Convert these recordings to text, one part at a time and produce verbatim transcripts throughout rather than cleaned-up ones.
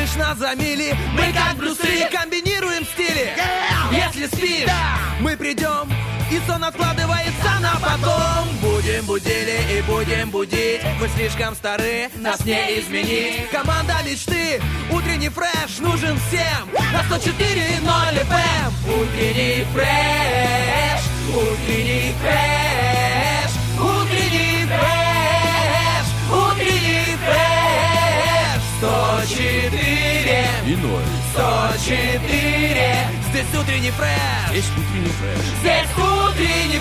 видишь нас за мили. Мы как Брюс Ли комбинируем стили. Если спишь, мы придем, и сон откладывается на потом. Будем будили и будем будить. Мы слишком стары, нас не изменить. Команда мечты, утренний фреш нужен всем. На сто четыре ноль эф эм. Утренний фреш, утренний фреш, утренний фреш, утренний фреш. Сто четыре и ноль. Сто четыре. Здесь утренний фреш. Здесь утренний фреш. Здесь утренний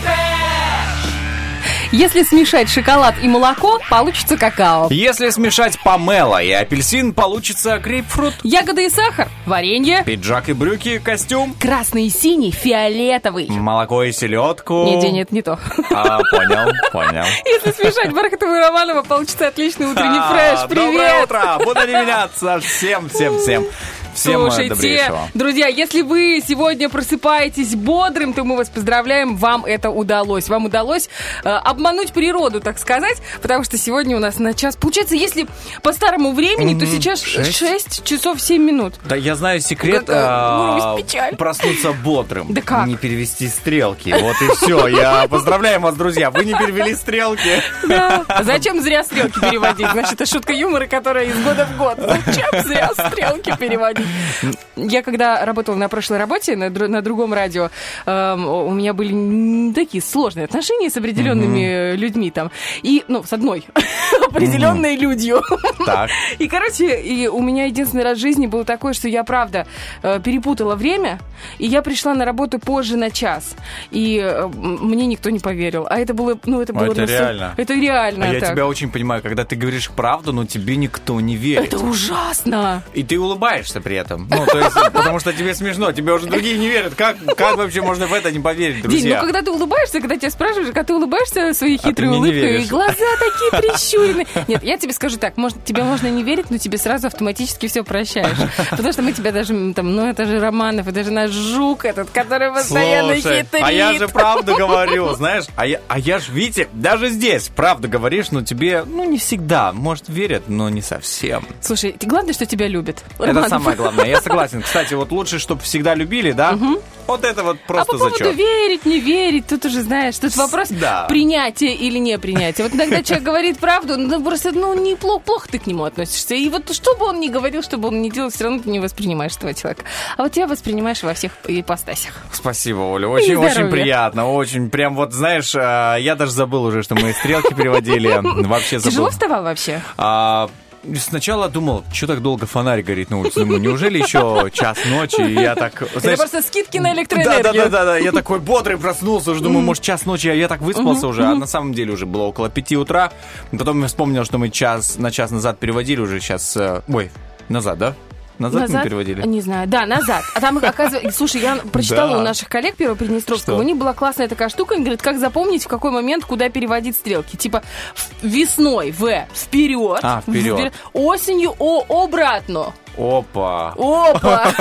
фреш. Если смешать шоколад и молоко, получится какао. Если смешать помело и апельсин, получится грейпфрут. Ягоды и сахар, варенье. Пиджак и брюки, костюм. Красный и синий, фиолетовый. Молоко и селедку. Не, нет, не то. А, понял, понял. Если смешать Бархатова и Романова, получится отличный утренний фреш. Привет! Доброе утро! Буду не меняться. Всем, всем, всем. Всем Слушайте, добрейшего. Друзья, если вы сегодня просыпаетесь бодрым, то мы вас поздравляем, вам это удалось. Вам удалось э, обмануть природу, так сказать, потому что сегодня у нас на час... Получается, если по старому времени, mm-hmm. то сейчас шесть часов семь минут. Да, я знаю секрет а, а, проснуться бодрым. Да как? Не перевести стрелки. Вот и все. Я поздравляю вас, друзья. Вы не перевели стрелки. Да. Зачем зря стрелки переводить? Значит, это шутка юмора, которая из года в год. Зачем зря стрелки переводить? Я когда работала на прошлой работе, на, др- на другом радио, э, у меня были такие сложные отношения с определенными mm-hmm. людьми там. И, ну, с одной определенной mm-hmm. людью. Так. И, короче, и у меня единственный раз в жизни было такое, что я, правда, э, перепутала время, и я пришла на работу позже на час. И э, мне никто не поверил. А это было, ну, это было... Это просто... реально. Это реально. А я так. тебя очень понимаю, когда ты говоришь правду, но тебе никто не верит. Это ужасно. И ты улыбаешься при этом. Ну, то есть, потому что тебе смешно, тебе уже другие не верят. Как, как вообще можно в это не поверить, друзья? Дим, ну когда ты улыбаешься, когда тебя спрашивают, когда ты улыбаешься своей хитрой а улыбкой, и глаза такие прищуренные. Нет, я тебе скажу так, может, тебе можно не верить, но тебе сразу автоматически все прощаешь. Потому что мы тебя даже, там, ну это же Романов, это же наш жук этот, который постоянно Слушай, хитрит. А я же правду говорю, знаешь, а я, а я ж, видите, даже здесь правду говоришь, но тебе, ну, не всегда, может, верят, но не совсем. Слушай, главное, что тебя любят. Это Романов. самое главное, я согласен. Кстати, вот лучше, чтобы всегда любили, да? Угу. Вот это вот просто зачет. А по поводу зачет. верить, не верить, тут уже, знаешь, тут вопрос да. принятия или не принятия. Вот иногда человек говорит правду, ну, просто, ну, неплохо, плохо ты к нему относишься. И вот что бы он ни говорил, что бы он ни делал, все равно ты не воспринимаешь этого человека. А вот тебя воспринимаешь во всех ипостасях. Спасибо, Оля, очень, очень приятно, очень, прям вот, знаешь, я даже забыл уже, что мы стрелки переводили. Вообще забыл. Тяжело вставал вообще? А... Сначала думал, что так долго фонарь горит на улице. Думаю, неужели еще час ночи? И я так, знаешь, это просто скидки на электроэнергию. Да, да, да, да, да. Я такой бодрый проснулся, уже думаю, может, час ночи, а я так выспался уже. А на самом деле уже было около пяти утра. Потом я вспомнил, что мы час на час назад переводили уже сейчас. Ой, назад, да? Назад, назад мы переводили? Не знаю, да, назад. А там, оказывается, слушай, я прочитала да. у наших коллег Первоприднестровского, у них была классная такая штука, они говорят, как запомнить, в какой момент, куда переводить стрелки. Типа весной В вперед, а, вперед. Осенью О обратно. Опа. Опа.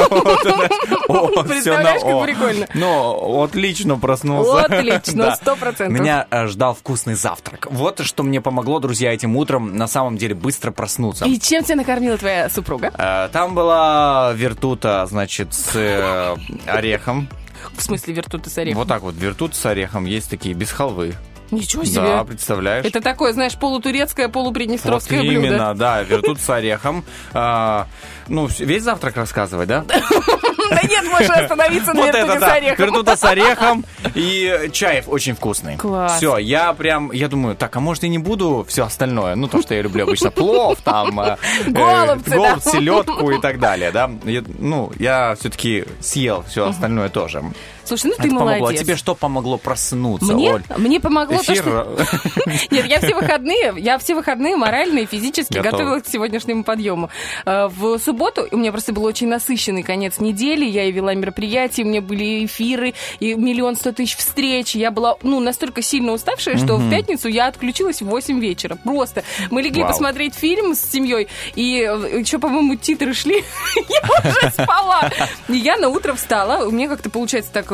Представляешь, как прикольно. Ну, отлично проснулся. Отлично, сто процентов. Меня ждал вкусный завтрак. Вот что мне помогло, друзья, этим утром на самом деле быстро проснуться. И чем тебя накормила твоя супруга? Там была вертута, значит, с орехом. В смысле вертута с орехом? Вот так вот, вертута с орехом. Есть такие без халвы. Ничего себе. Да, представляешь. Это такое, знаешь, полутурецкое, полуприднестровское вот блюдо. Именно, да, вертут с орехом. А, ну, весь завтрак рассказывать, да? Да нет, можно остановиться на вертуте с орехом. Вертута с орехом и чай очень вкусный. Класс. Все, я прям, я думаю, так, а может и не буду все остальное? Ну, то, что я люблю обычно, плов, там, голубцы, голубь, селедку и так далее, да? Ну, я все-таки съел все остальное тоже. Слушай, ну ты Это молодец. Помогло. А тебе что помогло проснуться, Мне? Оль? Мне помогло Эфир... то, что... Нет, я все выходные, я все выходные морально и физически Готов. готовилась к сегодняшнему подъему. В субботу у меня просто был очень насыщенный конец недели, я и вела мероприятия, у меня были эфиры, и миллион сто тысяч встреч. Я была, ну, настолько сильно уставшая, что в пятницу я отключилась в восемь вечера. Просто. Мы легли Вау. посмотреть фильм с семьей, и еще, по-моему, титры шли, я уже спала. И я на утро встала, у меня как-то получается так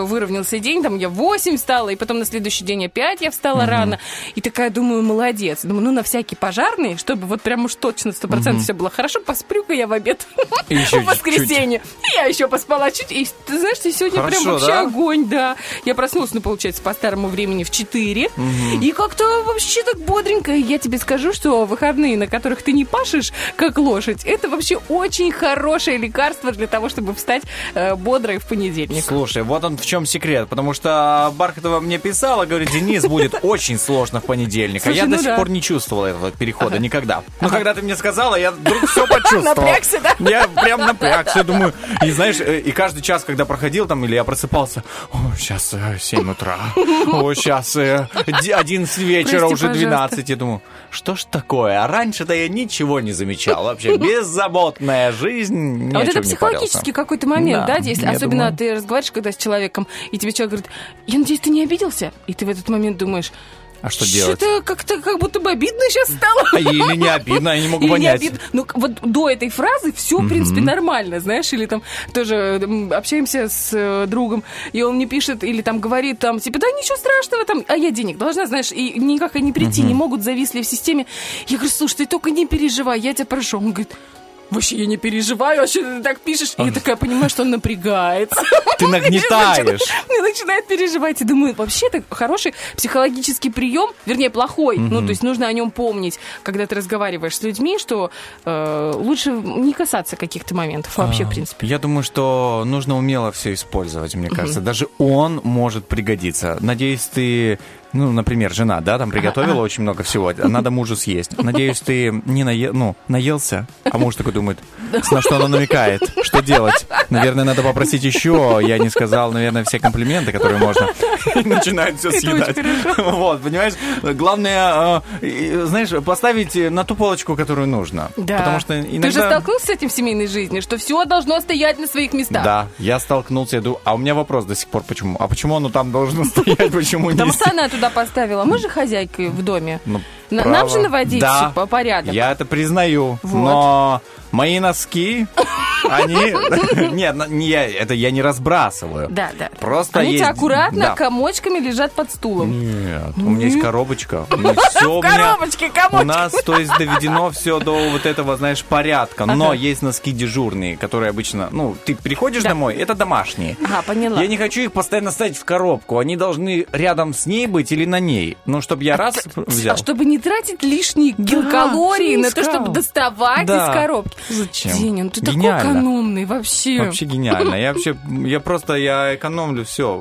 выровнялся день, там я в восемь встала, и потом на следующий день опять я встала mm-hmm. рано. И такая, думаю, молодец. Думаю, ну на всякий пожарный, чтобы вот прям уж точно сто процентов mm-hmm. все было хорошо, посплю-ка я в обед в воскресенье. И я еще поспала чуть. И ты знаешь, сегодня хорошо, прям вообще да? огонь, да. Я проснулась, ну, получается, по старому времени в четыре. Mm-hmm. И как-то вообще так бодренько. Я тебе скажу, что выходные, на которых ты не пашешь, как лошадь, это вообще очень хорошее лекарство для того, чтобы встать э, бодро и в понедельник. Слушай, вот он в чем секрет. Потому что Бархатова мне писала, говорит, Денис, будет очень сложно в понедельник. Слушай, а я ну до сих да. пор не чувствовала этого перехода ага. никогда. Но ага. когда ты мне сказала, я вдруг все почувствовал. Напрягся, да? Я прям напрягся, я думаю, и знаешь, и каждый час, когда проходил там, или я просыпался, о, сейчас семь утра, о, сейчас одиннадцать вечера, Прости, уже двенадцать. пожалуйста. Я думаю, что ж такое? А раньше-то я ничего не замечал. Вообще беззаботная жизнь, ни а о вот чем это не психологический парился. какой-то момент, да, да здесь? Особенно думаю... ты разговариваешь, когда с человеком, и тебе человек говорит, я надеюсь, ты не обиделся? И ты в этот момент думаешь, а что делать? Что-то как-то как будто бы обидно сейчас стало. А или не обидно, я не могу или понять. Не обидно. Ну, вот до этой фразы все, в принципе, mm-hmm. нормально, знаешь, или там тоже общаемся с э, другом, и он мне пишет, или там говорит, там, типа, да ничего страшного, там, а я денег должна, знаешь, и никак они прийти mm-hmm. не могут, зависли в системе. Я говорю, слушай, ты только не переживай, я тебя прошу. Он говорит, вообще я не переживаю, а что ты так пишешь? И я такая понимаю, что он напрягается. Ты нагнетаешь. И начинает переживать. И думаю, вообще это хороший психологический прием, вернее, плохой. Ну, то есть нужно о нем помнить, когда ты разговариваешь с людьми, что э, лучше не касаться каких-то моментов вообще, в принципе. Я думаю, что нужно умело все использовать, мне кажется. Даже он может пригодиться. Надеюсь, ты... Ну, например, жена, да, там приготовила ага, очень много всего, надо мужу съесть. Надеюсь, ты не нае... ну, наелся, а муж такой думает, на что она намекает, что делать? Наверное, надо попросить еще, я не сказал, наверное, все комплименты, которые можно. И начинает все съедать. Вот, понимаешь? Главное, знаешь, поставить на ту полочку, которую нужно. Да. Потому что иногда... Ты же столкнулся с этим в семейной жизни, что все должно стоять на своих местах. Да, я столкнулся, я думаю, а у меня вопрос до сих пор, почему? А почему оно там должно стоять, почему не? Потому что она туда поставила. Мы же хозяйкой в доме. Ну, Нам право. же наводить да, по порядку. Я это признаю. Вот. Но мои носки, они... Нет, не я, это я не разбрасываю. Да, да. Просто они есть... у тебя аккуратно да. комочками лежат под стулом. Нет, у меня есть коробочка. В коробочке комочки. У нас, то есть, доведено все до вот этого, знаешь, порядка. Но есть носки дежурные, которые обычно... Ну, ты приходишь домой, это домашние. Ага, поняла. Я не хочу их постоянно ставить в коробку. Они должны рядом с ней быть или на ней. Ну, чтобы я раз взял. Чтобы не тратить лишние килокалории на то, чтобы доставать из коробки. Зачем? Деня, ну ты гениально. такой экономный вообще. Вообще гениально. Я вообще, я просто, я экономлю все.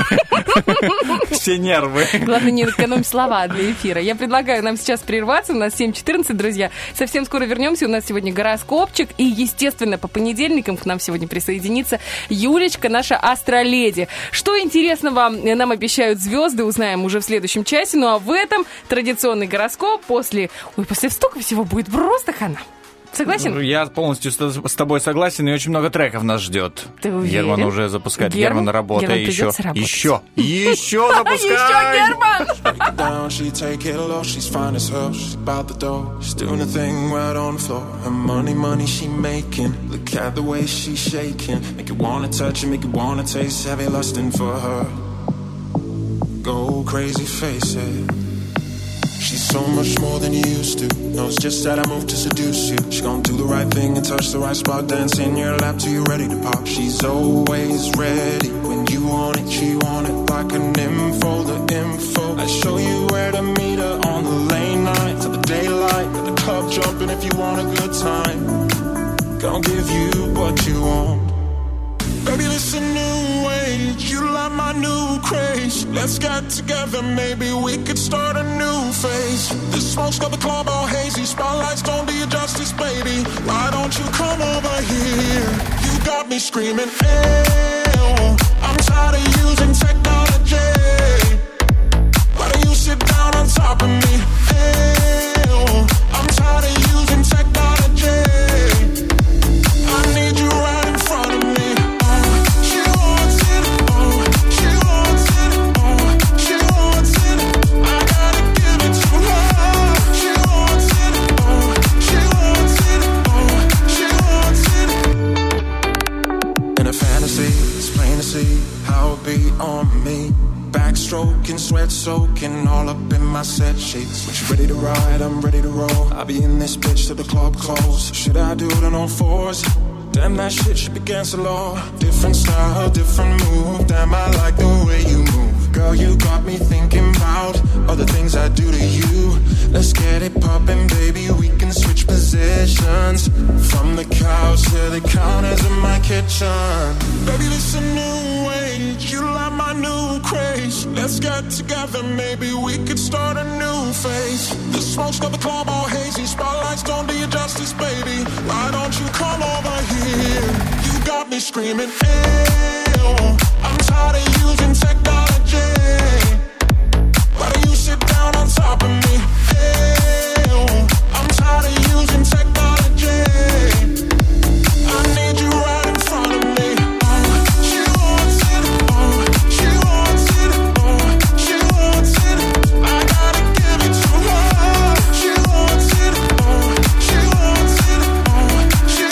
Все нервы. Главное, не экономь слова для эфира. Я предлагаю нам сейчас прерваться. У нас семь четырнадцать, друзья. Совсем скоро вернемся. У нас сегодня гороскопчик. И, естественно, по понедельникам к нам сегодня присоединится Юлечка, наша астроледи. Что интересного нам обещают звезды, узнаем уже в следующем часе. Ну а в этом традиционный гороскоп после... Ой, после столько всего будет просто хана. Согласен? Я полностью с тобой согласен, и очень много треков нас ждет. Ты уверен? Герман уже запускает. Герман, Герман работает. Герман еще, работать. еще, еще запускай! Еще Герман! She's so much more than you used to. Knows just how to move to seduce you. She gon' do the right thing and touch the right spot. Dance in your lap till you're ready to pop. She's always ready. When you want it, she want it like an info, the info. I show you where to meet her on the late night to the daylight. At the club jumping if you want a good time. Gon' give you what you want. Baby, this a new age. You like my new craze. Let's get together, maybe we could start a new phase. This smoke's got the club all hazy. Spotlights don't do you justice, baby. Why don't you come over here? You got me screaming, ew. I'm tired of using technology. Why don't you sit down on top of me? Ew. I'm tired of using technology. I need you right in front of me. up in my set sheets. When she's ready to ride, I'm ready to roll. I'll be in this bitch till the club close. Should I do it on all fours? Damn, that shit should be against the law. Different style, different move. Damn, I like the way you move. Girl, you got me thinking about all the things I do to you. Let's get it poppin', baby, we can switch positions. From the couch to the counters in my kitchen. Baby, this a new age, you like my new craze. Let's get together, maybe we could start a new phase. The smoke's got the club all hazy, spotlights don't do you justice, baby. Why don't you come over here? You got me screaming, ew. I'm tired of using technology. Why don't you sit down on top of me? Ew. I'm tired of using technology. I need you right in front of me. Oh, she wants it. Oh, she wants it. Oh, she wants it. I gotta give it to her. She wants it. Oh, she wants it. Oh, she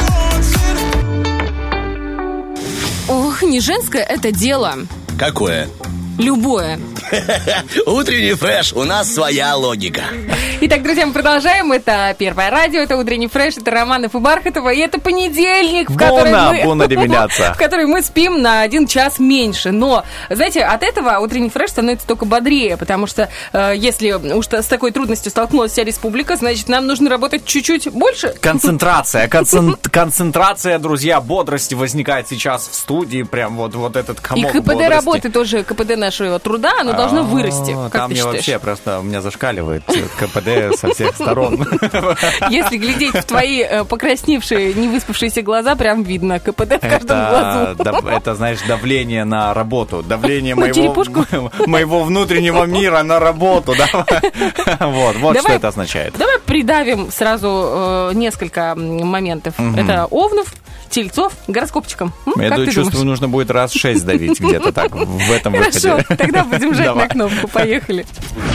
wants it. Ох, не женское это дело. Какое? Любое. Утренний фреш, у нас своя логика. Итак, друзья, мы продолжаем. Это Первое радио, это Утренний фреш, это Романов и Бархатова. И это понедельник, в который, мы, в который мы спим на один час меньше. Но, знаете, от этого Утренний фреш становится только бодрее, потому что э, если уж с такой трудностью столкнулась вся республика, значит, нам нужно работать чуть-чуть больше. Концентрация, концен... концентрация, друзья, бодрости возникает сейчас в студии. Прям вот, вот этот комок бодрости. И КПД работы тоже, КПД нашего труда, оно должно вырасти. Как там ты мне считаешь? вообще просто у меня зашкаливает КПД со всех сторон. Если глядеть в твои покрасневшие, невыспавшиеся глаза, прям видно КПД в каждом глазу. Это, знаешь, давление на работу, давление моего, моего внутреннего мира на работу. Вот, вот что это означает. Давай придавим сразу несколько моментов. Это Овнов, Тельцов, гороскопчиком. Я чувствую, думаешь? Нужно будет раз шесть давить где-то так в этом выходе. Хорошо, тогда будем жать на кнопку. Поехали.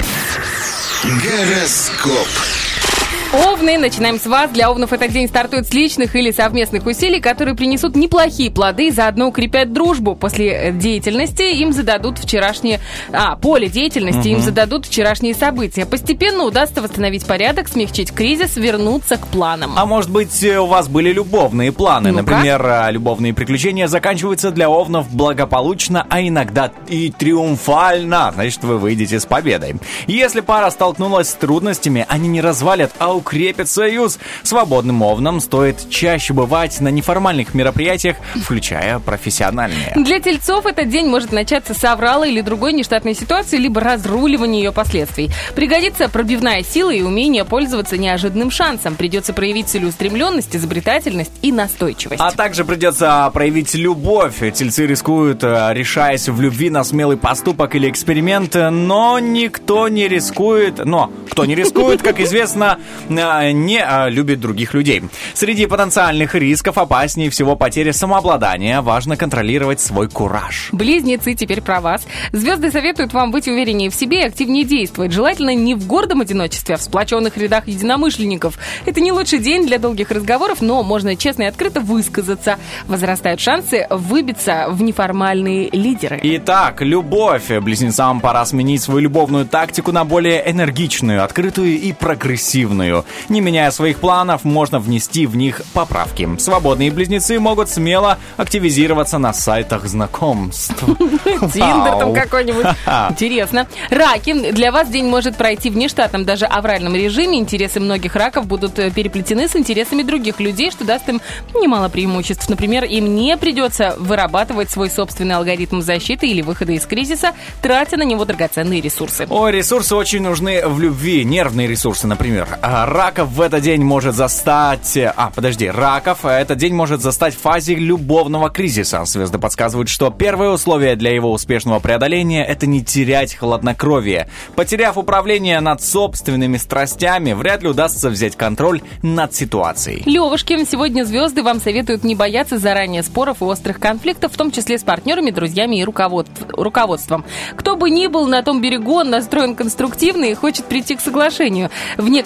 Гороскоп. Овны, начинаем с вас. Для овнов этот день стартует с личных или совместных усилий, которые принесут неплохие плоды и заодно укрепят дружбу. После деятельности им зададут вчерашние... А, поле деятельности угу. им зададут вчерашние события. Постепенно удастся восстановить порядок, смягчить кризис, вернуться к планам. А может быть, у вас были любовные планы? Ну-ка. Например, любовные приключения заканчиваются для овнов благополучно, а иногда и триумфально. Значит, вы выйдете с победой. Если пара столкнулась с трудностями, они не развалят, а укрепит союз. Свободным овнам стоит чаще бывать на неформальных мероприятиях, включая профессиональные. Для тельцов этот день может начаться с аврала или другой нештатной ситуации, либо разруливания ее последствий. Пригодится пробивная сила и умение пользоваться неожиданным шансом. Придется проявить целеустремленность, изобретательность и настойчивость. А также придется проявить любовь. Тельцы рискуют, решаясь в любви на смелый поступок или эксперимент, но никто не рискует, но кто не рискует, как известно, не любит других людей. Среди потенциальных рисков опаснее всего потеря самообладания. Важно контролировать свой кураж. Близнецы, теперь про вас. Звезды советуют вам быть увереннее в себе и активнее действовать. Желательно не в гордом одиночестве, а в сплоченных рядах единомышленников. Это не лучший день для долгих разговоров, но можно честно и открыто высказаться. Возрастают шансы выбиться в неформальные лидеры. Итак, любовь. Близнецам пора сменить свою любовную тактику на более энергичную, открытую и прогрессивную. Не меняя своих планов, можно внести в них поправки. Свободные близнецы могут смело активизироваться на сайтах знакомств. Тиндер там какой-нибудь. Интересно. Раки. Для вас день может пройти в нештатном, даже авральном режиме. Интересы многих раков будут переплетены с интересами других людей, что даст им немало преимуществ. Например, им не придется вырабатывать свой собственный алгоритм защиты или выхода из кризиса, тратя на него драгоценные ресурсы. Ой, ресурсы очень нужны в любви. Нервные ресурсы, например. Раков в этот день может застать... А, подожди, раков этот день может застать в фазе любовного кризиса. Звезды подсказывают, что первое условие для его успешного преодоления — это не терять хладнокровие. Потеряв управление над собственными страстями, вряд ли удастся взять контроль над ситуацией. Левушки, сегодня звезды вам советуют не бояться заранее споров и острых конфликтов, в том числе с партнерами, друзьями и руковод... руководством. Кто бы ни был на том берегу, он настроен конструктивно и хочет прийти к соглашению. В некоторых случаях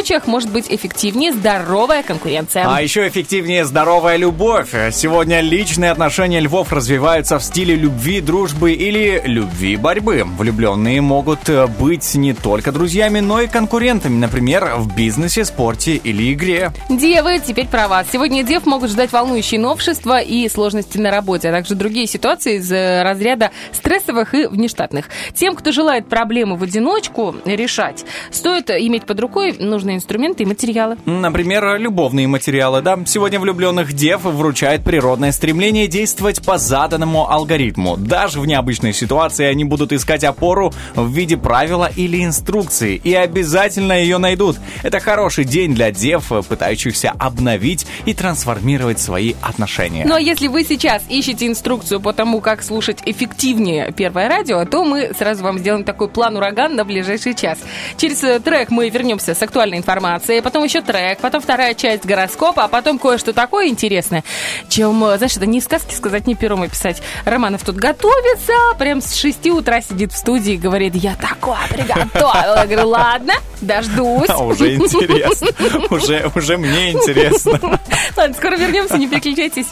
случаях может быть эффективнее здоровая конкуренция. А еще эффективнее здоровая любовь. Сегодня личные отношения львов развиваются в стиле любви, дружбы или любви борьбы. Влюбленные могут быть не только друзьями, но и конкурентами, например, в бизнесе, спорте или игре. Девы, теперь про вас. Сегодня дев могут ждать волнующие новшества и сложности на работе, а также другие ситуации из разряда стрессовых и внештатных. Тем, кто желает проблемы в одиночку решать, стоит иметь под рукой нужные инструменты и материалы. Например, любовные материалы, да. Сегодня влюбленных дев вручает природное стремление действовать по заданному алгоритму. Даже в необычной ситуации они будут искать опору в виде правила или инструкции и обязательно ее найдут. Это хороший день для дев, пытающихся обновить и трансформировать свои отношения. Ну а если вы сейчас ищете инструкцию по тому, как слушать эффективнее Первое радио, то мы сразу вам сделаем такой план-ураган на ближайший час. Через трек мы вернемся с актуальной информацией, потом еще трек, потом вторая часть гороскопа, а потом кое-что такое интересное, чем, знаешь, это не сказки сказать, не пером описать. Романов тут готовится, прям с шести утра сидит в студии и говорит: я такое приготовила. Я говорю: ладно, дождусь. А, уже интересно. Уже, уже мне интересно. Ладно, скоро вернемся, не переключайтесь.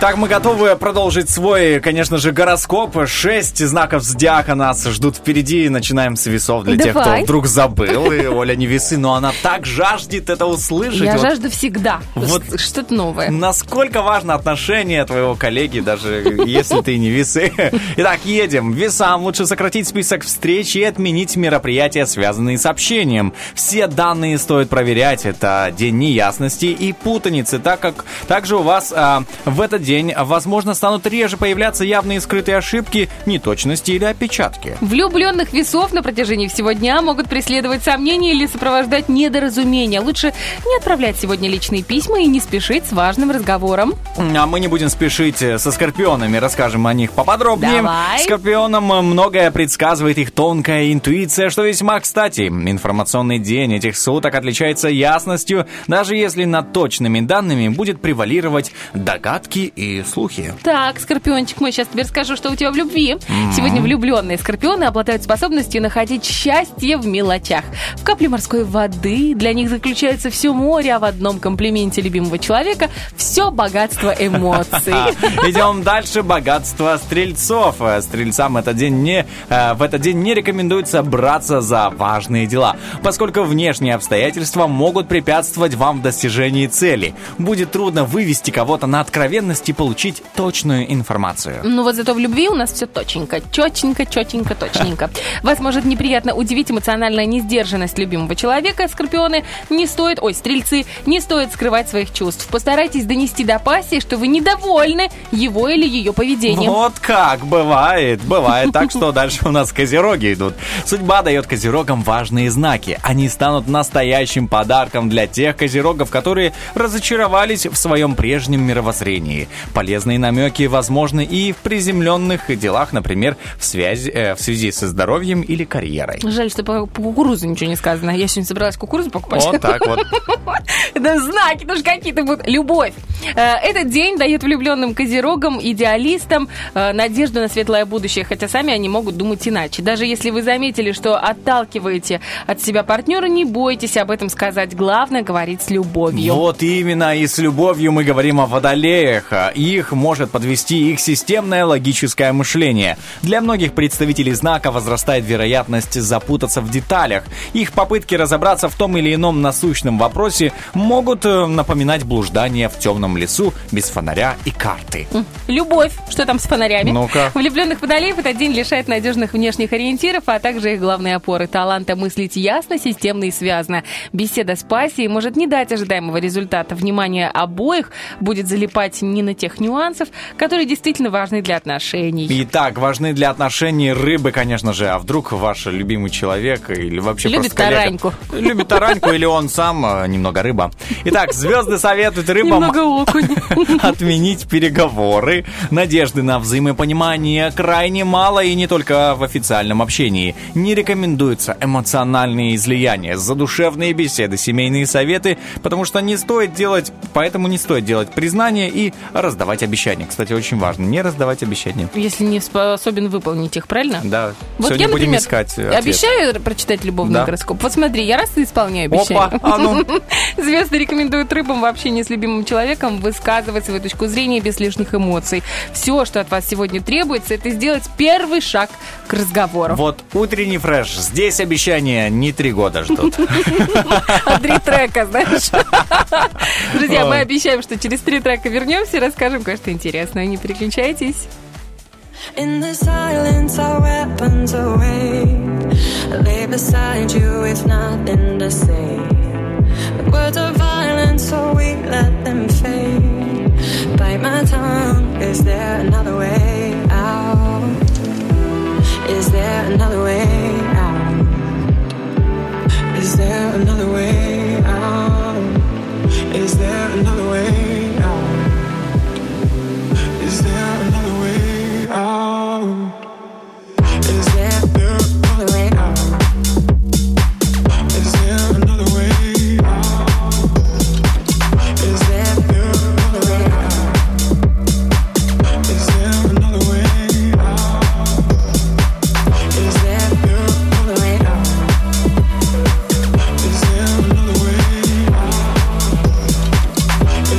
Итак, мы готовы продолжить свой, конечно же, гороскоп. Шесть знаков зодиака нас ждут впереди. Начинаем с весов для Давай. тех, кто вдруг забыл. И Оля не весы, но она так жаждет это услышать. Я Вот жажду всегда. Вот. Что-то новое. Насколько важно отношение твоего коллеги, даже если ты не весы. Итак, едем. Весам лучше сократить список встреч и отменить мероприятия, связанные с общением. Все данные стоит проверять. Это день неясности и путаницы, так как также у вас а, в этот день, возможно, станут реже появляться явные скрытые ошибки, неточности или опечатки. Влюбленных весов на протяжении всего дня могут преследовать сомнения или сопровождать недоразумения. Лучше не отправлять сегодня личные письма и не спешить с важным разговором. А мы не будем спешить со скорпионами, расскажем о них поподробнее. Давай. Скорпионам многое предсказывает их тонкая интуиция, что весьма кстати. Информационный день этих суток отличается ясностью, даже если над точными данными будет превалировать догадки и слухи. Так, Скорпиончик, мы сейчас тебе расскажу, что у тебя в любви. Mm-hmm. Сегодня влюбленные скорпионы обладают способностью находить счастье в мелочах. В капле морской воды для них заключается все море, а в одном комплименте любимого человека все богатство эмоций. Идем дальше. Богатство стрельцов. Стрельцам этот день не, в этот день не рекомендуется браться за важные дела, поскольку внешние обстоятельства могут препятствовать вам в достижении цели. Будет трудно вывести кого-то на откровенность и получить точную информацию. Ну вот зато в любви у нас все точненько, четенько, четенько, точненько. Вас может неприятно удивить эмоциональная несдержанность любимого человека. Скорпионы, не стоит, ой, стрельцы, не стоит скрывать своих чувств. Постарайтесь донести до пассии, что вы недовольны его или ее поведением. Вот как, бывает, бывает так, что дальше у нас козероги идут. Судьба дает козерогам важные знаки. Они станут настоящим подарком для тех козерогов, которые разочаровались в своем прежнем мировоззрении. Полезные намеки возможны и в приземленных делах, например, в связи, э, в связи со здоровьем или карьерой. Жаль, что по, по кукурузу ничего не сказано. Я сегодня собралась кукурузу покупать. Вот так вот. Да знаки тоже какие-то будут. Любовь. Этот день дает влюбленным козерогам, идеалистам надежду на светлое будущее, хотя сами они могут думать иначе. Даже если вы заметили, что отталкиваете от себя партнера, не бойтесь об этом сказать. Главное — говорить с любовью. Вот именно, и с любовью мы говорим о водолеях. Их может подвести их системное логическое мышление. Для многих представителей знака возрастает вероятность запутаться в деталях. Их попытки разобраться в том или ином насущном вопросе могут напоминать блуждание в темном лесу без фонаря и карты. Любовь. Что там с фонарями? Ну-ка. Влюбленных водолеев этот день лишает надежных внешних ориентиров, а также их главной опоры — таланта мыслить ясно, системно и связно. Беседа с пассией может не дать ожидаемого результата. Внимание обоих будет залипать не на тех нюансов, которые действительно важны для отношений. Итак, важны для отношений рыбы, конечно же. А вдруг ваш любимый человек или вообще Любит просто коллега тараньку. любит тараньку, или он сам а, немного рыба. Итак, звезды советуют рыбам Немного окунь. отменить переговоры. Надежды на взаимопонимание крайне мало, и не только в официальном общении. Не рекомендуются эмоциональные излияния, задушевные беседы, семейные советы, потому что не стоит делать, поэтому не стоит делать признания и раздавать обещания. Кстати, очень важно, не раздавать обещания. Если не способен выполнить их, правильно? Да, Вот сегодня я, будем например, искать ответ. обещаю прочитать любовный Да. гороскоп. Вот смотри, я раз и исполняю обещание. Опа, а ну. Звезды рекомендуют рыбам в общении с любимым человеком высказывать свою точку зрения без лишних эмоций. Все, что от вас сегодня требуется, это сделать первый шаг к разговору. Вот утренний фреш. Здесь обещания не три года ждут. А три трека, знаешь. Друзья, мы Ой. обещаем, что через три трека вернемся и расскажем кое-что интересное. Не переключайтесь. In the silence, our weapons away. Lay beside you with nothing to say. The words are violent, so we let them fade. Bite my tongue. Is there another way out? Is there another way out? Is there another way out? Is there another way out? Is there another way out? Is there another way out? Is there another way out? Is there another way out? Is there another way out? Is there another way out? Is there another way out?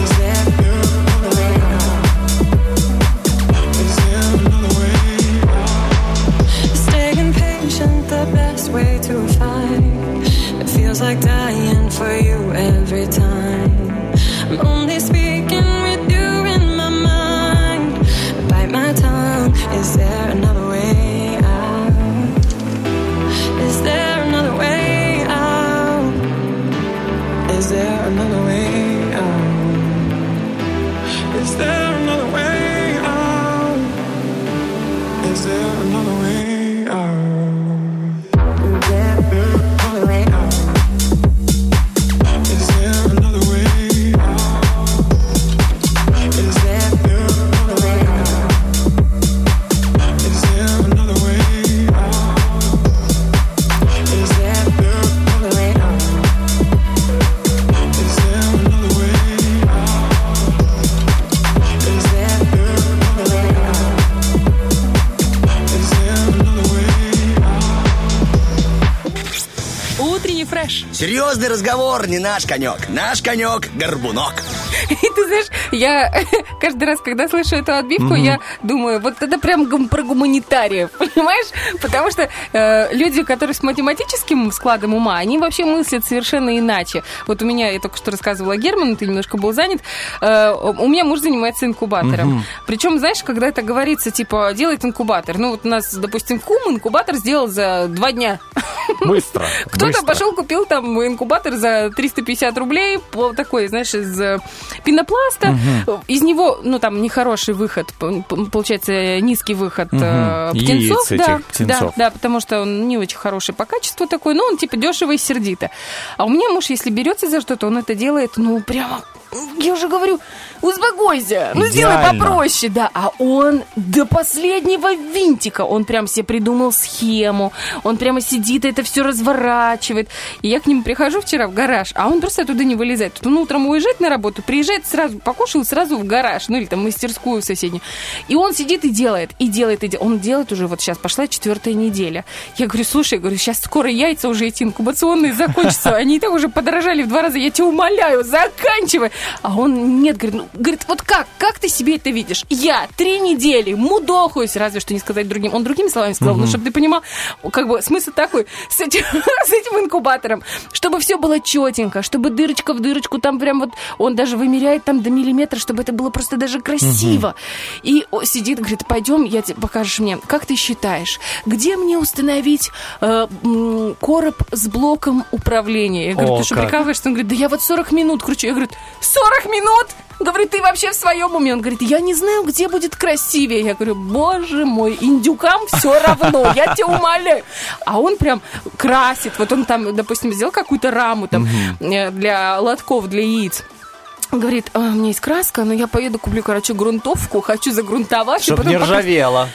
фреш. Серьезный разговор не наш конек. Наш конек — горбунок. И ты знаешь, я каждый раз, когда слышу эту отбивку, mm-hmm. я думаю, вот это прям гум- про гуманитариев, понимаешь? Потому что э, люди, которые с математическим складом ума, они вообще мыслят совершенно иначе. Вот у меня, я только что рассказывала Герману, ты немножко был занят, э, у меня муж занимается инкубатором. Mm-hmm. Причем, знаешь, когда это говорится, типа, делает инкубатор. Ну, вот у нас, допустим, кум инкубатор сделал за два дня. Быстро. Кто-то быстро. пошел, купил там инкубатор за триста пятьдесят рублей, такой, знаешь, из пенопласта. Угу. Из него, ну, там, нехороший выход, получается, низкий выход угу. птенцов. Яиц да, этих птенцов. Да, да, потому что он не очень хороший по качеству такой, но он, типа, дешево и сердито. А у меня муж, если берется за что-то, он это делает, ну, прямо... Я уже говорю, успокойся, ну сделай попроще, да. А он до последнего винтика, он прям себе придумал схему, он прямо сидит и это все разворачивает. И я к нему прихожу вчера в гараж, а он просто оттуда не вылезает. Он утром уезжает на работу, приезжает сразу, покушал сразу в гараж, ну или там мастерскую соседнюю. И он сидит и делает, и делает, и делает. Он делает уже, вот сейчас пошла четвертая неделя. Я говорю, слушай, я говорю, сейчас скоро яйца уже эти инкубационные закончатся, они и так уже подорожали в два раза, я тебя умоляю, заканчивай. А он, нет, говорит, ну, говорит, вот как, как ты себе это видишь? Я три недели мудохаюсь, разве что не сказать другим. Он другими словами сказал, mm-hmm. ну, чтобы ты понимал, как бы смысл такой, с этим, с этим инкубатором, чтобы все было четенько, чтобы дырочка в дырочку, там прям вот, он даже вымеряет там до миллиметра, чтобы это было просто даже красиво. Mm-hmm. И о, сидит, говорит, пойдем, я тебе покажешь мне, как ты считаешь, где мне установить э, м, короб с блоком управления? Я говорю, о, ты что, как? прикалываешься? Он говорит, да я вот сорок минут кручу. Я говорю, сорок минут? Говорит, ты вообще в своем уме? Он говорит, я не знаю, где будет красивее. Я говорю, боже мой, индюкам все равно, я тебя умоляю. А он прям красит. Вот он там, допустим, сделал какую-то раму там угу. для лотков, для яиц. Говорит, а, у меня есть краска, но я поеду куплю, короче, грунтовку, хочу загрунтовать. Чтоб не ржавело.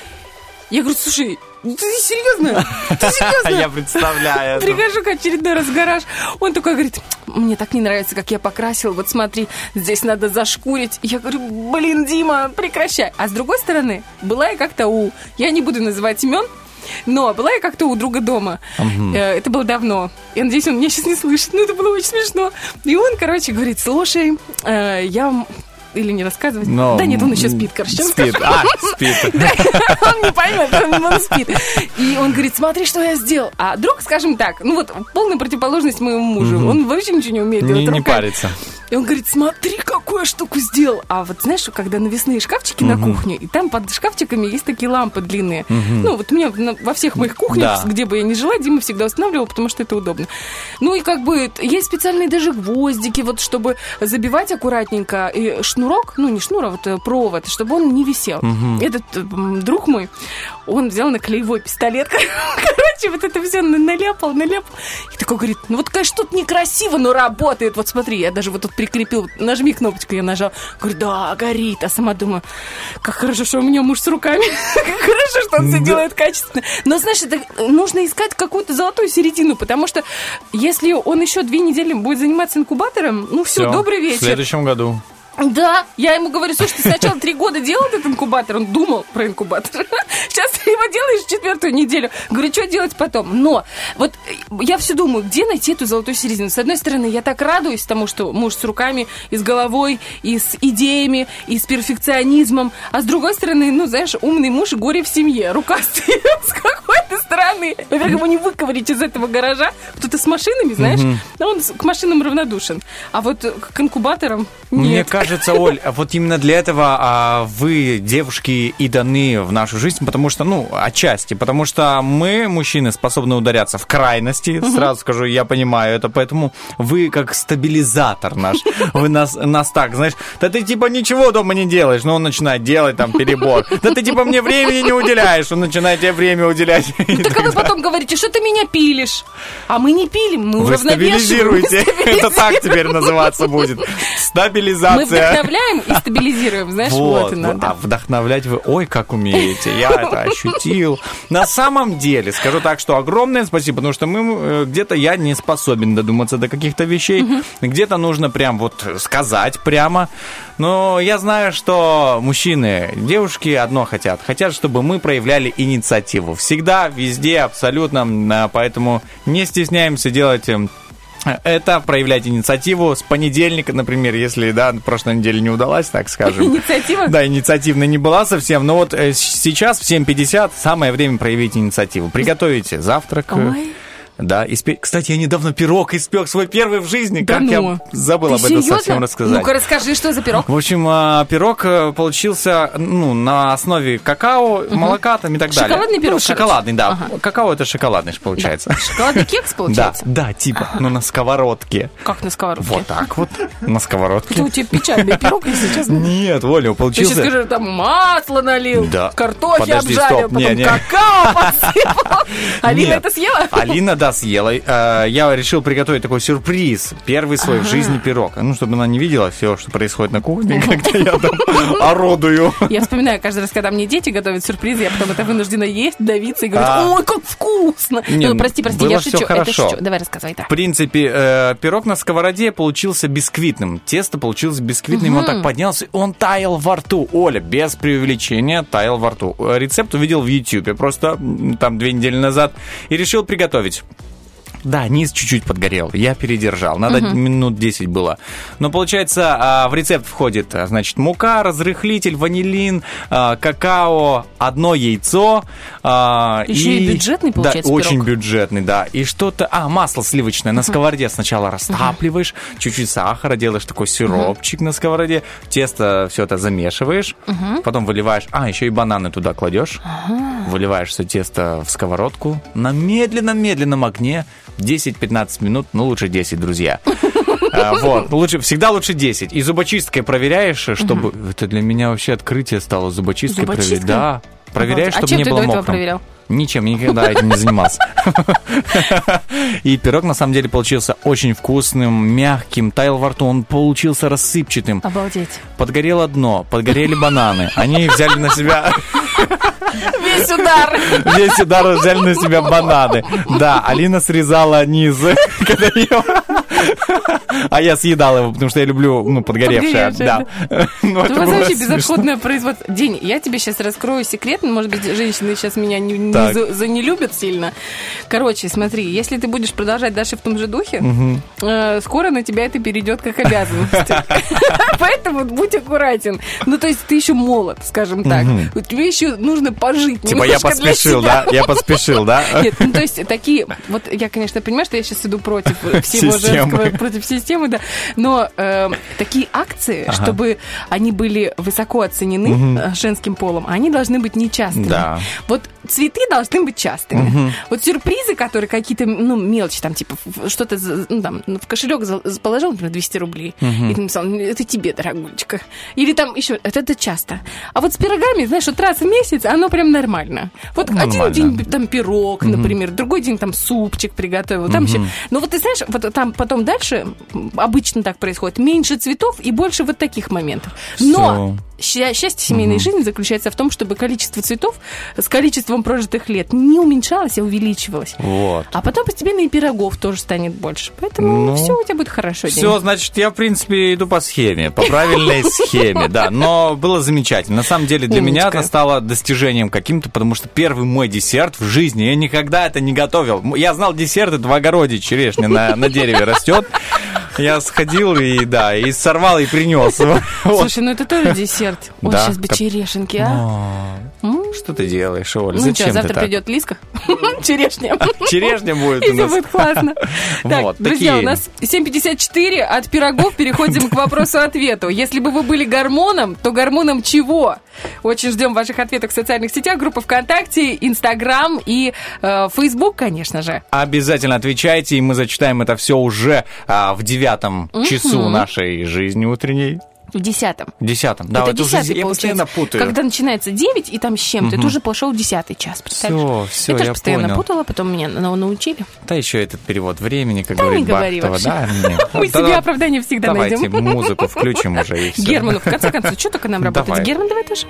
Я говорю, слушай, ты серьезно? Ты серьезно? Я представляю. Прихожу к очередной раз в гараж. Он такой говорит, мне так не нравится, как я покрасил. Вот смотри, здесь надо зашкурить. Я говорю, блин, Дима, прекращай. А с другой стороны, была я как-то у... Я не буду называть имен, но была я как-то у друга дома. Uh-huh. Это было давно. Я надеюсь, он меня сейчас не слышит. Но это было очень смешно. И он, короче, говорит, слушай, я... Или не рассказывать? Но... Да нет, он еще спит, короче. Спит, а, спит. Он не поймет, он спит. И он говорит, смотри, что я сделал. А друг, скажем так, ну вот полная противоположность моему мужу. Он вообще ничего не умеет делать руками. Не парится. И он говорит, смотри, какую я штуку сделал. А вот знаешь, когда навесные шкафчики на кухне, и там под шкафчиками есть такие лампы длинные. Ну вот у меня во всех моих кухнях, где бы я ни жила, Дима всегда устанавливал, потому что это удобно. Ну и как бы есть специальные даже гвоздики, вот чтобы забивать аккуратненько и шнурок, ну не шнур, а вот провод, чтобы он не висел. Угу. Этот э, друг мой, он взял на клеевой пистолет, короче, вот это все наляпал, наляпал. И такой говорит, ну вот, конечно, тут некрасиво, но работает. Вот смотри, я даже вот тут прикрепил, нажми кнопочку, я нажал. Говорю, да, горит. А сама думаю, как хорошо, что у меня муж с руками. Как хорошо, что он все делает качественно. Но, знаешь, это нужно искать какую-то золотую середину, потому что если он еще две недели будет заниматься инкубатором, ну все, добрый вечер. В следующем году. Да, я ему говорю, слушай, ты сначала три года делал этот инкубатор, он думал про инкубатор. Сейчас ты его делаешь четвертую неделю. Говорю, что делать потом? Но вот я все думаю, где найти эту золотую середину? С одной стороны, я так радуюсь тому, что муж с руками, и с головой, и с идеями, и с перфекционизмом. А с другой стороны, ну, знаешь, умный муж и горе в семье. Рукастый с какой-то стороны. Во-первых, его не выковырить из этого гаража. Кто-то с машинами, знаешь, mm-hmm. он к машинам равнодушен. А вот к инкубаторам нет. Мне кажется, Оль, вот именно для этого а, вы, девушки, и даны в нашу жизнь, потому что, ну, отчасти, потому что мы, мужчины, способны ударяться в крайности, угу. сразу скажу, я понимаю это, поэтому вы как стабилизатор наш, вы нас, нас так, знаешь, да ты типа ничего дома не делаешь, но он начинает делать там перебор, да ты типа мне времени не уделяешь, он начинает тебе время уделять. Ну так а вы потом говорите, что ты меня пилишь, а мы не пилим, мы уравновешиваем. Вы стабилизируете, это так теперь называться будет, стабилизация. Мы вдохновляем и стабилизируем, знаешь, вот, вот и надо. А вдохновлять вы, ой, как умеете, я это ощутил. На самом деле, скажу так, что огромное спасибо, потому что мы, где-то я не способен додуматься до каких-то вещей, угу. где-то нужно прям вот сказать прямо, но я знаю, что мужчины, девушки одно хотят, хотят, чтобы мы проявляли инициативу, всегда, везде, абсолютно, поэтому не стесняемся делать Это проявлять инициативу. С понедельника, например, если, да, прошлой неделе не удалась, так скажем. Инициатива? Да, инициативно не была совсем. Но вот сейчас в семь пятьдесят самое время проявить инициативу. Приготовите завтрак. Ой. Да, испек... Кстати, я недавно пирог испек, свой первый в жизни. Да как ну. я забыл Ты об этом серьезно? совсем рассказать. Ну-ка расскажи, что за пирог? В общем, пирог получился ну, на основе какао, угу. молока там и так далее. Шоколадный пирог, ну, шоколадный, да. Ага. Какао это шоколадный же получается. Да. Шоколадный кекс получается? Да, да, типа, ага. но на сковородке. Как на сковородке? Вот так вот, на сковородке. Это у тебя печальный пирог, если честно. Нет, Оля, получился... Ты сейчас скажи, там масло налил, да. картохи Подожди, обжарил, стоп. потом не, не. какао подсыпал. Алина это съела? Алина, да, съела. Я решил приготовить такой сюрприз. Первый свой в жизни пирог. Ну, чтобы она не видела все, что происходит на кухне, когда я там орудую. Я вспоминаю каждый раз, когда мне дети готовят сюрпризы, я потом это вынуждена есть, давиться и говорить, ой, как вкусно. Ну, прости, прости, я шучу, это шучу. Давай рассказывай, да. В принципе, пирог на сковороде получился бисквитным. Тесто получилось бисквитным, он так поднялся, он таял во рту. Оля, без преувеличения, таял во рту. Рецепт увидел в Ютьюбе просто там две недели назад и решил приготовить. Да, низ чуть-чуть подгорел, я передержал, надо uh-huh. минут десять было. Но получается, в рецепт входит, значит, мука, разрыхлитель, ванилин, какао, одно яйцо. Еще и, и бюджетный, получается, да, пирог. очень бюджетный, да. И что-то, а, масло сливочное uh-huh. на сковороде сначала растапливаешь, uh-huh. чуть-чуть сахара, делаешь такой сиропчик uh-huh. на сковороде, тесто все это замешиваешь, uh-huh. потом выливаешь, а, еще и бананы туда кладешь, uh-huh. выливаешь все тесто в сковородку на медленном-медленном огне, десять-пятнадцать минут, ну лучше десять, друзья. А, вот, лучше, всегда лучше десять. И зубочисткой проверяешь, чтобы... Угу. Это для меня вообще открытие стало, зубочисткой проверять. Да, проверяешь, чтобы а не чем было ты до мокрым. этого проверял? Ничем, никогда этим не занимался. И пирог, на самом деле, получился очень вкусным, мягким, таял во рту, он получился рассыпчатым. Обалдеть. Подгорело дно, подгорели бананы. Они взяли на себя... Весь удар. Весь удар взяли на себя бананы. Да, Алина срезала низ, когда ела. А я съедал его, потому что я люблю, ну, подгоревшее. Да. Ну, это вообще безотходное производство. День, я тебе сейчас раскрою секрет. Может быть, женщины сейчас меня не, не, за, за не любят сильно. Короче, смотри, если ты будешь продолжать дальше в том же духе, угу. э, скоро на тебя это перейдет как обязанность. Поэтому будь аккуратен. Ну, то есть ты еще молод, скажем так. Тебе еще нужно пожить. Типа я поспешил, да? Я поспешил, да? Нет, ну, то есть такие... Вот я, конечно, понимаю, что я сейчас иду против всего женского, против системы, да. Но э, такие акции, ага. чтобы они были высоко оценены угу. женским полом, они должны быть нечастыми. Да. Вот цветы должны быть частыми. Угу. Вот сюрпризы, которые какие-то, ну, мелочи, там, типа, что-то, ну, там, в кошелек положил, например, двести рублей, угу. и ты написал, это тебе, дорогулечка. Или там еще, это, это часто. А вот с пирогами, знаешь, вот раз в месяц, оно прям нормально. Вот нормально. Один день там пирог, угу. например, другой день там супчик приготовил, там угу. еще... Ну, вот ты знаешь, вот там потом дальше обычно так происходит. Меньше цветов и больше вот таких моментов. Но Всё. счастье семейной угу. жизни заключается в том, чтобы количество цветов с количеством прожитых лет не уменьшалось, а увеличивалось. Вот. А потом постепенно и пирогов тоже станет больше. Поэтому ну, все у тебя будет хорошо. Все, день. Значит, я, в принципе, иду по схеме, по правильной схеме, да. Но было замечательно. На самом деле, для меня это стало достижением каким-то, потому что первый мой десерт в жизни, я никогда это не готовил. Я знал десерт, это в огороде черешня на, на дереве растет. Я сходил и, да, и сорвал, и принес. Слушай, ну это тоже десерт. Ой, да, сейчас бы как... черешенки, а? О, что ты делаешь, Оля? Ну Зачем что, завтра ты придет Лизка? Черешня. Черешня будет у нас. И будет классно. Так, вот, друзья, такие... у нас семь пятьдесят четыре, от пирогов переходим к вопросу-ответу. Если бы вы были гормоном, то гормоном чего? Очень ждем ваших ответов в социальных сетях, группа ВКонтакте, Инстаграм и э, Фейсбук, конечно же. Обязательно отвечайте, и мы зачитаем это все уже а, в девятом часу нашей жизни утренней. В десятом. В десятом, да. Это вот десятый, уже, я постоянно путаю. Когда начинается девять и там с чем-то, угу. это уже пошел десятый час. Все, все, я тоже я постоянно понял. путала, потом меня научили. Да еще этот перевод времени, как да говорит не говори Бахтова. Да, мы себе оправдание всегда найдем. Давайте музыку включим уже и все. Герману, в конце концов, что только нам работает? Герман, давай тоже.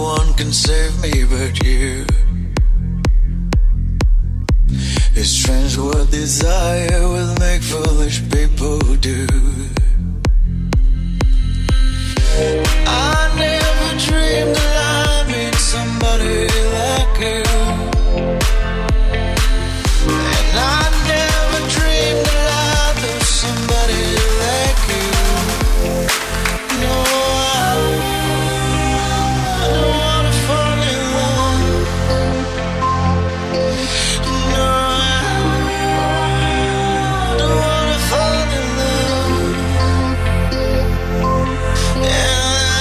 It's strange is what desire will make foolish people do. I never dreamed that I'd meet somebody like you. And I never dreamed that I'd lose somebody like you. No, I, I don't wanna fall in love. No, I don't wanna fall in love. Yeah.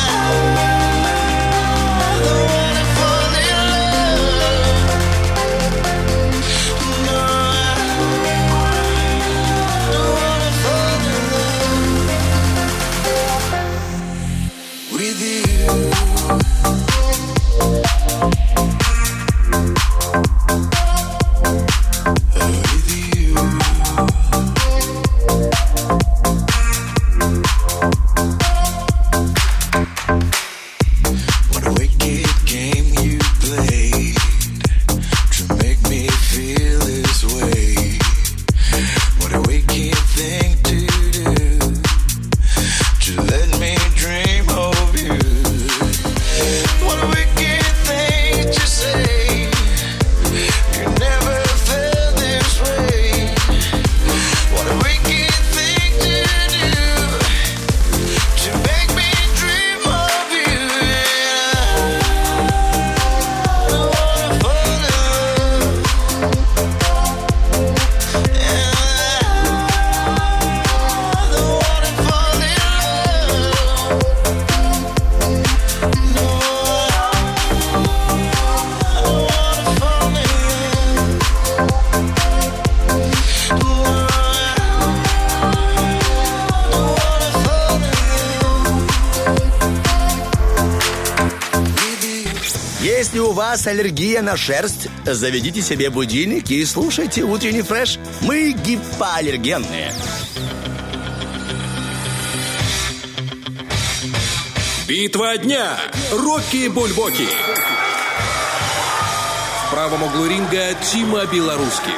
Если у вас аллергия на шерсть, заведите себе будильник и слушайте утренний фреш. Мы гипоаллергенные. Битва дня. Рокки Бульбоки. В правом углу ринга Тима Белорусских.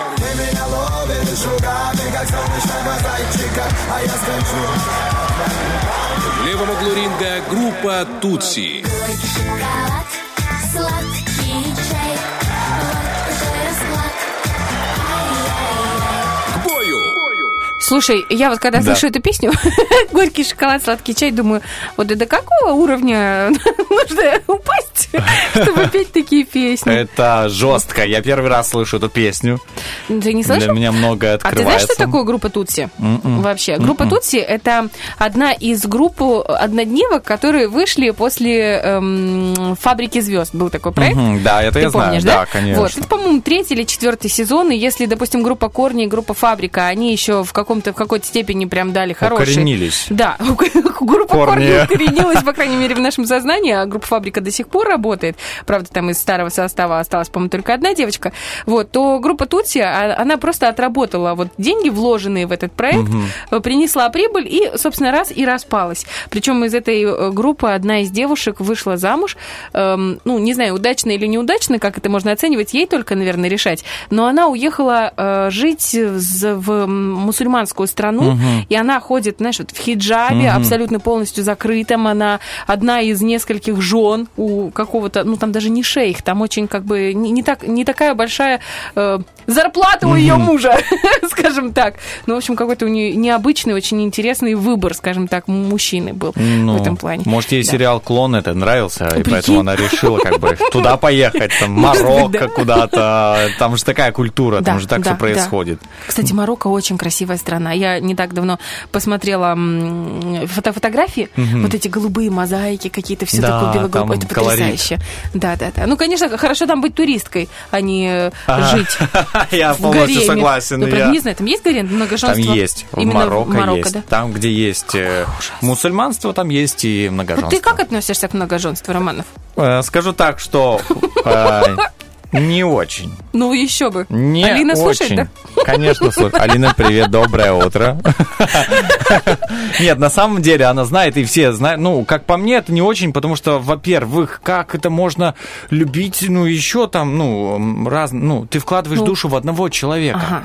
В левом углу ринга группа Тутси. К бою! Слушай, я вот когда Да. слышу эту песню «Горький шоколад, сладкий чай», думаю, вот и до какого уровня нужно упасть, чтобы петь такие песни? Это жестко. Я первый раз слышу эту песню. Ты не слышал? Для меня многое А открывается. ты знаешь, что такое группа Тутси? М-м. Вообще, группа М-м. Тутси — это одна из групп однодневок, которые вышли после эм, «Фабрики звезд». Был такой проект. Мгм, да, это Ты я знаю, помнишь, да, да? конечно. Вот, это, по-моему, третий или четвертый сезон, и если, допустим, группа «Корни» и группа «Фабрика», они еще в каком-то, в какой-то степени прям дали хорошие... Укоренились. Да, группа Корни. «Корни» укоренилась, по крайней мере, в нашем сознании, а группа «Фабрика» до сих пор работает. Правда, там из старого состава осталась, по-моему, только одна девочка. Вот, то группа «Тутси», а- она просто отработала вот деньги, вложенные в этот проект, принесла прибыль и, собственно, раз и распалась. Причем из этой э, группы одна из девушек вышла замуж. Эм, ну, не знаю, удачно или неудачно, как это можно оценивать, ей только, наверное, решать. Но она уехала э, жить в, в мусульманскую страну, Мгм. и она ходит, знаешь, вот в хиджабе, Мгм. абсолютно полностью закрытом. Она одна из нескольких жен у какого-то, ну, там даже не шейх, там очень как бы не, не, так, не такая большая э, зарплата у ее мужа, скажем так. Ну, в общем, какой-то у нее необычный, очень интересный выбор, скажем так, мужчины был Ну, в этом плане. Может, ей Да. сериал «Клон» это нравился, и Прикинь. поэтому она решила как бы туда поехать, там, Может быть, Марокко да. куда-то. Там же такая культура, Да, там же так да, все происходит. Кстати, Марокко очень красивая страна. Я не так давно посмотрела м, фото фотографии, вот эти голубые мозаики какие-то, все Да, такое бело-голубое, там это колорит. потрясающе. Да, да, да. Ну, конечно, хорошо там быть туристкой, а не э, Ага. жить Я в полностью гареме. согласен. Ну, правда, я- не знаю, там есть гарем, Там многоженство? есть. В Именно Марокко, в Марокко, есть. да? Там, где есть э, мусульманство, там есть и Вот многоженство. ты как относишься к многоженству, Романов? Э, Скажу так, что э, Не очень. Ну, еще бы. Не Алина очень. слушает, да? Конечно, слушает. Алина, привет, доброе утро. Нет, на самом деле она знает, и все знают. Ну, как по мне, это не очень, потому что, во-первых, как это можно любить, ну, еще там, ну, раз, ну, ты вкладываешь Ну. душу в одного человека. Ага.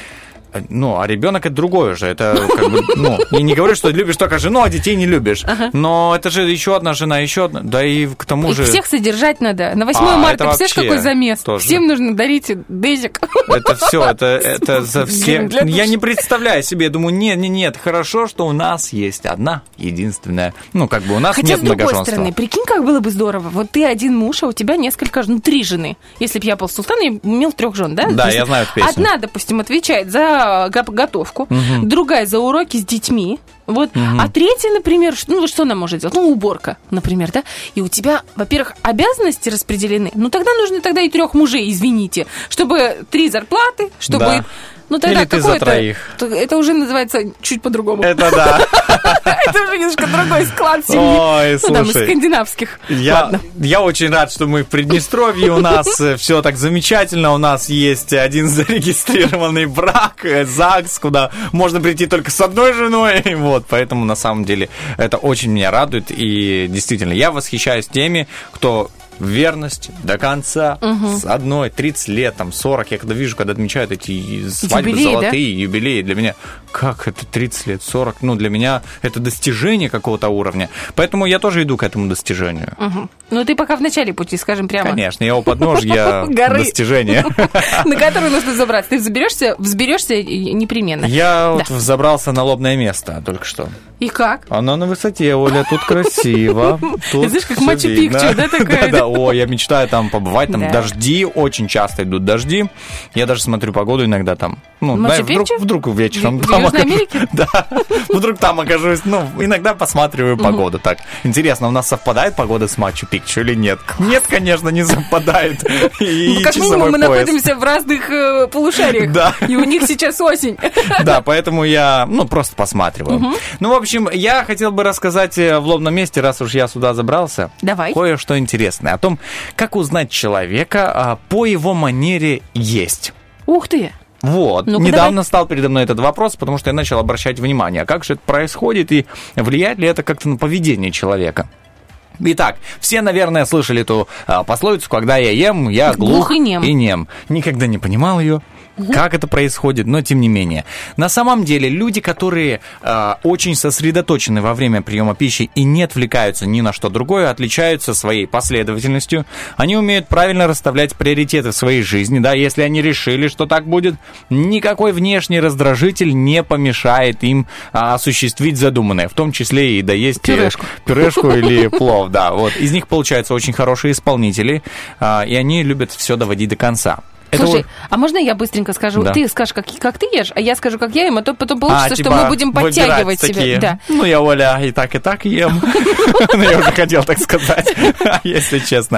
Ну, а ребенок это другое же. Это как бы, ну, я не говорю, что любишь только жену, а детей не любишь. Ага. Но это же еще одна жена, еще одна. Да и к тому Их же. всех содержать надо. На восьмое А, марта, это представляешь, вообще какой замес? тоже. Всем нужно дарить дезик. Это все, это, это за всех. Для Я души. не представляю себе, я думаю, нет, нет, нет, хорошо, что у нас есть одна единственная. Ну, как бы у нас Хотя, нет с другой многоженства. стороны, прикинь, как было бы здорово. Вот ты один муж, а у тебя несколько, ну, три жены. Если бы я был султан, я имел трех жен, да? Да, То есть я знаю эту песню. Одна, допустим, отвечает за го- готовку, другая за уроки с детьми. Вот. А третья, например, ш- ну, что она может делать? Ну, уборка, например, да? И у тебя, во-первых, обязанности распределены. Ну, тогда нужно тогда и трех мужей, извините, чтобы три зарплаты, чтобы... Да. Ну, тогда Или ты за какое-то- троих. то- Это уже называется чуть по-другому. Это да. Это уже немножко другой склад семьи. Ой, Ну, там, из слушай. скандинавских. Я, Ладно. я очень рад, что мы в Приднестровье, у нас все так замечательно, у нас есть один зарегистрированный брак, э, ЗАГС, куда можно прийти только с одной женой, вот, поэтому на самом деле это очень меня радует, и действительно, я восхищаюсь теми, кто верность до конца, с одной, тридцать лет, там, сорок, я когда вижу, когда отмечают эти свадьбы Юбилеи, да? золотые, юбилеи, для меня, как это тридцать лет, сорок, ну, для меня это достижение какого-то уровня, поэтому я тоже иду к этому достижению. Мгм. Ну, ты пока в начале пути, скажем прямо. Конечно, я у подножья Горы. достижения. На которую нужно забраться. Ты взберешься, взберешься непременно. Я вот Да. взобрался на лобное место только что. И как? Оно на высоте, Оля, тут красиво. Тут Знаешь, как всё Мачу-Пикчу, видно. да, такая? Да, о, я мечтаю там побывать, там Да. дожди, очень часто идут дожди. Я даже смотрю погоду иногда там. Ну, знаешь, вдруг, Мачу-Пикчу? вдруг вечером В- в там Южной окажусь. Америке? Да, вдруг там окажусь. Ну, иногда посматриваю погоду так. Интересно, у нас совпадает погода с Мачу-Пикчу или нет? Нет, конечно, не совпадает. И Ну, как часовой минимум, мы пояс. находимся в разных э, полушариях. Да. И у них сейчас осень. Да, поэтому я, ну, просто посматриваю. Ну, в общем, я хотел бы рассказать э, в лобном месте, раз уж я сюда забрался, Давай. кое-что интересное о том, как узнать человека а, по его манере есть. Ух ты! Вот. Ну-ка, Недавно давай. стал передо мной этот вопрос, потому что я начал обращать внимание, а как же это происходит и влияет ли это как-то на поведение человека. Итак, все, наверное, слышали эту а, пословицу, когда я ем, я глух, Глух и нем. и нем. Никогда не понимал ее, как это происходит, но тем не менее. На самом деле, люди, которые а, очень сосредоточены во время приема пищи и не отвлекаются ни на что другое, отличаются своей последовательностью. Они умеют правильно расставлять приоритеты в своей жизни, да, если они решили, что так будет, никакой внешний раздражитель не помешает им а, осуществить задуманное, в том числе и доесть э, Пюрешку. пюрешку или плов, да, вот. Из них получаются очень хорошие исполнители, а, и они любят все доводить до конца. Это Слушай, вот- а можно я быстренько скажу? Да. Ты скажешь, как, как ты ешь, а я скажу, как я ем, а то потом получится, А, что типа, мы будем выбирать подтягивать себя. такие. Да. Ну, я, Оля, и так, и так ем. Ну, я уже хотел так сказать, если честно.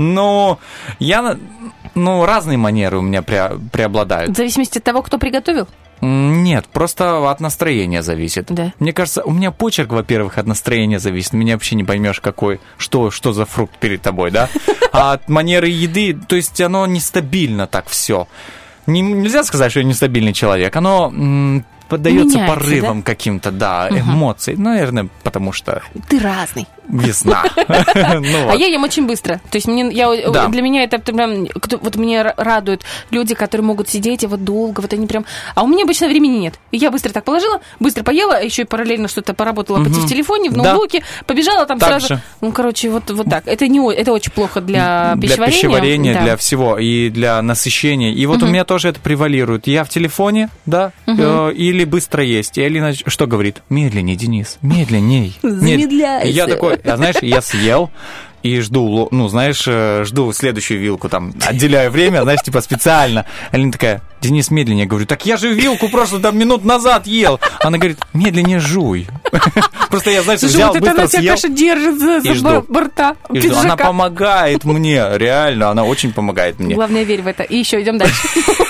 Но я... Ну, разные манеры у меня пре- преобладают. В зависимости от того, кто приготовил. М, Нет, просто от настроения зависит. Да. Мне кажется, у меня почерк, во-первых, от настроения зависит. Меня вообще не поймешь, какой, что, что за фрукт перед тобой, да? А от манеры еды, то есть оно нестабильно так все. Не, нельзя сказать, что я нестабильный человек. Оно м, поддается Меняется, порывам каким-то, да, эмоций. Наверное, потому что Ты разный. весна. Ну А вот. я ем очень быстро. То есть мне, я, Да. для меня это прям... кто- Вот меня р- радуют люди, которые могут сидеть и вот долго, вот они прям... А у меня обычно времени нет. И я быстро так положила, быстро поела, еще и параллельно что-то поработала Мгм. в телефоне, в Да. ноутбуке, побежала там Так сразу... же. Ну, короче, вот, вот так. Это, не, о- это очень плохо для Для пищеварения. пищеварения, Да. для всего, и для насыщения. И вот у меня тоже это превалирует. Я в телефоне, да, э, или быстро есть. И Алина что говорит? Медленней, Денис, медленней. Мед- Замедляйся. И я такой, а знаешь, я съел и жду, ло- ну, знаешь, э, жду следующую вилку, там, отделяю время, знаешь, типа специально. Алина такая, Денис, медленнее. Я говорю, так я же вилку просто там минут назад ел. Она говорит, медленнее жуй. Просто я, знаешь, Слушай, взял, вот это быстро она тебя, съел. конечно, держит за, и за жду. бор- борта И жду. Она пиджака. помогает мне, реально, она очень помогает мне. Главное, верь в это. И еще идем дальше.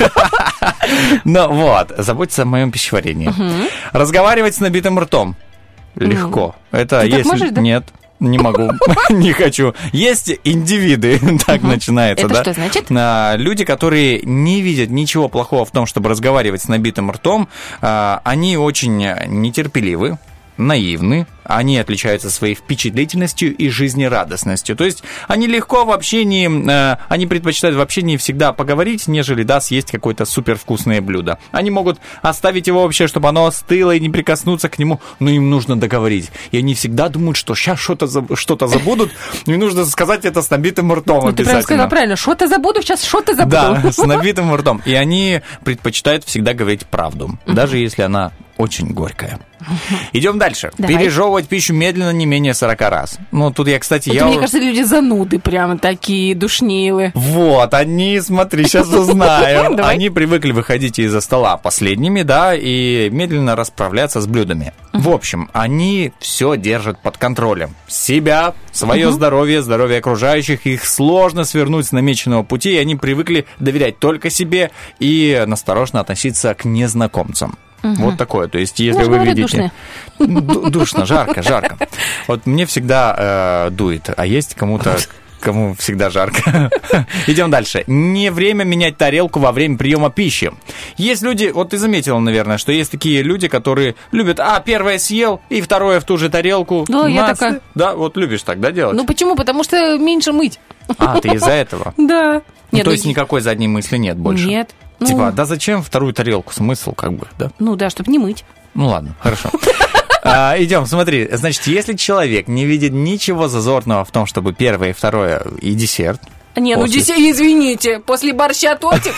Ну вот, заботиться о моем пищеварении. Разговаривать с набитым ртом. Легко. Это Ты так если... можешь, да? Нет. Не могу, не хочу. Есть индивиды, так начинается, да? Это что значит? А, люди, которые не видят ничего плохого в том, чтобы разговаривать с набитым ртом, а, они очень нетерпеливы, наивны, они отличаются своей впечатлительностью и жизнерадостностью. То есть они легко в общении, э, они предпочитают в общении всегда поговорить, нежели, да, съесть какое-то супервкусное блюдо. Они могут оставить его вообще, чтобы оно остыло и не прикоснуться к нему, но им нужно договорить. И они всегда думают, что сейчас что-то, что-то забудут, и нужно сказать это с набитым ртом Ну, обязательно. ты прям сказала правильно, что-то забуду, сейчас что-то забуду. Да, с набитым ртом. И они предпочитают всегда говорить правду, даже если она очень горькая. Идем дальше. Давай. Пережевывать пищу медленно не менее сорок раз. Ну, тут я, кстати, Это, я... мне кажется, люди зануды прямо такие, душнилы. Вот, они, смотри, сейчас узнаем. Давай. Они привыкли выходить из-за стола последними, да, и медленно расправляться с блюдами. В общем, они все держат под контролем. Себя, свое здоровье, здоровье окружающих. Их сложно свернуть с намеченного пути, и они привыкли доверять только себе и насторожно относиться к незнакомцам. Угу. Вот такое. То есть, если Можно вы говорить, видите... Душно. Душно, жарко, жарко. Вот мне всегда э, дует, а есть кому-то... Кому всегда жарко. Идем дальше. Не время менять тарелку во время приема пищи. Есть люди, вот ты заметила, наверное, что есть такие люди, которые любят, а, первое съел, и второе в ту же тарелку. Да, я такая. Да, вот любишь так, да, делать? Ну почему? Потому что меньше мыть. А, ты из-за этого? Да. Ну, Нет, то ну, есть никакой задней мысли нет больше? Нет. Ну, Типа, да зачем вторую тарелку? Смысл как бы, да? ну да, чтобы не мыть. Ну ладно, хорошо. А, идем, смотри. Значит, если человек не видит ничего зазорного в том, чтобы первое и второе и десерт. Не, ну После- десерт, извините, после борща тортик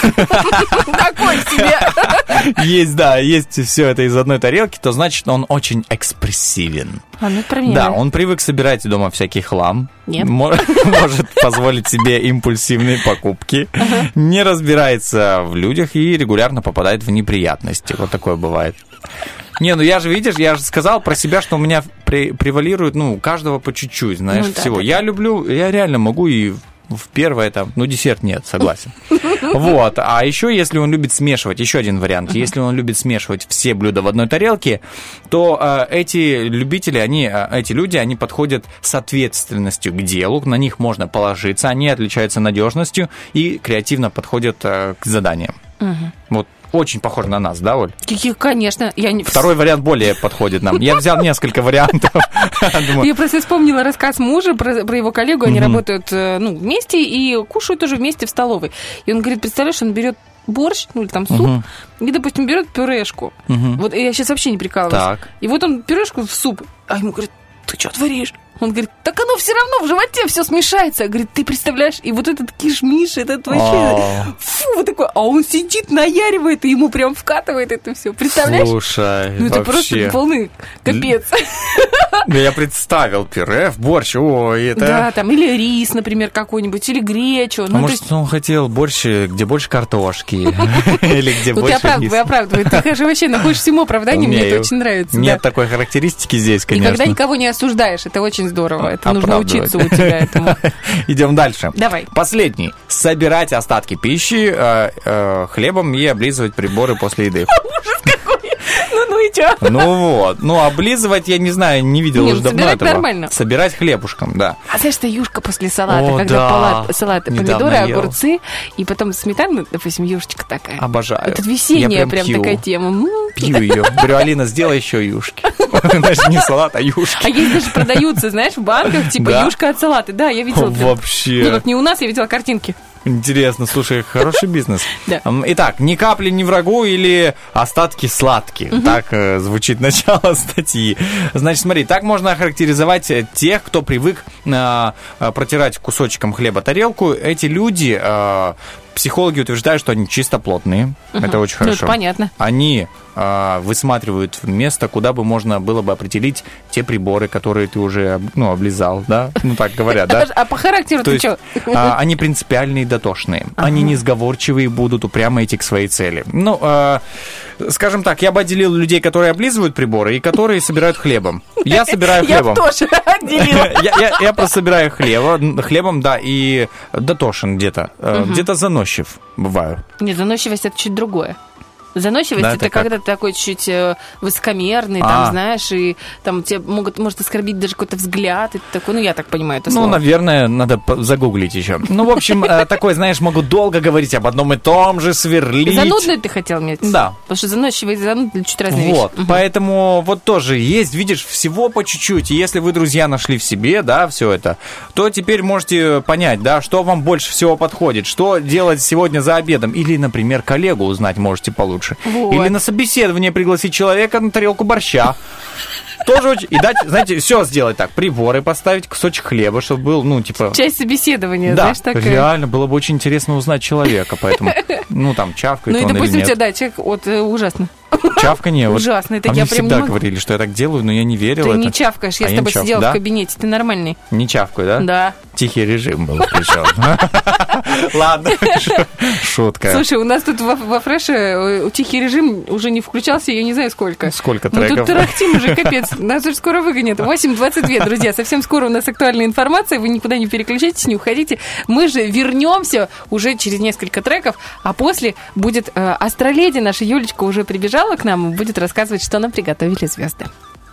такой себе. Есть, да, есть все это из одной тарелки, то значит, он очень экспрессивен. А, ну это про меня. Да, он привык собирать дома всякий хлам. Нет. Мо- Может позволить себе импульсивные покупки. Не разбирается в людях и регулярно попадает в неприятности. Вот такое бывает. Не, ну я же, видишь, я же сказал про себя, что у меня при- превалирует, ну, у каждого по чуть-чуть, знаешь, Ну да, всего. да, Я люблю, я реально могу и в первое там, ну, десерт нет, согласен. Вот, а еще, если он любит смешивать, еще один вариант, если он любит смешивать все блюда в одной тарелке, то э, эти любители, они, э, эти люди, они подходят с ответственностью к делу, на них можно положиться, они отличаются надежностью и креативно подходят э, к заданиям. Вот. Очень похоже на нас, да, Оль? Каких, конечно. Я не... Второй вариант более подходит нам. Я взял несколько вариантов. Думаю, Я просто вспомнила рассказ мужа про, про его коллегу. Они работают э, ну, вместе и кушают уже вместе в столовой. И он говорит, представляешь, он берет борщ, ну или там суп, и, допустим, берет пюрешку. Вот я сейчас вообще не прикалываюсь. Так. И вот он пюрешку в суп, а ему говорит, ты что творишь? Он говорит, так оно все равно в животе все смешается. Говорит, ты представляешь, и вот этот кишмиш, этот вообще, О. фу, вот такой, а он сидит, наяривает, и ему прям вкатывает это все. Представляешь? слушай, Ну, это вообще. просто полный капец. Да я представил пюре в борщ, ой, это... Да, там, или рис, например, какой-нибудь, или гречу. А Ну, то может, есть, он хотел борщ, где больше картошки, или где ну, ты больше оправдывай, риса. оправдывай. Ты же вообще находишь всему оправдание, мне это очень нравится. Нет да. такой характеристики здесь, конечно. Никогда никого не осуждаешь, это очень здорово. Это нужно Оправдывать. учиться у тебя этому. Идем дальше. Давай. Последний. Собирать остатки пищи э, э, хлебом и облизывать приборы после еды. Ну, ну и чё? Ну вот. Ну, облизывать, я не знаю, не видел Не, уже ну, давно собирать этого. нормально. Собирать хлебушком, да. А знаешь, что юшка после салата, О, когда да. пала- салат, Недавно помидоры, ел. огурцы, и потом сметана, допустим, юшечка такая. Обожаю. Это весенняя Я прям прям пью. такая тема. М. Пью ее. Говорю, Алина, сделай еще юшки. Значит, не салат, а юшки. А есть даже продаются, знаешь, в банках, типа Да? юшка от салата. Да, я видела. прям. Вообще. Ну, как не у нас, я видела картинки. Интересно, слушай, хороший бизнес. Да. М, Итак, ни капли не врагу или остатки сладких. Так э, звучит начало статьи. Значит, смотри, так можно охарактеризовать э, тех, кто привык э, э, протирать кусочком хлеба тарелку. Эти люди, э, психологи утверждают, что они чистоплотные. Это очень Ну, хорошо. это понятно. Они э, высматривают место, куда бы можно было бы определить те приборы, которые ты уже ну, облизал, да? Ну, так говорят, да? А по характеру То ты есть что? а, они принципиальные и дотошные. Они несговорчивые, будут упрямо идти к своей цели. Ну, а, скажем так, я бы отделил людей, которые облизывают приборы и которые собирают хлебом. Я собираю Я хлебом. бы тоже отделила. Я, я, я просто собираю хлеба, хлебом, да, и дотошен где-то. Э, Где-то заносчив бываю. Нет, заносчивость это чуть другое. Заносчивость Да, это, это когда ты такой чуть-чуть э, высокомерный, А. там, знаешь, и там тебе могут, может оскорбить даже какой-то взгляд, и ты такой, ну, я так понимаю это Ну, слово. наверное, надо по- загуглить еще. Ну, в общем, э, такой, знаешь, могут долго говорить об одном и том же, сверлить. Занудный ты хотел иметь? Да. Потому что заносчивый и занудный чуть разные Вот, вещи. Мгм. поэтому вот тоже есть, видишь, всего по чуть-чуть. И если вы, друзья, нашли в себе, да, все это, то теперь можете понять, да, что вам больше всего подходит, что делать сегодня за обедом. Или, например, коллегу узнать можете получше. Вот. Или на собеседование пригласить человека на тарелку борща. Тоже очень... И дать, знаете, все сделать так. Приборы поставить, кусочек хлеба, чтобы был, ну, типа... Часть собеседования, Да, знаешь, такая. реально, было бы очень интересно узнать человека, поэтому, ну, там, чавкает Ну и, он или допустим, нет. тебе, да, человек, вот, э, ужасно. Чавканье. Вот. Ужасно, это а я мне прям не всегда могу. говорили, что я так делаю, но я не верил. Ты это. не чавкаешь, я А с я тобой не чавкаю, сидела да? в кабинете, ты нормальный. Не чавкаю, да? Да. Тихий режим был включен. Ладно, шутка. Слушай, у нас тут во, во фреше э, тихий режим уже не включался, я не знаю сколько. Сколько Ну тут треков? тарахтим уже, капец. Нас уже скоро выгонят. восемь двадцать два, друзья. Совсем скоро у нас актуальная информация. Вы никуда не переключайтесь, не уходите. Мы же вернемся уже через несколько треков, а после будет э, Астроледи. Наша Юлечка уже прибежала к нам и будет рассказывать, что нам приготовили звезды.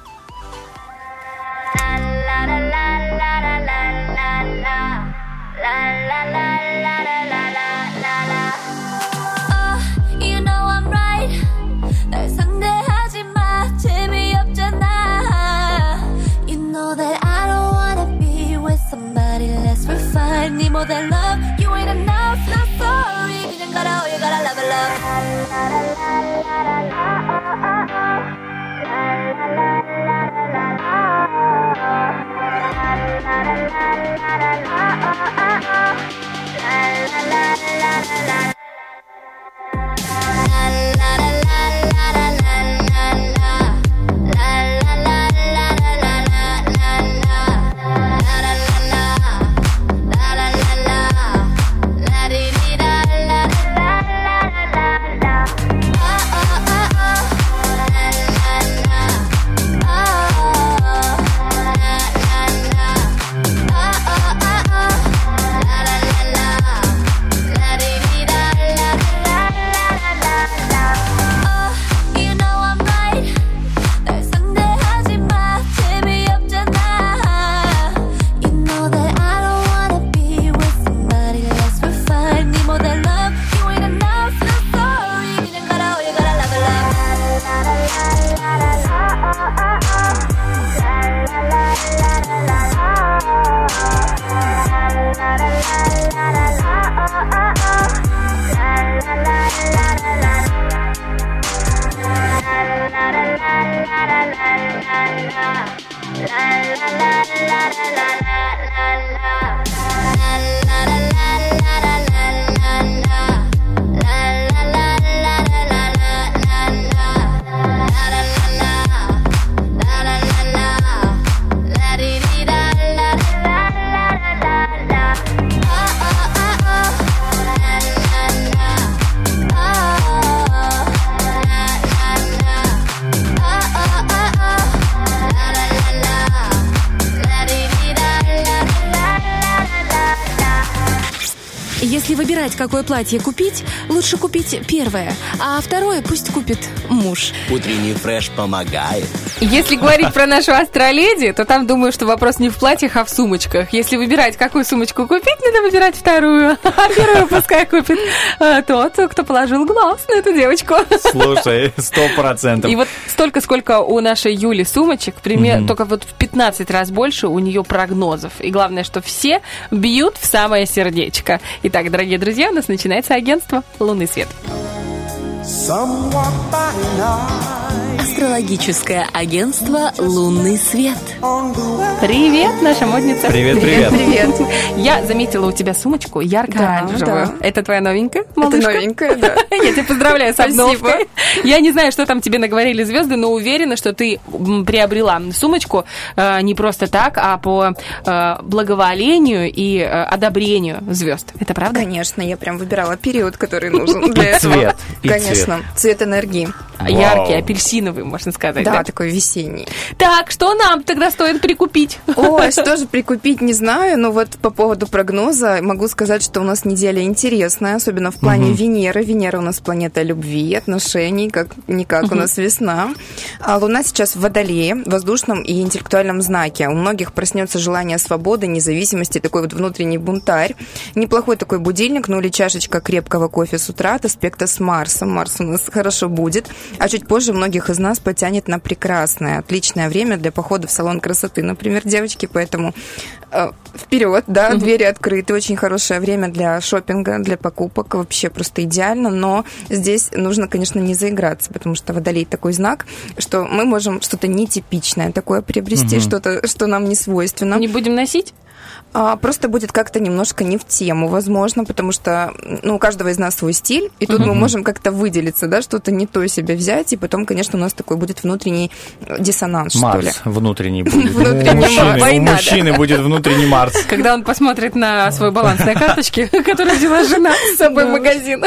You know I'm right. 날 상대하지 마. 재미없잖아. You know that I don't wanna be with somebody less refined. need more than love. You ain't enough. Not sorry. 그냥 가라. You gotta love it, love. Если выбирать, какое платье купить, лучше купить первое, а второе пусть купит муж. Утренний фреш помогает. Если говорить про нашу Астроледи, то там, думаю, что вопрос не в платьях, а в сумочках. Если выбирать, какую сумочку купить, надо выбирать вторую. А первую пускай купит а, тот, кто положил глаз на эту девочку. Слушай, сто процентов. И вот столько, сколько у нашей Юли сумочек, пример, mm-hmm. только вот в пятнадцать раз больше у нее прогнозов. И главное, что все бьют в самое сердечко. Итак, дорогие друзья, у нас начинается агентство «Лунный свет». Астрологическое агентство «Лунный свет». Привет, наша модница. Привет, привет. Привет. Я заметила у тебя сумочку ярко-оранжевую. Да, да. Это твоя новенькая, малышка? Это новенькая, да. Я тебя поздравляю с Спасибо. обновкой. Я не знаю, что там тебе наговорили звезды, но уверена, что ты м, приобрела сумочку э, не просто так, а по э, благоволению и э, одобрению звезд. Это правда? Конечно, я прям выбирала период, который нужен для И этого. цвет, и Конечно, цвет энергии. яркий, апельсиновый, можно сказать. Да, Да, такой весенний. Так, что нам тогда стоит прикупить? Ой, что же прикупить, не знаю, но вот по поводу прогноза могу сказать, что у нас неделя интересная, особенно в плане Венеры. Венера у нас планета любви, отношений, как никак у нас весна. А Луна сейчас в Водолее, в воздушном и интеллектуальном знаке. У многих проснется желание свободы, независимости, такой вот внутренний бунтарь. Неплохой такой будильник, ну или чашечка крепкого кофе с утра от аспекта с Марсом. Марс у нас хорошо будет. А чуть позже многих из нас потянет на прекрасное, отличное время для похода в салон красоты, например, девочки, поэтому э, вперед, да, mm-hmm. двери открыты, очень хорошее время для шопинга, для покупок, вообще просто идеально, но здесь нужно, конечно, не заиграться, потому что Водолей такой знак, что мы можем что-то нетипичное такое приобрести, mm-hmm. что-то, что нам не свойственно. Не будем носить? А, просто будет как-то немножко не в тему, возможно, потому что ну, у каждого из нас свой стиль, и тут mm-hmm. мы можем как-то выделиться, да, что-то не то себе взять, и потом, конечно, у нас такой будет внутренний диссонанс, Марс что ли. внутренний будет. Внутренний у мужчины, Война, у мужчины да. будет внутренний Марс. Когда он посмотрит на свой баланс на карточке, которую взяла жена с собой в магазин.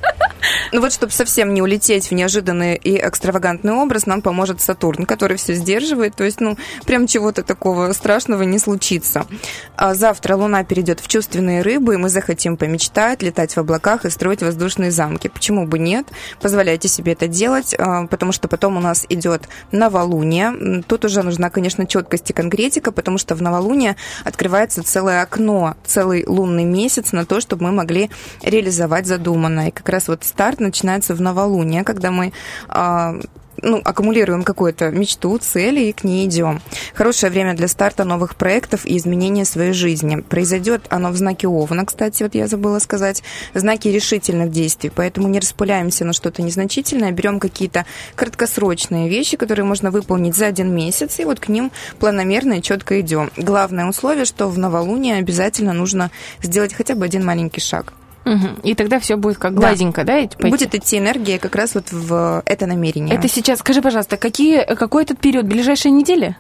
Ну вот, чтобы совсем не улететь в неожиданный и экстравагантный образ, нам поможет Сатурн, который все сдерживает, то есть, ну, прям чего-то такого страшного не случится. А завтра Луна перейдет в чувственные рыбы, и мы захотим помечтать, летать в облаках и строить воздушные замки. Почему бы нет? Позволяйте себе это делать, потому что потом у нас идет новолуние. Тут уже нужна, конечно, четкость и конкретика, потому что в новолуние открывается целое окно, целый лунный месяц на то, чтобы мы могли реализовать задуманное. И как раз вот старт начинается в новолуние, когда мы а, ну, аккумулируем какую-то мечту, цель и к ней идем. Хорошее время для старта новых проектов и изменения своей жизни. Произойдет оно в знаке Овна, кстати, вот я забыла сказать, в знаке решительных действий, поэтому не распыляемся на что-то незначительное, берем какие-то краткосрочные вещи, которые можно выполнить за один месяц, и вот к ним планомерно и четко идем. Главное условие, что в новолуние обязательно нужно сделать хотя бы один маленький шаг. Угу. И тогда все будет как гладенько, да? да будет идти энергия как раз вот в это намерение. Это сейчас, скажи, пожалуйста, какие, какой этот период? Ближайшая неделя?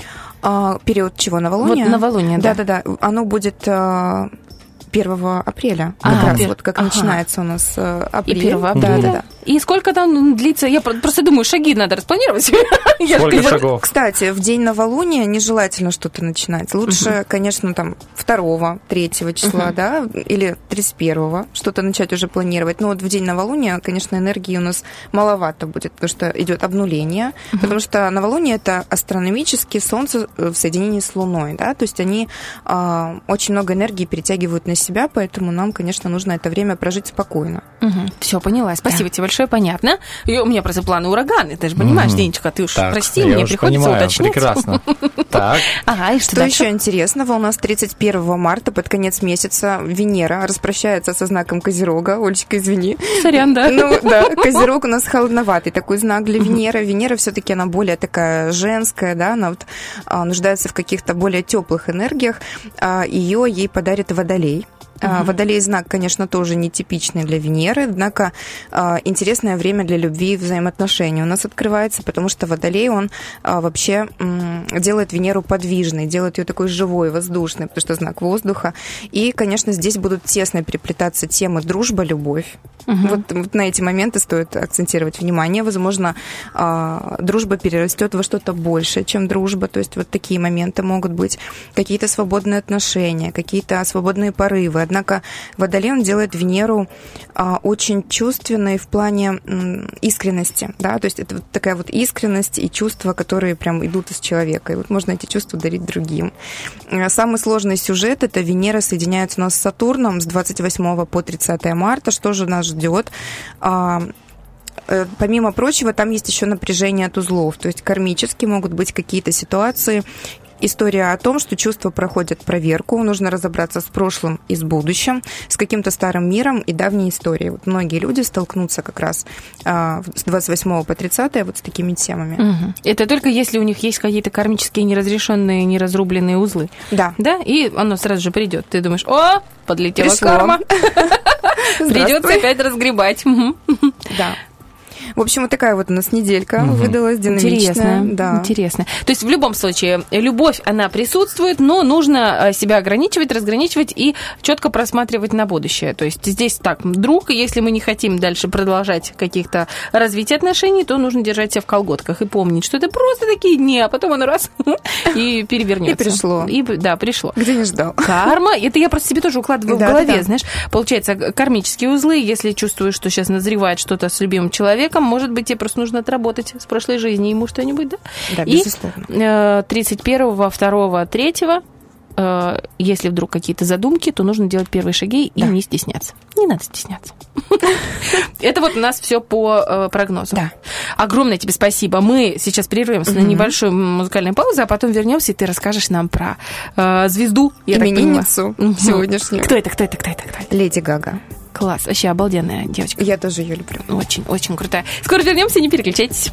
А, период чего? Новолуния? Вот новолуние, да. Да-да-да. Оно будет а, первого апреля. Как а, раз пер... вот как ага. начинается у нас апрель. И первого апреля? Да-да-да. И сколько там длится? Я просто думаю, шаги надо распланировать. Сколько шагов? Кстати, в день новолуния нежелательно что-то начинать. Лучше, uh-huh. конечно, там второго, третьего числа, uh-huh. да, или тридцать первого что-то начать уже планировать. Но вот в день новолуния, конечно, энергии у нас маловато будет, потому что идет обнуление, uh-huh. потому что новолуние – это астрономически Солнце в соединении с Луной, да, то есть они а, очень много энергии перетягивают на себя, поэтому нам, конечно, нужно это время прожить спокойно. Uh-huh. Все, поняла. Спасибо да. тебе большое, понятно. И у меня просто планы ураганы, ты же понимаешь, mm-hmm. Денечка, ты уж так, прости, мне приходится понимаю, уточнить. Прекрасно. Так. Ага, и что, что еще интересного? У нас тридцать первого марта, под конец месяца, Венера распрощается со знаком Козерога. Олечка, извини. Сорян, да. Ну, да, Козерог у нас холодноватый такой знак для Венеры. Венера все-таки она более такая женская, да, она вот а, нуждается в каких-то более теплых энергиях. А, ее ей подарит Водолей. Uh-huh. Водолей знак, конечно, тоже нетипичный для Венеры, однако э, интересное время для любви и взаимоотношений у нас открывается, потому что Водолей, он э, вообще э, делает Венеру подвижной, делает ее такой живой, воздушной, потому что знак воздуха. И, конечно, здесь будут тесно переплетаться темы дружба, любовь. Uh-huh. Вот, вот на эти моменты стоит акцентировать внимание. Возможно, э, дружба перерастет во что-то большее, чем дружба, то есть вот такие моменты могут быть. Какие-то свободные отношения, какие-то свободные порывы. Однако Водолей, он делает Венеру а, очень чувственной в плане м, искренности, да, то есть это вот такая вот искренность и чувства, которые прям идут из человека, и вот можно эти чувства дарить другим. Самый сложный сюжет – это Венера соединяется у нас с Сатурном с двадцать восьмого по тридцатое марта. Что же нас ждет? А, помимо прочего, там есть еще напряжение от узлов, то есть кармически могут быть какие-то ситуации. История о том, что чувства проходят проверку, нужно разобраться с прошлым и с будущим, с каким-то старым миром и давней историей. Вот многие люди столкнутся как раз а, с двадцать восьмого по тридцатое вот с такими темами. Угу. Это только если у них есть какие-то кармические неразрешенные, неразрубленные узлы. Да. Да, и оно сразу же придет. Ты думаешь, о, подлетела Пришло. карма. Придется опять разгребать. Да. В общем, вот такая вот у нас неделька Мгм. выдалась, динамичная. Интересно, Да. интересно. То есть в любом случае любовь, она присутствует, но нужно э, себя ограничивать, разграничивать и четко просматривать на будущее. То есть здесь так, друг, если мы не хотим дальше продолжать каких-то развития отношений, то нужно держать себя в колготках и помнить, что это просто такие дни, а потом оно раз и перевернется. И пришло. И, да, пришло. Где не ждал. Карма, это я просто себе тоже укладываю Да, в голове, да, да. знаешь, получается, кармические узлы, если чувствуешь, что сейчас назревает что-то с любимым человеком, может быть, тебе просто нужно отработать с прошлой жизни ему что-нибудь, да? Да, И безусловно. э, тридцать первого, второго, третьего, э, если вдруг какие-то задумки, то нужно делать первые шаги и Да. не стесняться. Не надо стесняться. Это вот у нас все по э, прогнозу. Да. Огромное тебе спасибо. Мы сейчас прервемся на небольшую музыкальную паузу, а потом вернемся, и ты расскажешь нам про э, звезду, я так понимаю. Именинницу Мгм. сегодняшнюю. Кто это, кто это, кто это, кто это? Леди Гага. Класс, вообще обалденная девочка. Я тоже ее люблю. Очень, очень крутая. Скоро вернемся, не переключайтесь.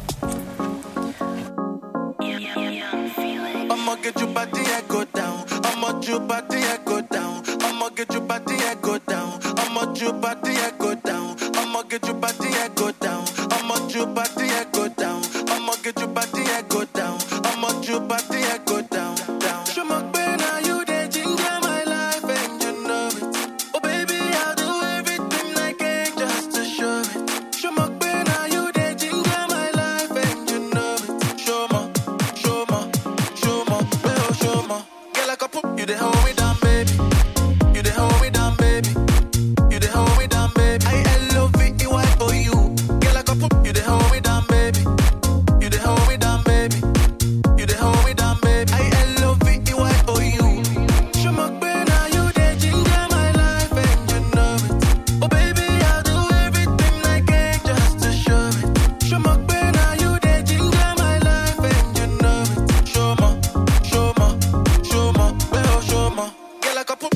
I'ma get your body, I go down. I'ma your body, I go down. I'ma get your body, I go down. I'ma your body, I go down. I'ma get your body, I go down. I'ma your body, I go down. I'ma get your body, I go down. I'ma your body, I go down. Down. Show my pain, now you the ginger my life and you know it. Oh baby, I'll do everything I can just to show it. Show my pain, now you the ginger my life and you know it. Show my, show my, show my, well show my. Girl, I can put you the hold me down, baby. You the hold me down, baby. You the hold me down, baby. I L O V E Y O U. Girl, I can put you the hold me down, baby. You the hold me down, baby. You the hold me down, baby. I L O V E Y O U. Show my pain, now you the ginger my life and you know it. Oh baby, I'll do everything I can just to show it. Show my pain, now you the ginger my life and you know it. Show my, show my, show my, well show my. Girl, I can put.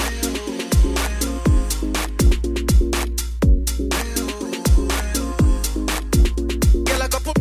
Girl, I can put.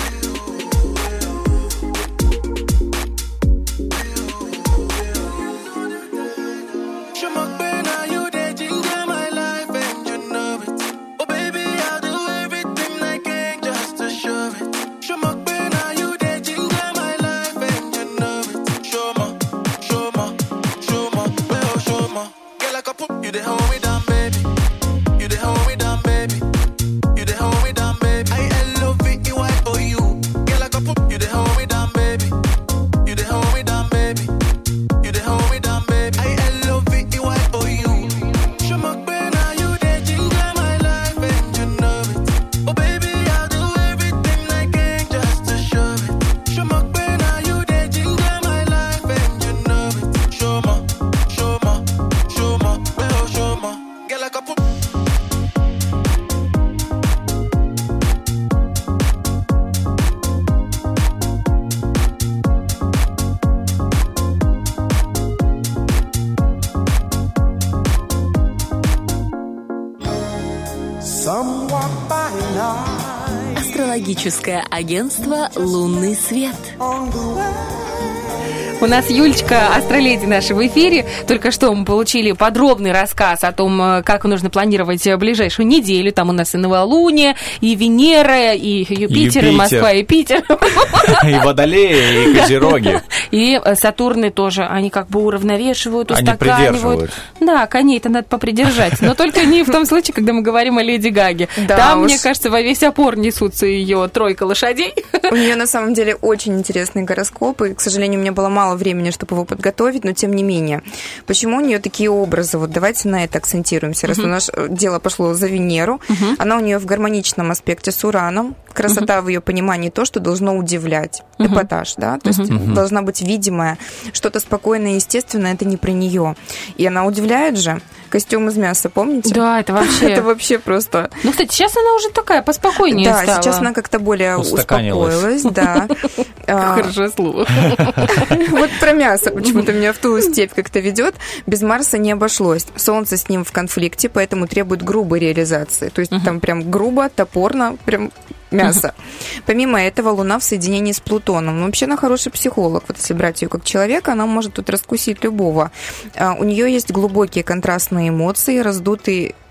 Show my pain, now you the ginger my life and you know it. Oh baby, I'll do everything I can just to show it. Show my pain, now you the ginger my life and you know it. Show my, show my, show my, well show my. Girl, I can put you the hold me down, baby. You the hold me down, baby. You the hold me down, baby. I L O V E Y O U. Girl, I can put you the hold me down, baby. You the hold me down, baby. You the hold me down, baby. I L O V E Y O U. Show my pain, now you the ginger my life and you know it. Oh baby, I'll do everything I can just to show it. Show my pain, now you the ginger my life and you know it. Show my, show my, show my, well show my. Girl, I can put. Астрологическое агентство «Лунный свет». У нас Юлечка, астроледи наша в эфире. Только что мы получили подробный рассказ о том, как нужно планировать ближайшую неделю. Там у нас и новолуние, и Венера, и Юпитер, Юпитер. и Москва, и Питер. И Водолеи, и Козероги. И Сатурны тоже, они как бы уравновешивают, Они устаканивают. придерживают. Да, коней-то надо попридержать. Но только не в том случае, когда мы говорим о Леди Гаге. Да Там, уж. мне кажется, во весь опор несутся ее тройка лошадей. У нее на самом деле очень интересный гороскоп, и, к сожалению, у меня было мало времени, чтобы его подготовить, но тем не менее. Почему у нее такие образы? Вот давайте на это акцентируемся, раз Мгм. у нас дело пошло за Венеру. Мгм. Она у нее в гармоничном аспекте с Ураном. Красота в ее понимании то, что должно удивлять. Мгм. Эпатаж, да? То есть Мгм. должна быть видимая. Что-то спокойное и естественное, это не про нее. И она удивляет же. Костюм из мяса, помните? Да, это вообще... Это вообще просто... Ну, кстати, сейчас она уже такая поспокойнее Да, стала. сейчас она как-то более Устаканилась. успокоилась, да. А, Хорошее слово. Вот про мясо почему-то меня в ту степь как-то ведет. Без Марса не обошлось. Солнце с ним в конфликте, поэтому требует грубой реализации. То есть там прям грубо, топорно, прям мясо. Помимо этого, Луна в соединении с Плутоном. Ну, вообще она хороший психолог. Вот если брать ее как человека, она может тут раскусить любого. А, у нее есть глубокие контрастные эмоции, раздутый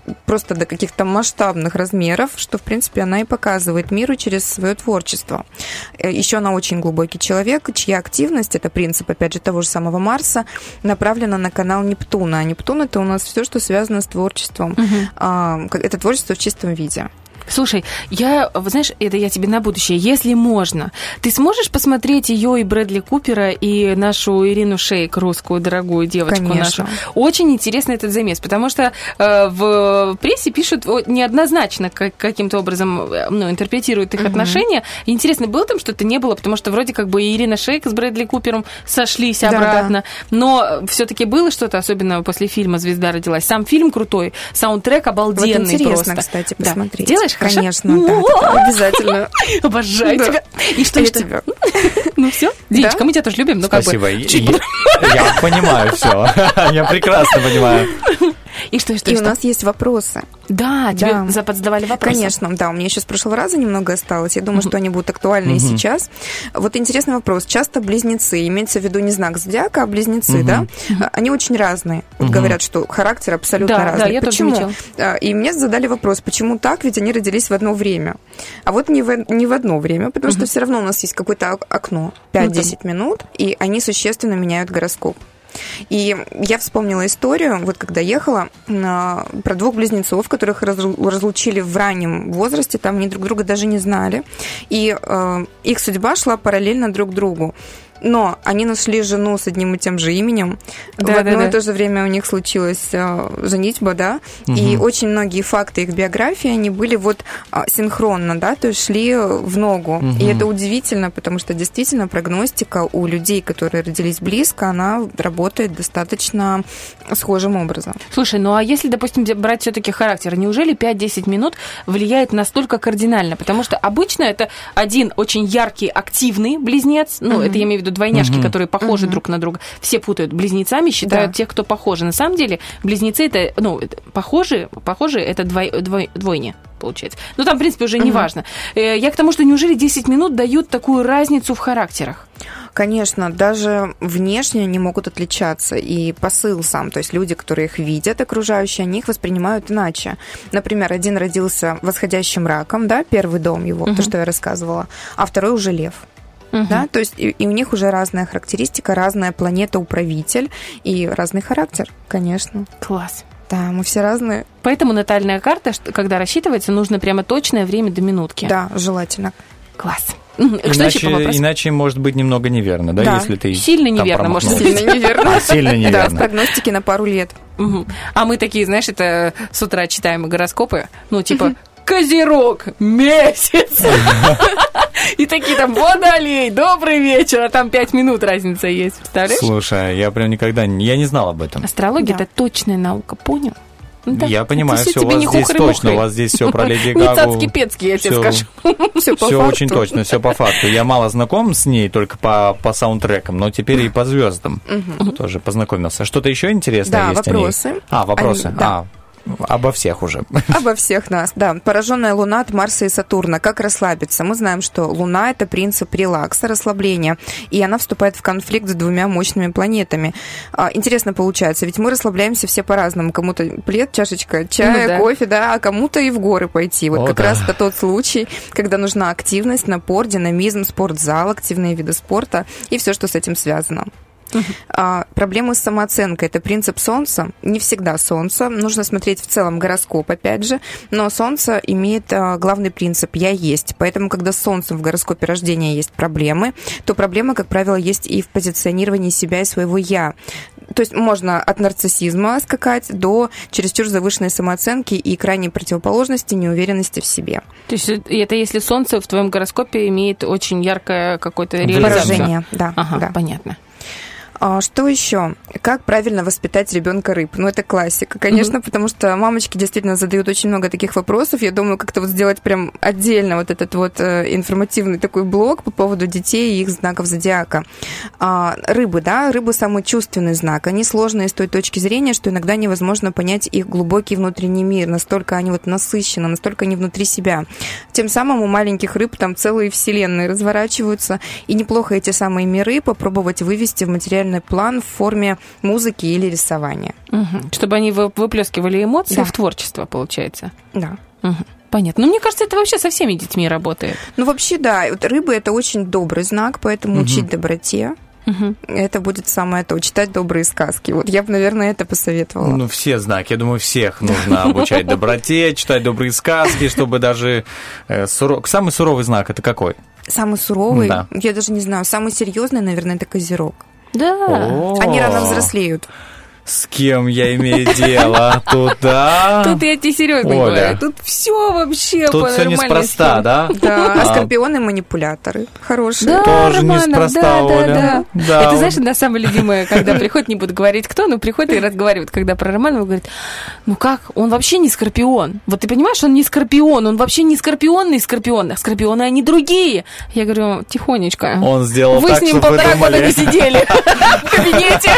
просто до каких-то масштабных размеров, что, в принципе, она и показывает миру через свое творчество. Еще она очень глубокий человек, чья активность, это принцип, опять же, того же самого Марса, направлена на канал Нептуна. А Нептун — это у нас все, что связано с творчеством. Угу. Это творчество в чистом виде. Слушай, я, знаешь, это я тебе на будущее, если можно, ты сможешь посмотреть ее и Брэдли Купера, и нашу Ирину Шейк, русскую дорогую девочку Конечно. нашу? Очень интересный этот замес, потому что э, в прессе пишут неоднозначно, как, каким-то образом ну, интерпретируют их угу. отношения. Интересно, было там что-то, не было, потому что вроде как бы и Ирина Шейк с Брэдли Купером сошлись обратно, да, да. но все-таки было что-то, особенно после фильма «Звезда родилась». Сам фильм крутой, саундтрек обалденный. Вот интересно, просто. кстати, посмотреть. Да. Делаешь? Конечно, да, обязательно. Обожаю да. тебя. И что, я что? тебя. Ну все, Динечка, да? Мы тебя тоже любим. Спасибо. Как бы... я, я понимаю все. Я прекрасно понимаю. И что, и что, и что? у нас есть вопросы. Да, тебе да. задавали вопросы. Конечно, да, у меня еще с прошлого раза немного осталось. Я думаю, uh-huh. что они будут актуальны uh-huh. и сейчас. Вот интересный вопрос. Часто близнецы, имеется в виду не знак зодиака, а близнецы, uh-huh. да, uh-huh. они очень разные. Вот uh-huh. говорят, что характер абсолютно да, разный. Да, я почему? Тоже заметила. И мне задали вопрос, почему так, ведь они родились в одно время. А вот не в, не в одно время, потому uh-huh. что все равно у нас есть какое-то окно, пять-десять uh-huh. минут, и они существенно меняют гороскоп. И я вспомнила историю, вот когда ехала, про двух близнецов, которых разлучили в раннем возрасте, там они друг друга даже не знали, и э, их судьба шла параллельно друг другу. Но они нашли жену с одним и тем же именем. Да, в одно да, и да. то же время у них случилась э, женитьба, да, угу. и очень многие факты их биографии, они были вот э, синхронно, да, то есть шли в ногу. Угу. И это удивительно, потому что действительно прогностика у людей, которые родились близко, она работает достаточно схожим образом. Слушай, ну а если, допустим, брать все-таки характер, неужели пять-десять минут влияет настолько кардинально? Потому что обычно это один очень яркий, активный близнец, ну, угу. это я имею в виду двойняшки, uh-huh. которые похожи uh-huh. друг на друга. Все путают. Близнецами считают да. тех, кто похожи. На самом деле близнецы это, ну, похожи, похожи это двой, двой, двойни, получается. Но там, в принципе, уже uh-huh. не важно. Я к тому, что неужели десять минут дают такую разницу в характерах? Конечно, даже внешне они могут отличаться, и посыл сам, то есть люди, которые их видят, окружающие, они их воспринимают иначе. Например, один родился восходящим раком, да, первый дом его, uh-huh. то, что я рассказывала, а второй уже лев. Uh-huh. Да, то есть и, и у них уже разная характеристика, разная планета-управитель и разный характер, конечно. Класс. Да, мы все разные. Поэтому натальная карта, когда рассчитывается, нужно прямо точное время до минутки. Да, желательно. Класс. Иначе, иначе может быть немного неверно, да, да. если ты сильно неверно, может быть. Сильно неверно. А, сильно неверно. Да, в прогностике на пару лет. Угу. А мы такие, знаешь, это с утра читаем гороскопы, ну, типа... Козерог, месяц. И такие там, Водолей, добрый вечер, а там пять минут разница есть, представляешь? Слушай, я прям никогда не... Я не знал об этом. Астрология да. – это точная наука, понял? Да. Я понимаю, все у вас здесь точно, у вас здесь все про Леди Гагу. Не цацки-пецки, я тебе скажу. Все, все очень точно, все по факту. Я мало знаком с ней, только по, по саундтрекам, но теперь и по звездам угу. тоже познакомился. Что-то еще интересное да, есть вопросы. о ней? А, вопросы. Они, да. А, обо всех уже. Обо всех нас, да. Пораженная Луна от Марса и Сатурна. Как расслабиться? Мы знаем, что Луна – это принцип релакса, расслабления, и она вступает в конфликт с двумя мощными планетами. Интересно получается, ведь мы расслабляемся все по-разному. Кому-то плед, чашечка чая, ну, да. кофе, да, а кому-то и в горы пойти. Вот О, как да. раз это тот случай, когда нужна активность, напор, динамизм, спортзал, активные виды спорта и все, что с этим связано. Uh-huh. А, проблемы с самооценкой – это принцип Солнца. Не всегда Солнце. Нужно смотреть в целом гороскоп, опять же. Но Солнце имеет а, главный принцип «я есть». Поэтому, когда с Солнцем в гороскопе рождения есть проблемы, то проблемы, как правило, есть и в позиционировании себя и своего «я». То есть можно от нарциссизма скакать до чересчур завышенной самооценки и крайней противоположности, неуверенности в себе. То есть это если Солнце в твоем гороскопе имеет очень яркое какое-то реализацию? Выражение, да. Ага, да. понятно. Что еще? Как правильно воспитать ребенка рыб? Ну, это классика, конечно, mm-hmm. потому что мамочки действительно задают очень много таких вопросов. Я думаю, как-то вот сделать прям отдельно вот этот вот информативный такой блог по поводу детей и их знаков зодиака. Рыбы, да, рыбы самый чувственный знак. Они сложные с той точки зрения, что иногда невозможно понять их глубокий внутренний мир. Настолько они вот насыщены, настолько они внутри себя. Тем самым у маленьких рыб там целые вселенные разворачиваются. И неплохо эти самые миры попробовать вывести в материальную определенный план в форме музыки или рисования. Угу. Чтобы они выплескивали эмоции Да. в творчество, получается. Да. Угу. Понятно. Но мне кажется, это вообще со всеми детьми работает. Ну, вообще, да. Вот рыбы – это очень добрый знак, поэтому Мгм. учить доброте Угу. это будет самое то. Читать добрые сказки. Вот я бы, наверное, это посоветовала. Ну, все знаки. Я думаю, всех нужно обучать доброте, читать добрые сказки, чтобы даже... э, суров- Самый суровый знак это какой? Самый суровый, Да. я даже не знаю, самый серьезный, наверное, это козерог. Да. О, Они рано взрослеют. С кем я имею дело? Тут, да. Тут я тебе серьезно Оля. говорю. Тут все вообще Тут все по-нормальной неспроста, схеме. да? Да, а А. скорпионы манипуляторы. Хорошие. Да, Тоже Романов, неспроста, да, Оля. Да, да. Да, Это, Оля. знаешь, да, самое любимое, когда приходит, не буду говорить кто, но приходит и разговаривает, когда про Романова говорит, ну как, он вообще не скорпион. Вот ты понимаешь, он не скорпион, он вообще не скорпионный скорпион, а скорпионы они другие. Я говорю, тихонечко. Он сделал Вы так, с ним чтобы вы полтора года думали. не сидели в кабинете.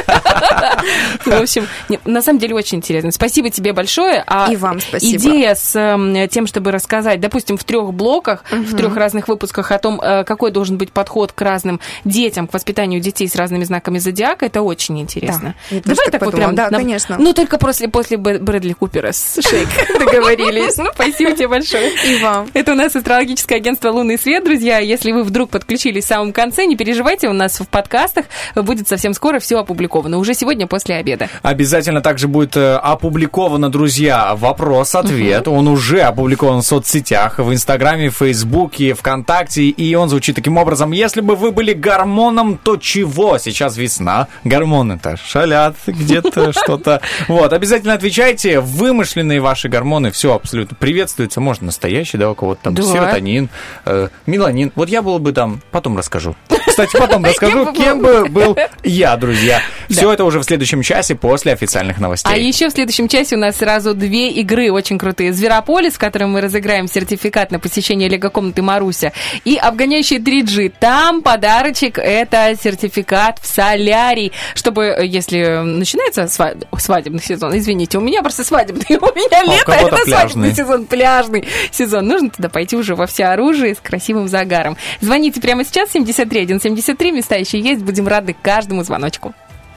В общем, нет, на самом деле очень интересно. Спасибо тебе большое. А И вам спасибо. Идея с э, тем, чтобы рассказать, допустим, в трех блоках, в трех разных выпусках о том, э, какой должен быть подход к разным детям, к воспитанию детей с разными знаками зодиака, это очень интересно. Да, я тоже Давай так вот подумала. прям Да, нам- конечно. Ну, только после, после Б- Брэдли Купера с Шейк договорились. Ну, спасибо тебе большое. И вам. Это у нас астрологическое агентство «Лунный свет», друзья. Если вы вдруг подключились в самом конце, не переживайте, у нас в подкастах будет совсем скоро все опубликовано. Уже сегодня после обеда. Обязательно также будет э, опубликовано, друзья, вопрос-ответ. Он уже опубликован в соцсетях, в Инстаграме, в Фейсбуке, ВКонтакте. И он звучит таким образом. Если бы вы были гормоном, то чего? Сейчас весна. Гормоны-то шалят где-то что-то. Вот, обязательно отвечайте. Вымышленные ваши гормоны, все абсолютно приветствуется. Может, настоящий, да, у кого-то там Да. серотонин, э, меланин. Вот я был бы там, потом расскажу. Кстати, потом расскажу, кем бы был я, друзья. Все это уже в следующем часе после официальных новостей. А еще в следующем часе у нас сразу две игры очень крутые. «Зверополис», в котором мы разыграем сертификат на посещение лего-комнаты Маруся, и «Обгоняющие три джи». Там подарочек – это сертификат в солярий, чтобы, если начинается сва- свадебный сезон, извините, у меня просто свадебный, у меня у лето, кого-то это свадебный пляжный. сезон, пляжный сезон. Нужно туда пойти уже во всеоружии с красивым загаром. Звоните прямо сейчас, семьдесят три один семьдесят три, места еще есть, будем рады каждому звоночку.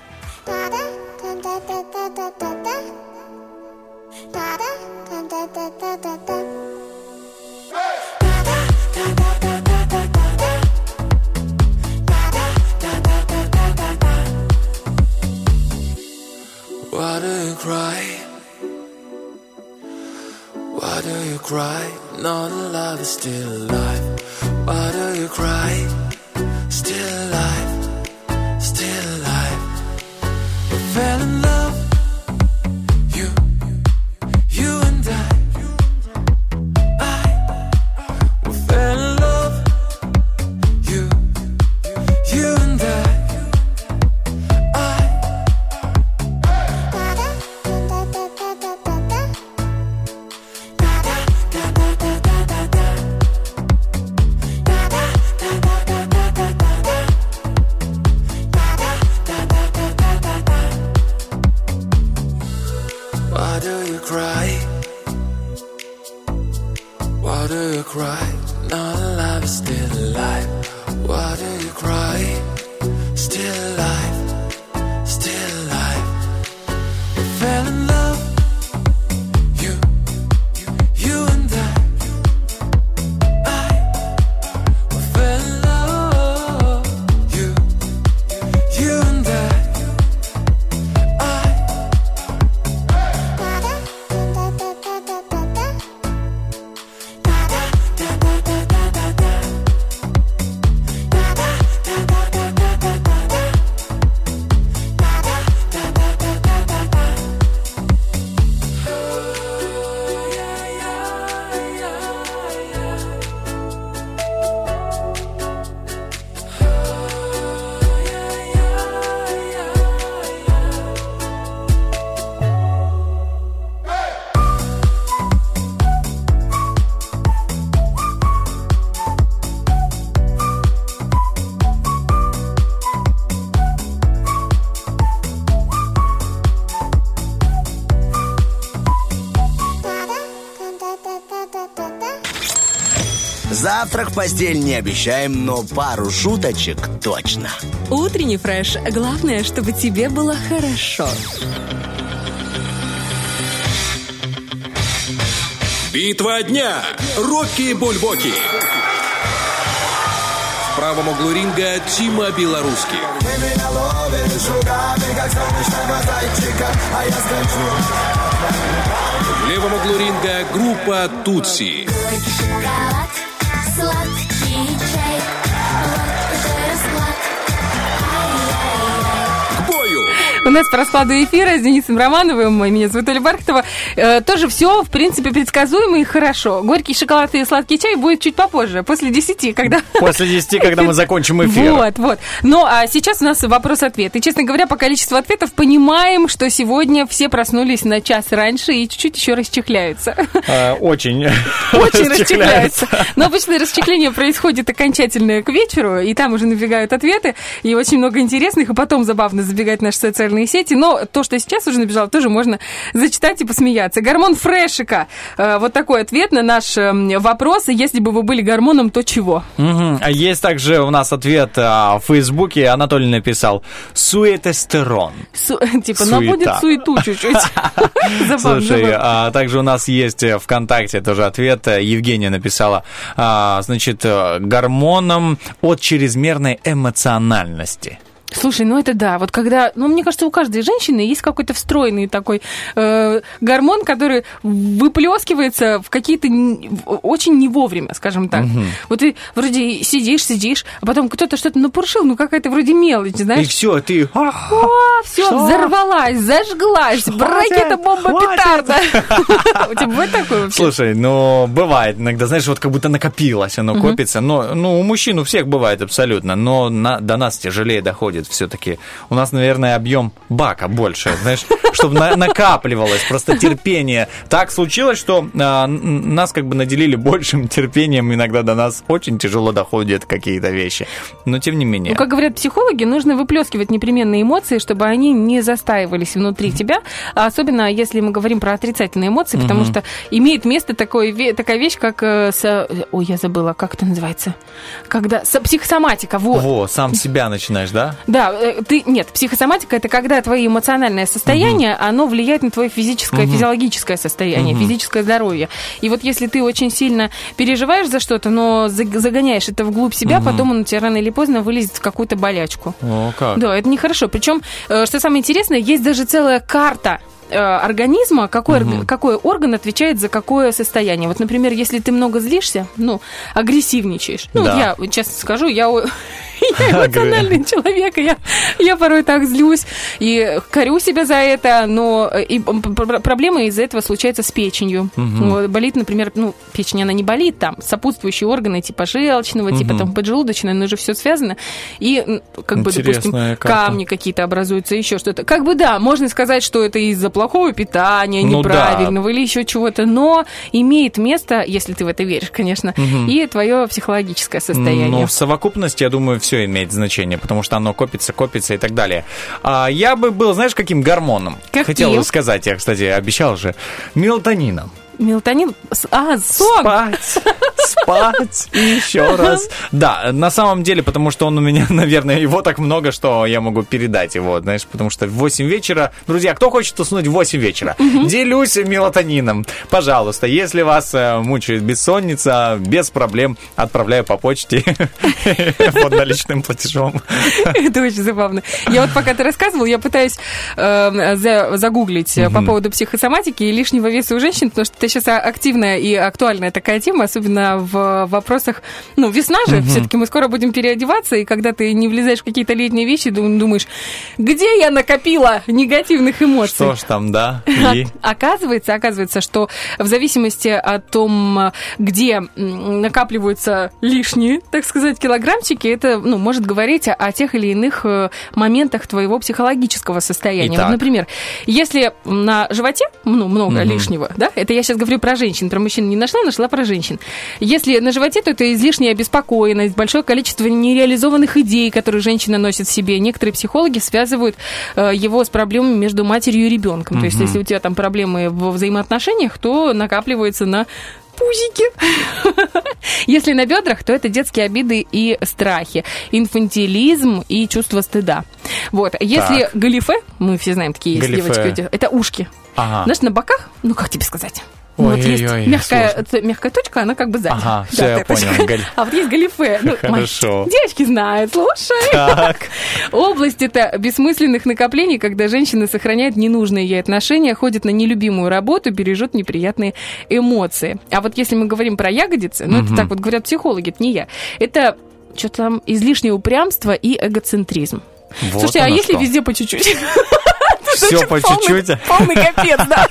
Why do you cry? Why do you cry? Not alive is still alive. Why do you cry? Still alive, still alive. We fell in love, you, you and I. I, we fell in love, you, you and I. Why do you cry? Why do you cry? Not alive, is still alive. Why do you cry? Still alive, still alive. We fell in love, you, you and I. I, we fell in love, you, you and I. Завтрак в постель не обещаем, но пару шуточек точно. Утренний фреш. Главное, чтобы тебе было хорошо. Битва дня. Рокки Бульбоки. В правом углу ринга Тима Белорусских. В левом углу ринга группа Тутси. К бою! У нас по раскладу эфира с Денисом Романовым, меня зовут Оля Бархатова, э, тоже все, в принципе, предсказуемо и хорошо. Горький шоколад и сладкий чай будет чуть попозже, после десяти, когда... После десяти, когда мы закончим эфир. Вот, вот. Ну, а сейчас у нас вопрос-ответ. И, честно говоря, по количеству ответов понимаем, что сегодня все проснулись на час раньше и чуть-чуть еще расчехляются. Э, очень. Очень расчехляются. Но обычно расчехление происходит окончательно к вечеру, и там уже набегают ответы, и очень много интересных, и потом забавно забегать в наши социальные сети, но то, что сейчас уже набежало, тоже можно зачитать и посмеяться. Гормон фрешика. Вот такой ответ на наш вопрос. Если бы вы были гормоном, то чего? Угу. Есть также у нас ответ в Фейсбуке. Анатолий написал суетестерон. Су- типа, наводит суету чуть-чуть. Слушай, а также у нас есть ВКонтакте тоже ответ. Евгения написала, а, значит, гормоном от чрезмерной эмоциональности. Слушай, ну это да, вот когда, ну мне кажется, у каждой женщины есть какой-то встроенный такой э, гормон, который выплескивается в какие-то не, очень не вовремя, скажем так. Угу. Вот ты вроде сидишь, сидишь, а потом кто-то что-то напуршил, ну какая-то вроде мелочь, знаешь? И все, ты... О, все, взорвалась, зажглась, ракета-бомба, петарда. У тебя бывает такое вообще? Слушай, ну бывает иногда, знаешь, вот как будто накопилось, оно копится. Но, ну, у мужчин у всех бывает абсолютно, но до нас тяжелее доходит все-таки. У нас, наверное, объем бака больше, знаешь, чтобы на- накапливалось просто терпение. Так случилось, что а, нас как бы наделили большим терпением, иногда до нас очень тяжело доходят какие-то вещи. Но тем не менее. Ну, как говорят психологи, нужно выплескивать непременные эмоции, чтобы они не застаивались внутри тебя, а особенно если мы говорим про отрицательные эмоции, потому угу. что имеет место такой, такая вещь, как... Со... Ой, я забыла, как это называется? Когда... Психосоматика, вот. Во, сам себя начинаешь, да? Да, ты, нет, психосоматика – это когда твое эмоциональное состояние, uh-huh. оно влияет на твое физическое, uh-huh. физиологическое состояние, uh-huh. физическое здоровье. И вот если ты очень сильно переживаешь за что-то, но загоняешь это вглубь себя, uh-huh. потом оно тебе рано или поздно вылезет в какую-то болячку. О, как? Да, это нехорошо. Причем, что самое интересное, есть даже целая карта организма, какой, угу. какой орган отвечает за какое состояние. Вот, например, если ты много злишься, ну, агрессивничаешь. Ну, да. Я честно скажу, я... Я эмоциональный человек, и я, я порой так злюсь и корю себя за это, но и проблемы из-за этого случаются с печенью. Угу. Болит, например, ну, печень, она не болит, там сопутствующие органы типа желчного, угу. типа там поджелудочного, но уже все связано. И, как бы, допустим, карта. Камни какие-то образуются, еще что-то. Как бы, да, можно сказать, что это из-за плохого питания, ну, неправильного, да. или еще чего-то, но имеет место, если ты в это веришь, конечно, угу. и твое психологическое состояние. Но в совокупности, я думаю, все имеет значение, потому что оно копится, копится и так далее. А я бы был, знаешь, каким гормоном? Каким? Хотел сказать, я, кстати, обещал же. Мелатонином. Мелатонин? А, сон! Спать! Спать! И еще раз. Да, на самом деле, потому что он у меня, наверное, его так много, что я могу передать его, знаешь, потому что в восемь вечера... Друзья, кто хочет уснуть в восемь вечера? Угу. Делюсь мелатонином. Пожалуйста, если вас мучает бессонница, без проблем отправляю по почте под наличным платежом. Это очень забавно. Я вот пока ты рассказывал, я пытаюсь загуглить по поводу психосоматики и лишнего веса у женщин, потому что это сейчас активная и актуальная такая тема, особенно в вопросах, ну, весна же, uh-huh. все-таки мы скоро будем переодеваться, и когда ты не влезаешь в какие-то летние вещи, думаешь, где я накопила негативных эмоций? Что ж там, да? И... Оказывается, оказывается, что в зависимости от том, где накапливаются лишние, так сказать, килограммчики, это, ну, может говорить о тех или иных моментах твоего психологического состояния. Вот, например, если на животе, ну, много uh-huh. лишнего, да, это я сейчас говорю про женщин, про мужчин не нашла, нашла про женщин. Если на животе, то это излишняя обеспокоенность, большое количество нереализованных идей, которые женщина носит в себе. Некоторые психологи связывают э, его с проблемами между матерью и ребенком. Mm-hmm. То есть, если у тебя там проблемы в взаимоотношениях, то накапливается на пузики. Если на бедрах, то это детские обиды и страхи, инфантилизм и чувство стыда. Вот. Если так. галифе, мы все знаем, такие есть галифе. девочки, это ушки. Ага. Знаешь, на боках, ну как тебе сказать? Ой, вот ой, есть ой, мягкая, мягкая точка, она как бы сзади. Ага, все, да, я понял. Галь... А вот есть галифе. Ну, Хорошо. Мои девочки знают, слушай. Так. Область это бессмысленных накоплений, когда женщина сохраняет ненужные ей отношения, ходит на нелюбимую работу, бережет неприятные эмоции. А вот если мы говорим про ягодицы, ну, угу. это так вот говорят психологи, это не я, это что-то там излишнее упрямство и эгоцентризм. Вот. Слушайте, а если что? Везде по чуть-чуть? Все по чуть-чуть? Полный капец, да.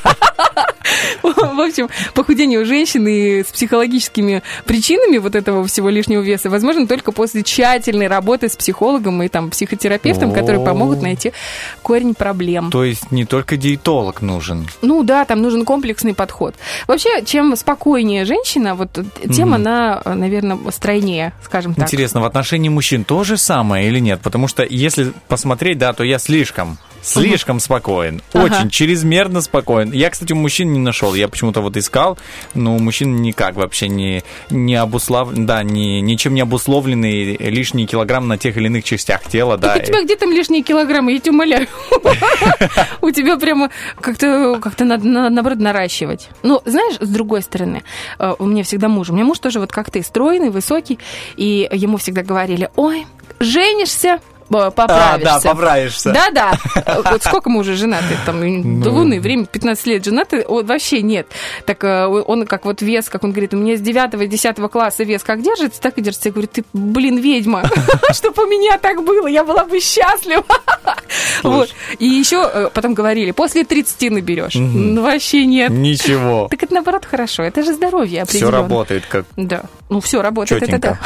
В общем, похудение у женщины с психологическими причинами вот этого всего лишнего веса возможно только после тщательной работы с психологом и там психотерапевтом, которые помогут найти корень проблем. То есть не только диетолог нужен? Ну да, там нужен комплексный подход. Вообще, чем спокойнее женщина, вот тем mm-hmm. она, наверное, стройнее, скажем так. Интересно, в отношении мужчин то же самое или нет? Потому что если посмотреть, да, то я слишком... Слишком uh-huh. спокоен, uh-huh. очень чрезмерно спокоен. Я, кстати, у мужчин не нашел, я почему-то вот искал, но у мужчин никак вообще не, не обусловлен, да, не, ничем не обусловленный лишний килограмм на тех или иных частях тела, да. Так у тебя где там лишние килограммы, я тебя умоляю. У тебя прямо как-то надо, наоборот, наращивать. Ну, знаешь, с другой стороны, у меня всегда муж, у меня муж тоже вот как ты, стройный, высокий, и ему всегда говорили, ой, женишься, поправишься. А, да, поправишься. Да-да. Вот сколько мы уже женаты? Там, ну... до Луны время пятнадцать лет женаты. Вот, вообще нет. Так он как вот вес, как он говорит, у меня с девятого и десятого класса вес как держится, так и держится. Я говорю, ты, блин, ведьма. Чтоб у меня так было, я была бы счастлива. Вот. И еще потом говорили, после тридцати наберешь. Ну, вообще нет. Ничего. Так это, наоборот, хорошо. Это же здоровье определенно. Все работает как... Да. Ну, все работает. Это да.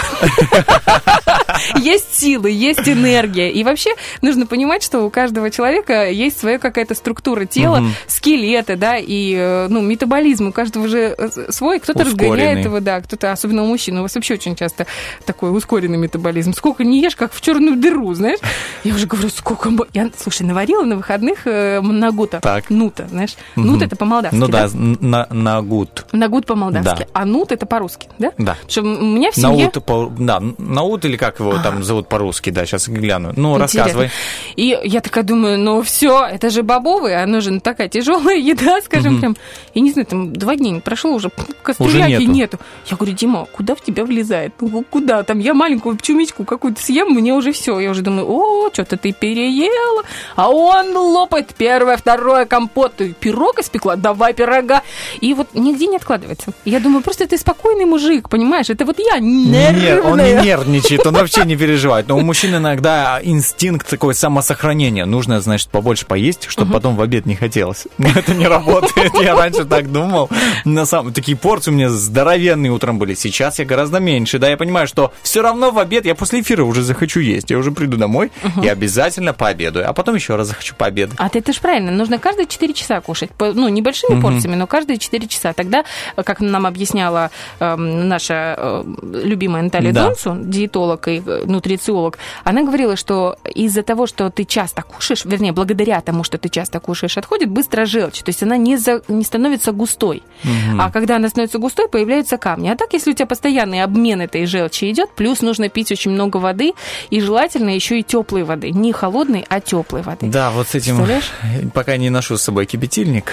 Есть силы, есть энергия. И вообще нужно понимать, что у каждого человека есть своя какая-то структура тела, угу. скелеты, да, и ну, метаболизм. У каждого же свой. Кто-то ускоренный. Разгоняет его, да, кто-то, особенно у мужчин. У вас вообще очень часто такой ускоренный метаболизм. Сколько не ешь, как в черную дыру, знаешь? Я уже говорю, сколько... Я, слушай, наварила на выходных нагута. Так. Нута, знаешь? Угу. Нут это по-молдавски, ну да? Ну да, на, нагут. Нагут по-молдавски. Да. А нут это по-русски, да? Да. Потому что у меня в семье... Наут, по, да, наут или как его а. там зовут по-русски, да, сейчас гляну. Ну, интересно. Рассказывай. И я такая думаю, ну все, это же бобовый, оно же такая тяжелая еда, скажем, угу. прям. Я не знаю, там два дня не прошло, уже кастрюляки нету. нету. Я говорю, Дима, куда в тебя влезает? Ну, куда? Там я маленькую чумичку какую-то съем, мне уже все. Я уже думаю, о, что-то ты переела. А он лопает первое, второе, компот. Ты пирог испекла? Давай пирога. И вот нигде не откладывается. Я думаю, просто ты спокойный мужик, понимаешь? Это вот я нервная. Нет, он не нервничает, он вообще не переживает. Но у мужчин иногда инстинкт такой самосохранения. Нужно, значит, побольше поесть, чтобы uh-huh. потом в обед не хотелось. Но это не работает. Я раньше так думал. На самом такие порции у меня здоровенные утром были. Сейчас я гораздо меньше. Да, я понимаю, что все равно в обед я после эфира уже захочу есть. Я уже приду домой uh-huh. и обязательно пообедаю. А потом еще раз захочу пообедать. А ты, это же правильно. Нужно каждые четыре часа кушать. Ну, небольшими uh-huh. порциями, но каждые четыре часа. Тогда, как нам объясняла э, наша э, любимая Наталья да. Донцу, диетолог и нутрициолог, она говорила, что из-за того, что ты часто кушаешь, вернее, благодаря тому, что ты часто кушаешь, отходит быстро желчь. То есть она не, за, не становится густой. Угу. А когда она становится густой, появляются камни. А так, если у тебя постоянный обмен этой желчи идет, плюс нужно пить очень много воды, и желательно еще и теплой воды. Не холодной, а теплой воды. Да, вот с этим пока не ношу с собой кипятильник.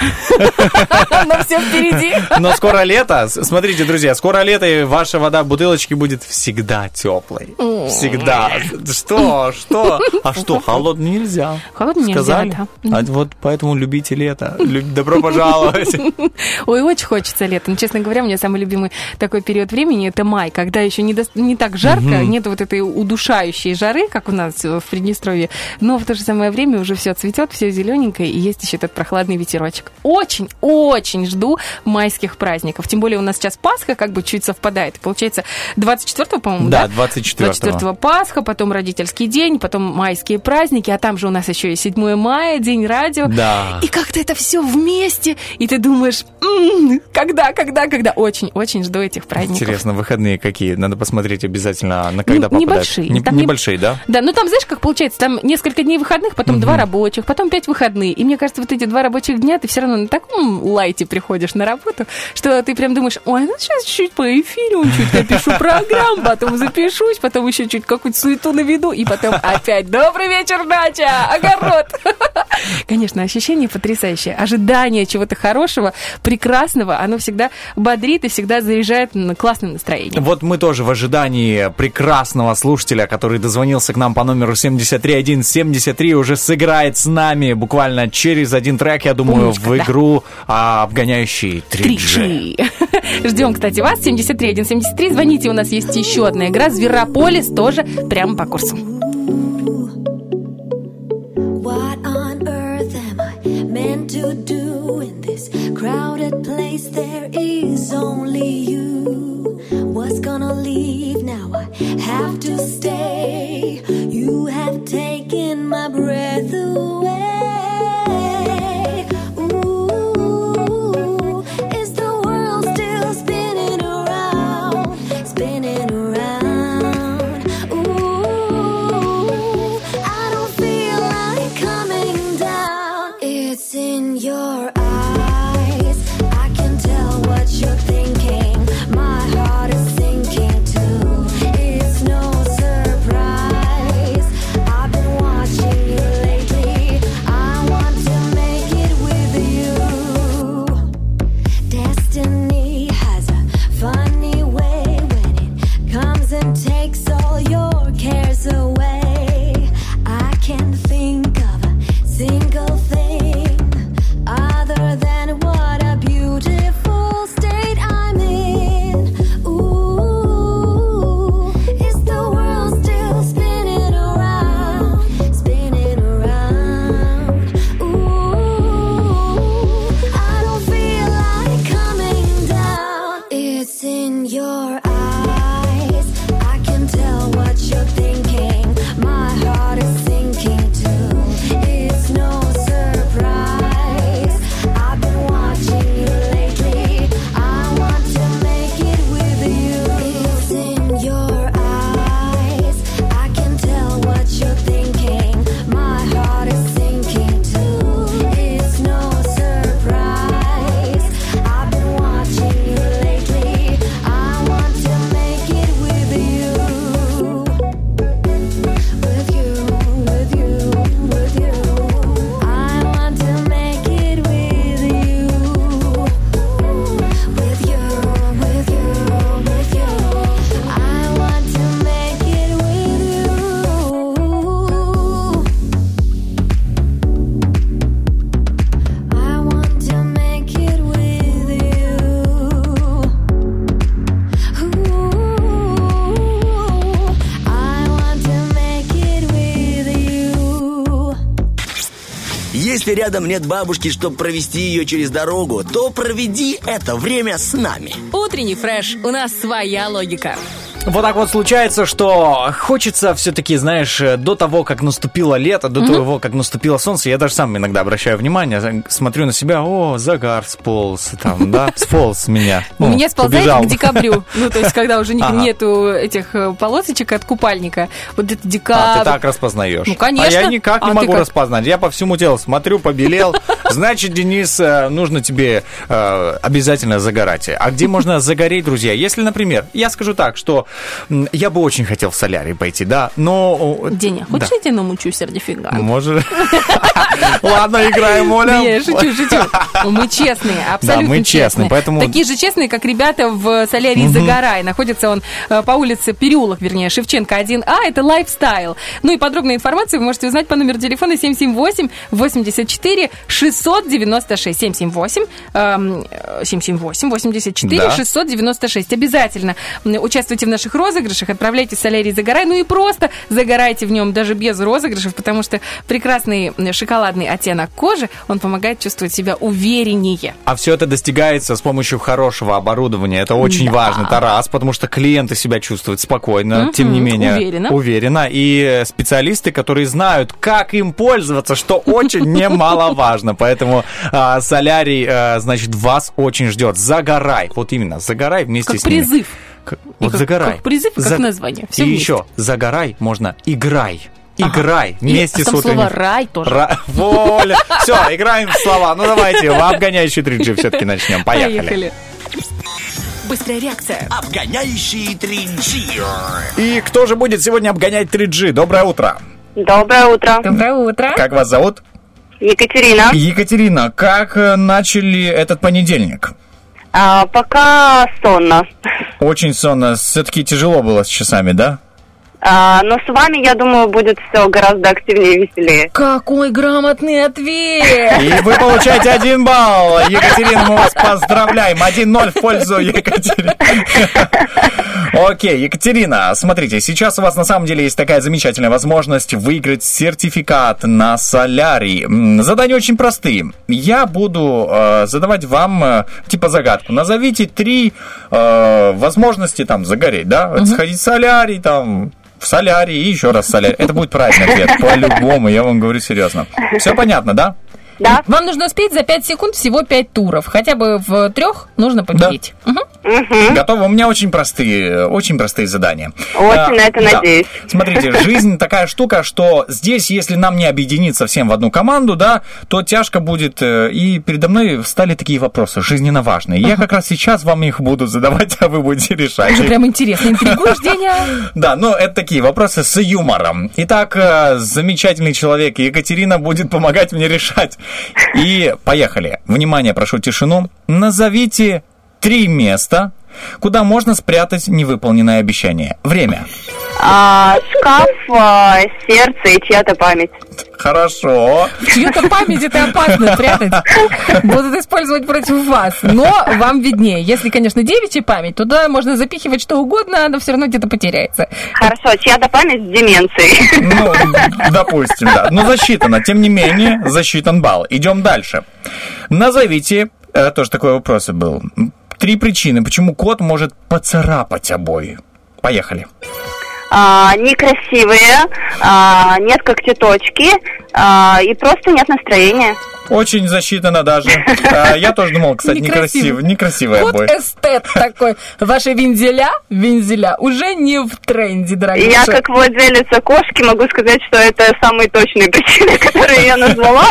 Но все впереди. Но скоро лето. Смотрите, друзья, скоро лето, и ваша вода в бутылочке будет всегда теплой. Всегда. Что? Что? А что, холодный нельзя? Холодный сказали? Нельзя, да. А вот поэтому любите лето. Люб... Добро пожаловать. Ой, очень хочется лето. Но, честно говоря, у меня самый любимый такой период времени – это май, когда еще не, до... не так жарко, угу. нет вот этой удушающей жары, как у нас в Приднестровье, но в то же самое время уже все цветет, все зелененькое, и есть еще этот прохладный ветерочек. Очень-очень жду майских праздников. Тем более у нас сейчас Пасха как бы чуть совпадает. Получается, двадцать четвёртого, по-моему, да? Да, двадцать четвёртого. Рождество, Пасха, потом родительский день, потом майские праздники, а там же у нас еще и седьмое мая, День радио. Да. И как-то это все вместе, и ты думаешь, м-м, когда, когда, когда. Очень-очень жду этих праздников. Интересно, выходные какие? Надо посмотреть обязательно, на когда ну, попадают. Небольшие. Не, там небольшие, да? Да, ну там, знаешь, как получается, там несколько дней выходных, потом два рабочих, потом пять выходные. И мне кажется, вот эти два рабочих дня ты все равно на таком лайте приходишь на работу, что ты прям думаешь, ой, ну сейчас чуть по эфиру, чуть напишу программу, потом запишусь, потом еще чуть какую-то суету наведу, и потом опять добрый вечер, дача, огород. Конечно, ощущение потрясающее. Ожидание чего-то хорошего, прекрасного, оно всегда бодрит и всегда заряжает на классное настроение. Вот мы тоже в ожидании прекрасного слушателя, который дозвонился к нам по номеру семьдесят три одиннадцать семьдесят три, уже сыграет с нами буквально через один трек, я думаю, Умничка, в игру да. обгоняющий три джи. Ждем, кстати, вас. семьдесят три одиннадцать семьдесят три. Звоните, у нас есть еще одна игра «Зверополис», тоже прямо по курсу. What on earth am I meant to do in this crowded place? There is only you. Was gonna leave, now I have to stay. You have taken my breath away. Ooh, is the world still spinning around, spinning around? Ooh, I don't feel like coming down. It's in your eyes, I can tell what you're thinking. My heart is sinking too. It's no surprise, I've been watching you lately. I want to make it with you. Destiny has a funny way when it comes and takes all your cares away. I can't think of a single thing other than what a beautiful state I'm in. Ooh, is the world still spinning around, spinning around? Ooh, I don't feel like coming down. It's in your eyes, I can tell what you're thinking. My heart is sinking too. It's no surprise, I've been watching you lately. I want to make it with you. It's in your eyes, I can tell what you're thinking. My heart is sinking too. It's no surprise, I've been watching you lately. I want to make it with you. With you, with you, with you. I want to make it with you. With you, with you, with you. I want to make it with you. I want to make it with you. I want to make it with you. Если рядом нет бабушки, чтобы провести ее через дорогу, то проведи это время с нами. Утренний фреш. У нас своя логика. Вот так вот случается, что хочется все-таки, знаешь, до того, как наступило лето, до Мгм. того, как наступило солнце, я даже сам иногда обращаю внимание, смотрю на себя, о, загар сполз, там, да, сполз с меня. У Ну, меня сползает побежал. к декабрю. Ну, то есть, когда уже не- Ага. нету этих э, полосочек от купальника. Вот это А, декабрь. ты так распознаешь. Ну, конечно. А я никак не А ты могу как? распознать. Я по всему телу смотрю, побелел. Значит, Денис, э, нужно тебе э, обязательно загорать. А где можно загореть, друзья? Если, например, я скажу так, что м, я бы очень хотел в солярий пойти, да, но... Деня, хочешь, Да. я тебе намучу сертификат? Может. Ладно, играем, Оля. Не, шучу, шучу. Мы честные, абсолютно Да, мы честные, поэтому- Такие же честные, как ребята в солярии «Загорай». Находится он э, по улице Переулок, вернее, Шевченко один А. Это лайфстайл. Ну и подробную информацию вы можете узнать по номеру телефона семь семь восемь восемьдесят четыре шестьсот девяносто шесть. семь семь восемь семь семь восемь восемьдесят четыре Да. шестьсот девяносто шесть. Обязательно м, участвуйте в нашей наших розыгрышах. Отправляйте солярий «Загорай», ну и просто загорайте в нем даже без розыгрышев, потому что прекрасный шоколадный оттенок кожи, он помогает чувствовать себя увереннее. А все это достигается с помощью хорошего оборудования. Это очень да. важно, это раз, потому что клиенты себя чувствуют спокойно, угу, тем не менее уверенно. уверенно. И специалисты, которые знают, как им пользоваться, что очень немаловажно. Поэтому а, солярий, а, значит, вас очень ждет. Загорай, вот именно, загорай вместе как с ними. призыв. Как, вот как, загорай. Как призыв, как За... название. Все и вместе. еще, загорай можно играй. Играй ага. вместе и, с а там утренним... слово «рай» тоже. Ра... Воля. Все, играем в слова. Ну, давайте, в обгоняющий три джи все-таки начнем. Поехали. Поехали. Быстрая реакция. Обгоняющий три джи. И кто же будет сегодня обгонять три джи? Доброе утро. Доброе утро. Доброе утро. Как вас зовут? Екатерина. Екатерина, как начали этот понедельник? А, пока сонно. Очень сонно. Все-таки тяжело было с часами, да? А, но с вами, я думаю, будет все гораздо активнее и веселее. Какой грамотный ответ! И вы получаете один балл. Екатерина, мы вас поздравляем. один ноль в пользу Екатерины. Окей, Екатерина, смотрите, сейчас у вас на самом деле есть такая замечательная возможность выиграть сертификат на солярий. Задания очень простые. Я буду э, задавать вам э, типа загадку. Назовите три э, возможности там загореть, да? Uh-huh. Сходить в солярий, там... В солярий и еще раз в солярий. Это будет правильный ответ. По-любому, я вам говорю серьезно. Все понятно, да? Да. Вам нужно успеть за пять секунд всего пять туров. Хотя бы в трех нужно победить. Да. Угу. Угу. Готово. У меня очень простые, очень простые задания. Очень а, на это да. надеюсь. Смотрите, жизнь такая штука, что здесь, если нам не объединиться всем в одну команду, да, то тяжко будет. И передо мной встали такие вопросы, жизненно важные. Uh-huh. Я как раз сейчас вам их буду задавать, а вы будете решать. Это прям интересно. Интригуешь, Деня? Да, но это такие вопросы с юмором. Итак, замечательный человек Екатерина будет помогать мне решать. И поехали. Внимание, прошу тишину. Назовите три места, куда можно спрятать невыполненное обещание. Время. А, шкаф, а, сердце и чья-то память. Хорошо. Чью-то память это опасно прятать. Будут использовать против вас. Но вам виднее. Если, конечно, девичья память, туда можно запихивать что угодно, но все равно где-то потеряется. Хорошо, чья-то память с деменцией. Ну, допустим, да. Но засчитано. Тем не менее, засчитан балл. Идем дальше. Назовите, это тоже такой вопрос был, три причины, почему кот может поцарапать обои. Поехали. А, некрасивые, а, нет когтеточки а, и просто нет настроения. Очень засчитано даже. А, я тоже думал, кстати, некрасивый, некрасивый Кот обои. эстет такой. Ваши вензеля, вензеля уже не в тренде, дорогие. Я, как владелица кошки, могу сказать, что это самые точные причины, которые я назвала.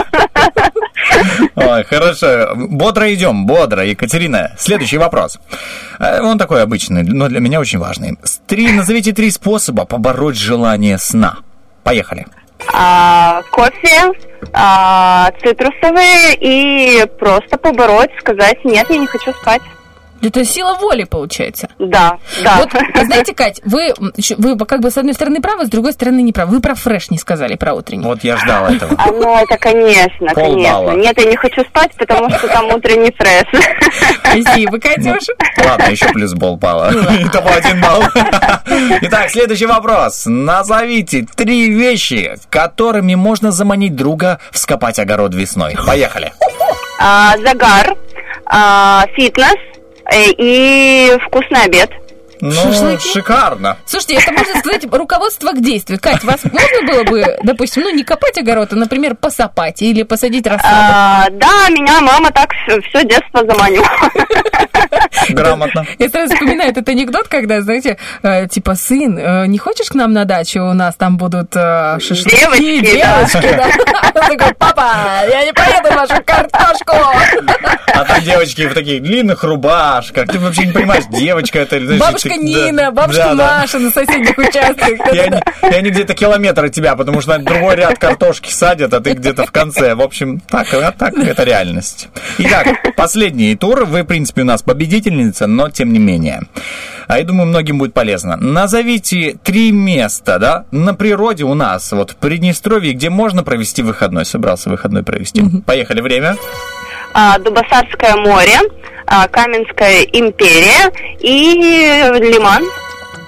Ой, хорошо. Бодро идем, бодро. Екатерина, следующий вопрос. Он такой обычный, но для меня очень важный. Три, назовите три способа побороть желание сна. Поехали. А, кофе, а, цитрусовые и просто побороть, сказать нет, я не хочу спать. Это сила воли, получается. Да, да. Вот, знаете, Кать, вы, вы как бы с одной стороны правы, с другой стороны не правы. Вы про фреш не сказали, про утренний. Вот я ждал этого. А, ну, это, конечно, Полбалла. конечно. Нет, я не хочу спать, потому что там утренний фреш. Спасибо, Катюша. Ладно, еще плюс балл. Итого один балл. Итак, следующий вопрос. Назовите три вещи, которыми можно заманить друга вскопать огород весной. Поехали. А, загар, а, фитнес и вкусный обед. Ну, Шашлыки? шикарно. Слушайте, это, можно сказать, руководство к действию. Кать, вас можно было бы, допустим, ну, не копать огород, а, например, посапать или посадить рассаду? А, да, меня мама так все детство заманила. Грамотно. Я сразу вспоминаю этот анекдот, когда, знаете, э, типа, сын, э, не хочешь к нам на дачу? У нас там будут э, шашлыки. Девочки, девочки, да. Он такой, папа, я не поеду в вашу картошку. А там девочки в таких длинных рубашках. Ты вообще не понимаешь, девочка это... Знаешь, бабушка ты, Нина, да, бабушка да, да. Маша на соседних участках. И они, и они где-то километр от тебя, потому что на другой ряд картошки садят, а ты где-то в конце. В общем, так, так это реальность. Итак, последний тур. Вы, в принципе, у нас победительница, но тем не менее. А я думаю, многим будет полезно. Назовите три места, да, на природе у нас, вот в Приднестровье, где можно провести выходной. Собрался выходной провести. Mm-hmm. Поехали, время. А, Дубосарское море, а, Каменская империя и Лиман.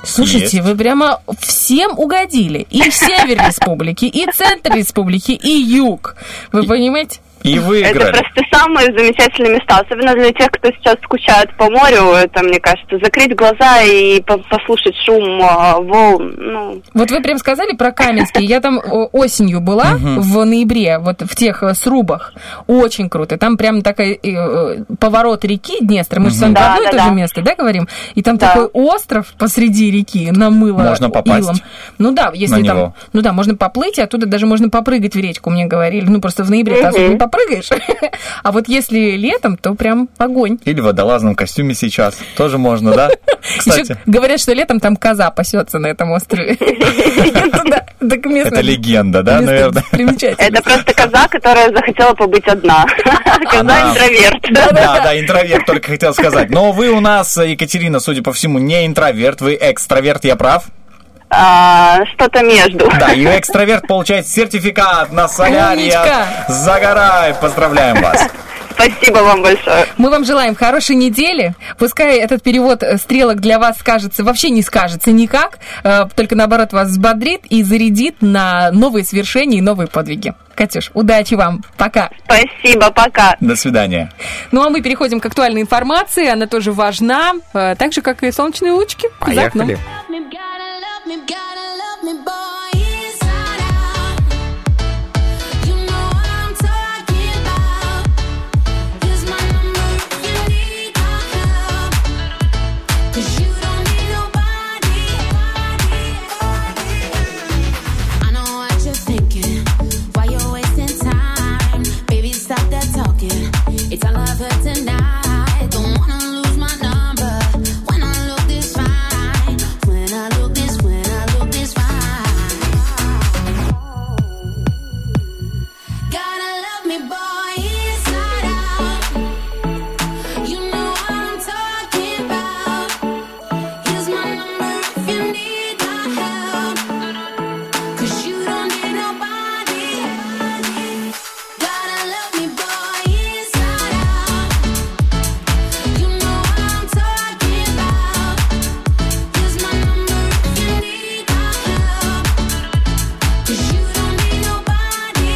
Слушайте, Есть. вы прямо всем угодили. И в север республики, и центр республики, и юг. Вы понимаете? И выиграли. Это просто самые замечательные места, особенно для тех, кто сейчас скучает по морю. Это, мне кажется, закрыть глаза и по- послушать шум а, волн. Ну. Вот вы прям сказали про Каменский. Я там о, осенью была Мгм. в ноябре, вот в тех э, срубах. Очень круто. Там прям такой э, э, поворот реки Днестр. Мы же с вами Да, про одно и да, то да. же место, да, говорим? И там Да. такой остров посреди реки, намыло Можно попасть илом. Ну да, если на там... него. Ну да, можно поплыть, и оттуда даже можно попрыгать в речку, мне говорили. Ну просто в ноябре ты Мгм. особо не попрыгаешь. А вот если летом, то прям огонь. Или в водолазном костюме сейчас. Тоже можно, да? Кстати, Еще говорят, что летом там коза пасется на этом острове. Туда, так местное- это легенда, да, место наверное? примечательное. Это просто коза, которая захотела побыть одна. Коза Она- интроверт. Да, да, интроверт, только хотел сказать. Но вы у нас, Екатерина, судя по всему, не интроверт, вы экстраверт, я прав? А, Что-то между. Да, и экстраверт получает сертификат на солярий. Умничка. Загорай, поздравляем вас. Спасибо вам большое. Мы вам желаем хорошей недели. Пускай этот перевод э, стрелок для вас скажется, вообще не скажется никак, э, только наоборот вас взбодрит и зарядит на новые свершения и новые подвиги. Катюш, удачи вам. Пока. Спасибо, пока. До свидания. Ну а мы переходим к актуальной информации. Она тоже важна, э, так же, как и солнечные лучики за окном. Поехали. It's all over tonight. Don't wanna lose my number. When I look this fine, when I look this, when I look this fine. Gotta love me, boy, inside out. You know what I'm talking about. Here's my number if you need my help. 'Cause you don't need nobody. Gotta love me, boy, inside out. You know what I'm talking about. Here's my number if you need my help. 'Cause you don't need nobody.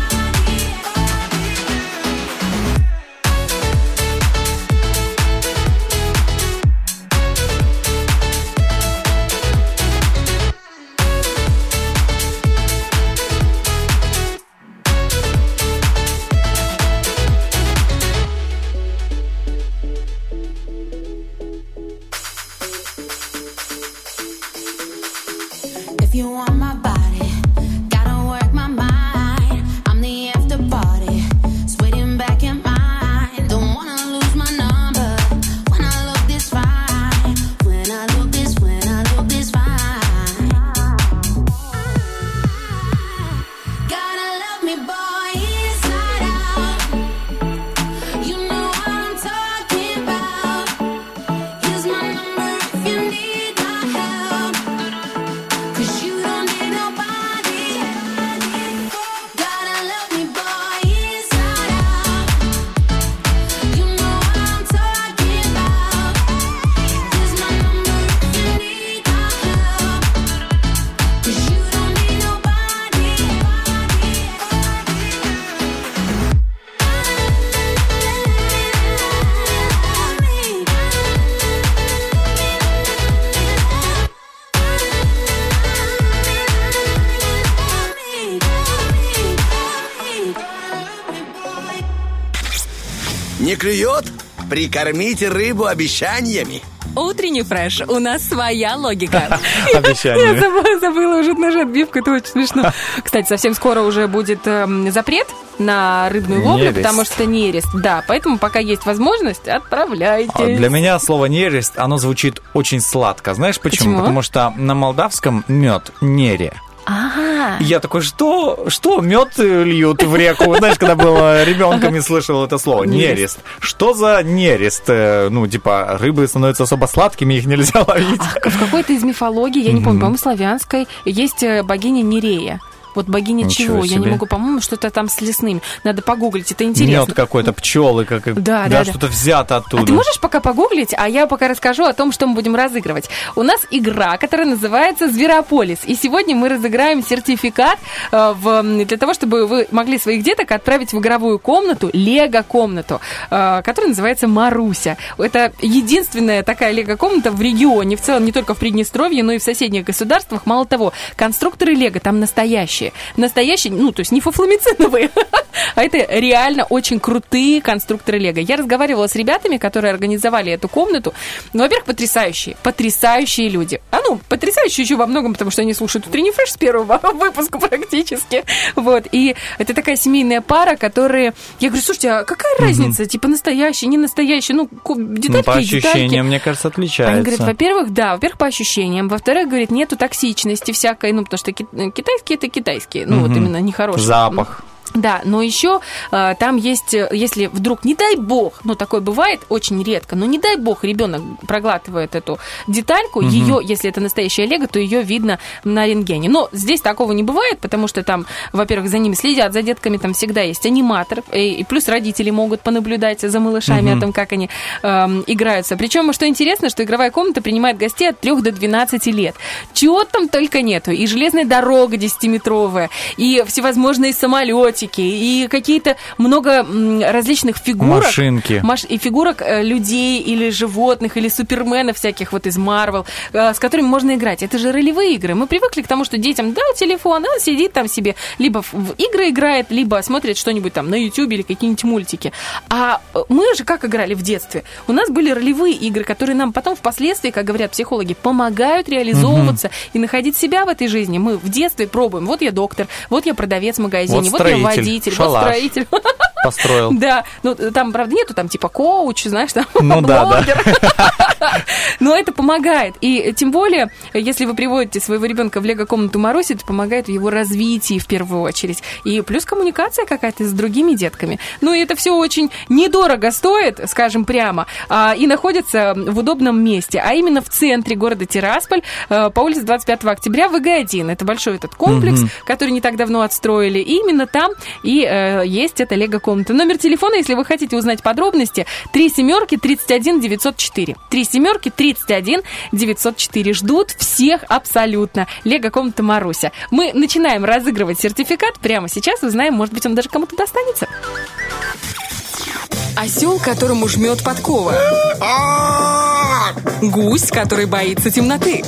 If you want my body, gotta work my mind. I'm the after party, sweating back in mine. Don't wanna lose my number. When I look this fine, when I look this, when I look this fine. Gotta love me, boy, inside out. You know what I'm talking about. Here's my number if you need my help. 'Cause you don't need nobody. Gotta love me, boy, inside out. You know what I'm talking about. Here's my number if you need my help. 'Cause you don't need nobody. Не клюет? Прикормите рыбу обещаниями. Утренний фреш. У нас своя логика. Обещание. Я забыла, забыла уже нашу отбивку, это очень смешно. Кстати, совсем скоро уже будет эм, запрет на рыбную ловлю, Нерест. потому что нерест. Да, поэтому пока есть возможность, отправляйтесь. А Для меня слово нерест, оно звучит очень сладко. Знаешь почему? Почему? Потому что на молдавском мед нере. Ага. И я такой, что? Что? Мед льют в реку? Знаешь, когда был ребенком и слышал это слово. Нерест. Нерест. Что за нерест? Э, Ну, типа, рыбы становятся особо сладкими, их нельзя ловить. В какой-то из мифологий, я не помню, по-моему, славянской, есть э, богиня Нерея. Вот богиня Ничего чего? Я не себе. могу, по-моему, что-то там с лесным. Надо погуглить, это интересно. Мед какой-то, пчелы, как и- Да, да, да, да. что-то взято оттуда. А ты можешь пока погуглить, а я пока расскажу о том, что мы будем разыгрывать. У нас игра, которая называется «Зверополис». И сегодня мы разыграем сертификат э, в, для того, чтобы вы могли своих деток отправить в игровую комнату, лего-комнату, э, которая называется «Маруся». Это единственная такая лего-комната в регионе, в целом не только в Приднестровье, но и в соседних государствах. Мало того, конструкторы лего там настоящие. Настоящие, ну, то есть не фуфломициновые, а это реально очень крутые конструкторы лего. Я разговаривала с ребятами, которые организовали эту комнату. Ну, во-первых, потрясающие, потрясающие люди. А ну, потрясающие еще во многом, потому что они слушают утренний фреш с первого выпуска практически. Вот, и это такая семейная пара, которые... Я говорю, слушайте, а какая Мгм. разница? Типа настоящие, не настоящие? Ну, ку- детальки Ну, по и детальки. ощущениям, мне кажется, отличается. Они говорят, во-первых, да, во-первых, по ощущениям. Во-вторых, говорит, нету токсичности всякой, ну, потому что ки- китайские это китайские, ну, вот Мгм. именно нехорошие. Запах. Да, но еще э, там есть, э, если вдруг, не дай бог, ну такое бывает очень редко, но не дай бог ребенок проглатывает эту детальку, Мгм. ее, если это настоящая лего, то ее видно на рентгене. Но здесь такого не бывает, потому что там, во-первых, за ними следят, за детками там всегда есть аниматор, и, и плюс родители могут понаблюдать за малышами Мгм. о том, как они эм, играются. Причем, что интересно, что игровая комната принимает гостей от трёх до двенадцати лет. Чего там только нету. И железная дорога десятиметровая, и всевозможные самолетики, и какие-то много м, различных фигурок. Машинки. Маш- и фигурок э, людей или животных, или суперменов всяких вот из Марвел, э, с которыми можно играть. Это же ролевые игры. Мы привыкли к тому, что детям дал телефон, а он сидит там себе, либо в, в игры играет, либо смотрит что-нибудь там на Ютубе или какие-нибудь мультики. А э, мы же как играли в детстве? У нас были ролевые игры, которые нам потом впоследствии, как говорят психологи, помогают реализовываться и находить себя в этой жизни. Мы в детстве пробуем. Вот я доктор, вот я продавец в магазине, Вот вот, я строитель, водитель, вот шалаш. строитель. Построил. Да, ну там, правда, нету там типа коуч, знаешь, там Ну да, да. блогер. Но это помогает. И тем более, если вы приводите своего ребенка в лего-комнату Маруси, это помогает в его развитии в первую очередь. И плюс коммуникация какая-то с другими детками. Ну и это все очень недорого стоит, скажем прямо, а, и находится в удобном месте, а именно в центре города Тирасполь, а, по улице двадцать пятого октября в ИГ один. Это большой этот комплекс, Мгм. который не так давно отстроили. И именно там и э, есть эта лего-комната. Номер телефона, если вы хотите узнать подробности, три семерки тридцать один девятьсот четыре. Три семерки тридцать один девятьсот четыре. Ждут всех абсолютно. Лего-комната Маруся. Мы начинаем разыгрывать сертификат прямо сейчас. Узнаем, может быть, он даже кому-то достанется. Осел, которому жмет подкова. Гусь, который боится темноты.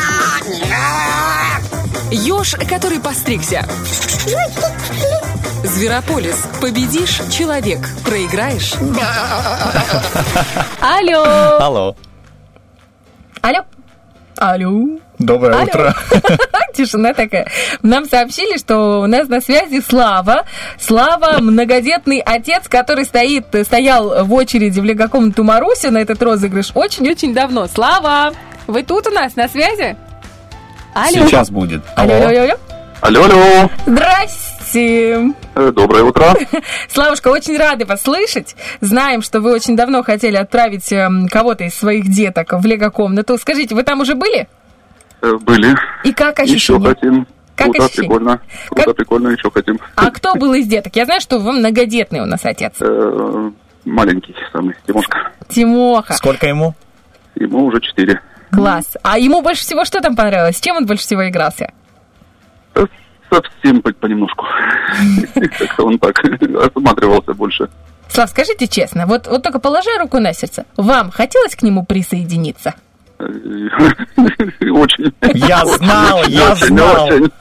Ёж, который постригся. Зверополис. Победишь — человек. Проиграешь — Алло. Алло. Алло. Алло. Доброе Алло. утро. Тишина такая. Нам сообщили, что у нас на связи Слава. Слава — многодетный отец, который стоит, стоял в очереди в лего-комнату Маруси на этот розыгрыш очень-очень давно. Слава, вы тут у нас на связи? Алло. Сейчас будет. Алло, алло, алло. Алло, алло. Здрасте. Э, Доброе утро. Славушка, очень рады вас слышать. Знаем, что вы очень давно хотели отправить эм, кого-то из своих деток в лего-комнату. Скажите, вы там уже были? Э, Были. И как Еще ощущения? хотим. Как Круто, ощущения? прикольно. Круто, прикольно, еще хотим. А кто был из деток? Я знаю, что вы многодетный у нас отец. Э, Маленький самый, Тимошка. Тимоха. Сколько ему? Ему уже четыре. Класс. А ему больше всего что там понравилось? С чем он больше всего игрался? Э, Совсем по- понемножку. Как-то он так осматривался больше. Слав, скажите честно, вот, вот только положа руку на сердце, вам хотелось к нему присоединиться? Очень. Я знал, я Очень, знал. очень.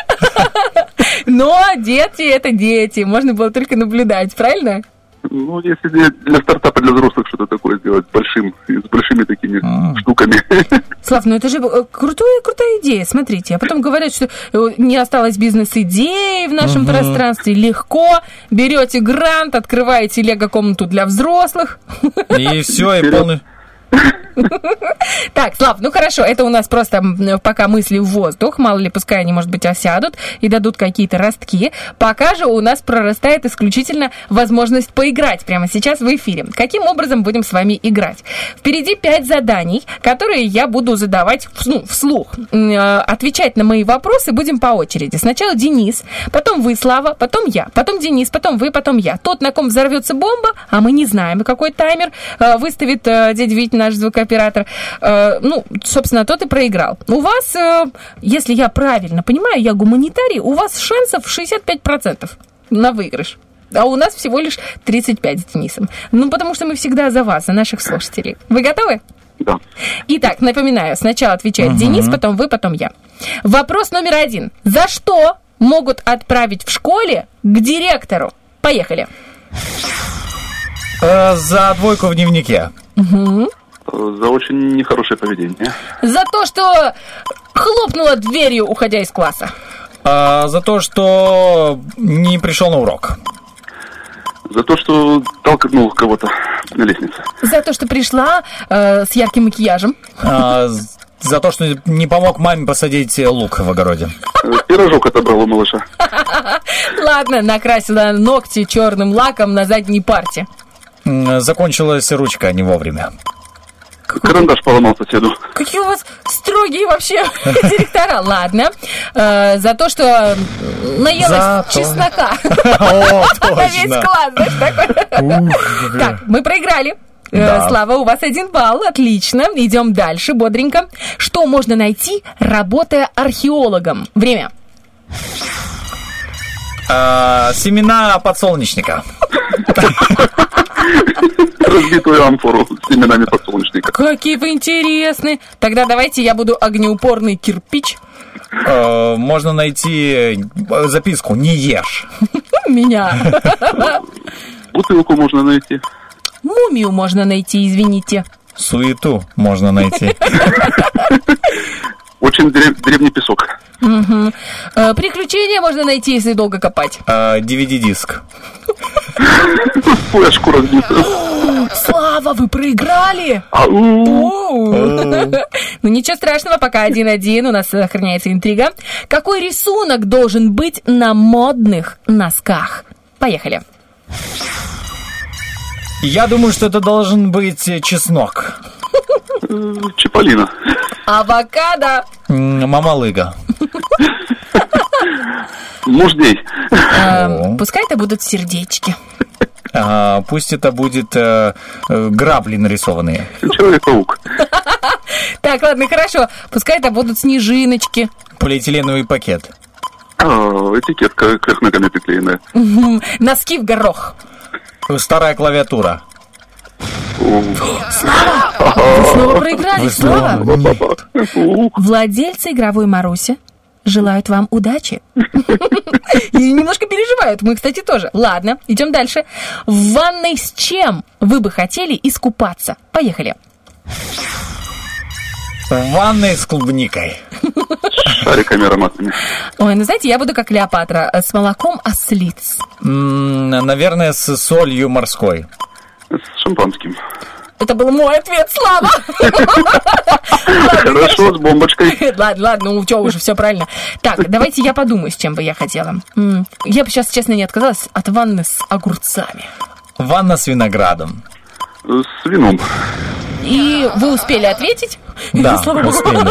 Но дети — это дети, можно было только наблюдать, правильно? Ну, если для для стартапа для взрослых что-то такое сделать большим, с большими такими штуками. Слав, ну это же э, крутая, крутая идея, смотрите. А потом говорят, что э, не осталось бизнес-идеи в нашем Мгм. пространстве. Легко берете грант, открываете лего-комнату для взрослых. И все, и полный... Так, Слав, ну хорошо, это у нас просто м, пока мысли в воздух, мало ли, пускай они, может быть, осядут и дадут какие-то ростки. Пока же у нас прорастает исключительно возможность поиграть прямо сейчас в эфире. Каким образом будем с вами играть? Впереди пять заданий, которые я буду задавать ну, вслух. Э, Отвечать на мои вопросы будем по очереди. Сначала Денис, потом вы, Слава, потом я, потом Денис, потом вы, потом я. Тот, на ком взорвется бомба, а мы не знаем, какой таймер э, выставит э, дядя Витя, наш звукооператор, э, ну, собственно, тот и проиграл. У вас, э, если я правильно понимаю, я гуманитарий, у вас шансов шестьдесят пять процентов на выигрыш. А у нас всего лишь тридцать пять с Денисом. Ну, потому что мы всегда за вас, за наших слушателей. Вы готовы? Да. Итак, напоминаю, сначала отвечает Угу. Денис, потом вы, потом я. Вопрос номер один. За что могут отправить в школе к директору? Поехали. Э, За двойку в дневнике. Угу. За очень нехорошее поведение. За то, что хлопнула дверью, уходя из класса. А, За то, что не пришел на урок. За то, что толкнул кого-то на лестнице. За то, что пришла э, с ярким макияжем. А, з- За то, что не помог маме посадить лук в огороде. Э, Пирожок отобрал у малыша. Ладно, накрасила ногти черным лаком на задней парте. М, Закончилась ручка не вовремя. Карандаш поломал соседу. Какие у вас строгие вообще директора. Ладно. Э, за то, что наелась За то. чеснока. О, На весь точно. класс, знаешь, такой. Так, мы проиграли. Э, Да. Слава, у вас один балл, отлично. Идем дальше, бодренько. Что можно найти, работая археологом? Время. А, Семена подсолнечника. Разбитую амфору с семенами подсолнечника. Какие вы интересные. Тогда давайте я буду огнеупорный кирпич. Э, Можно найти э, записку «Не ешь». Меня. Бутылку можно найти. Мумию можно найти, извините. Суету можно найти. Очень древ- древний песок. Мгм. Э, Приключения можно найти, если долго копать. А, ди ви ди-диск. Флешку разбитую. Слава, вы проиграли! Ау. Оу. Ну ничего страшного, пока один-один, у нас сохраняется интрига. Какой рисунок должен быть на модных носках? Поехали. Я думаю, что это должен быть э, чеснок. Э, Чиполлино. Авокадо. М, Мамалыга. Муждей. Эм, Пускай это будут сердечки. А, Пусть это будет э, э, грабли нарисованные. Человек-паук. Так, ладно, хорошо. Пускай это будут снежиночки. Полиэтиленовый пакет. А, этикетка кверх ногами приклеенная. Мгм. Носки в горох. Старая клавиатура. Слава! Вы снова проиграли, Вы Слава. снова? Владельцы игровой Маруси желают вам удачи. И немножко переживают. Мы, кстати, тоже. Ладно, идем дальше. В ванной с чем вы бы хотели искупаться? Поехали. В ванной с клубникой. Шариками ароматными. Ой, ну знаете, я буду как Клеопатра, с молоком ослиц. М, Наверное, с солью морской. С шампанским. Это был мой ответ, Слава! Хорошо, с бомбочкой. Ладно, ладно, ну что, уже все правильно. Так, давайте я подумаю, с чем бы я хотела. М, Я бы сейчас, честно, не отказалась от ванны с огурцами. Ванна с виноградом. С вином. И вы успели ответить? Да, Слава богу. успели.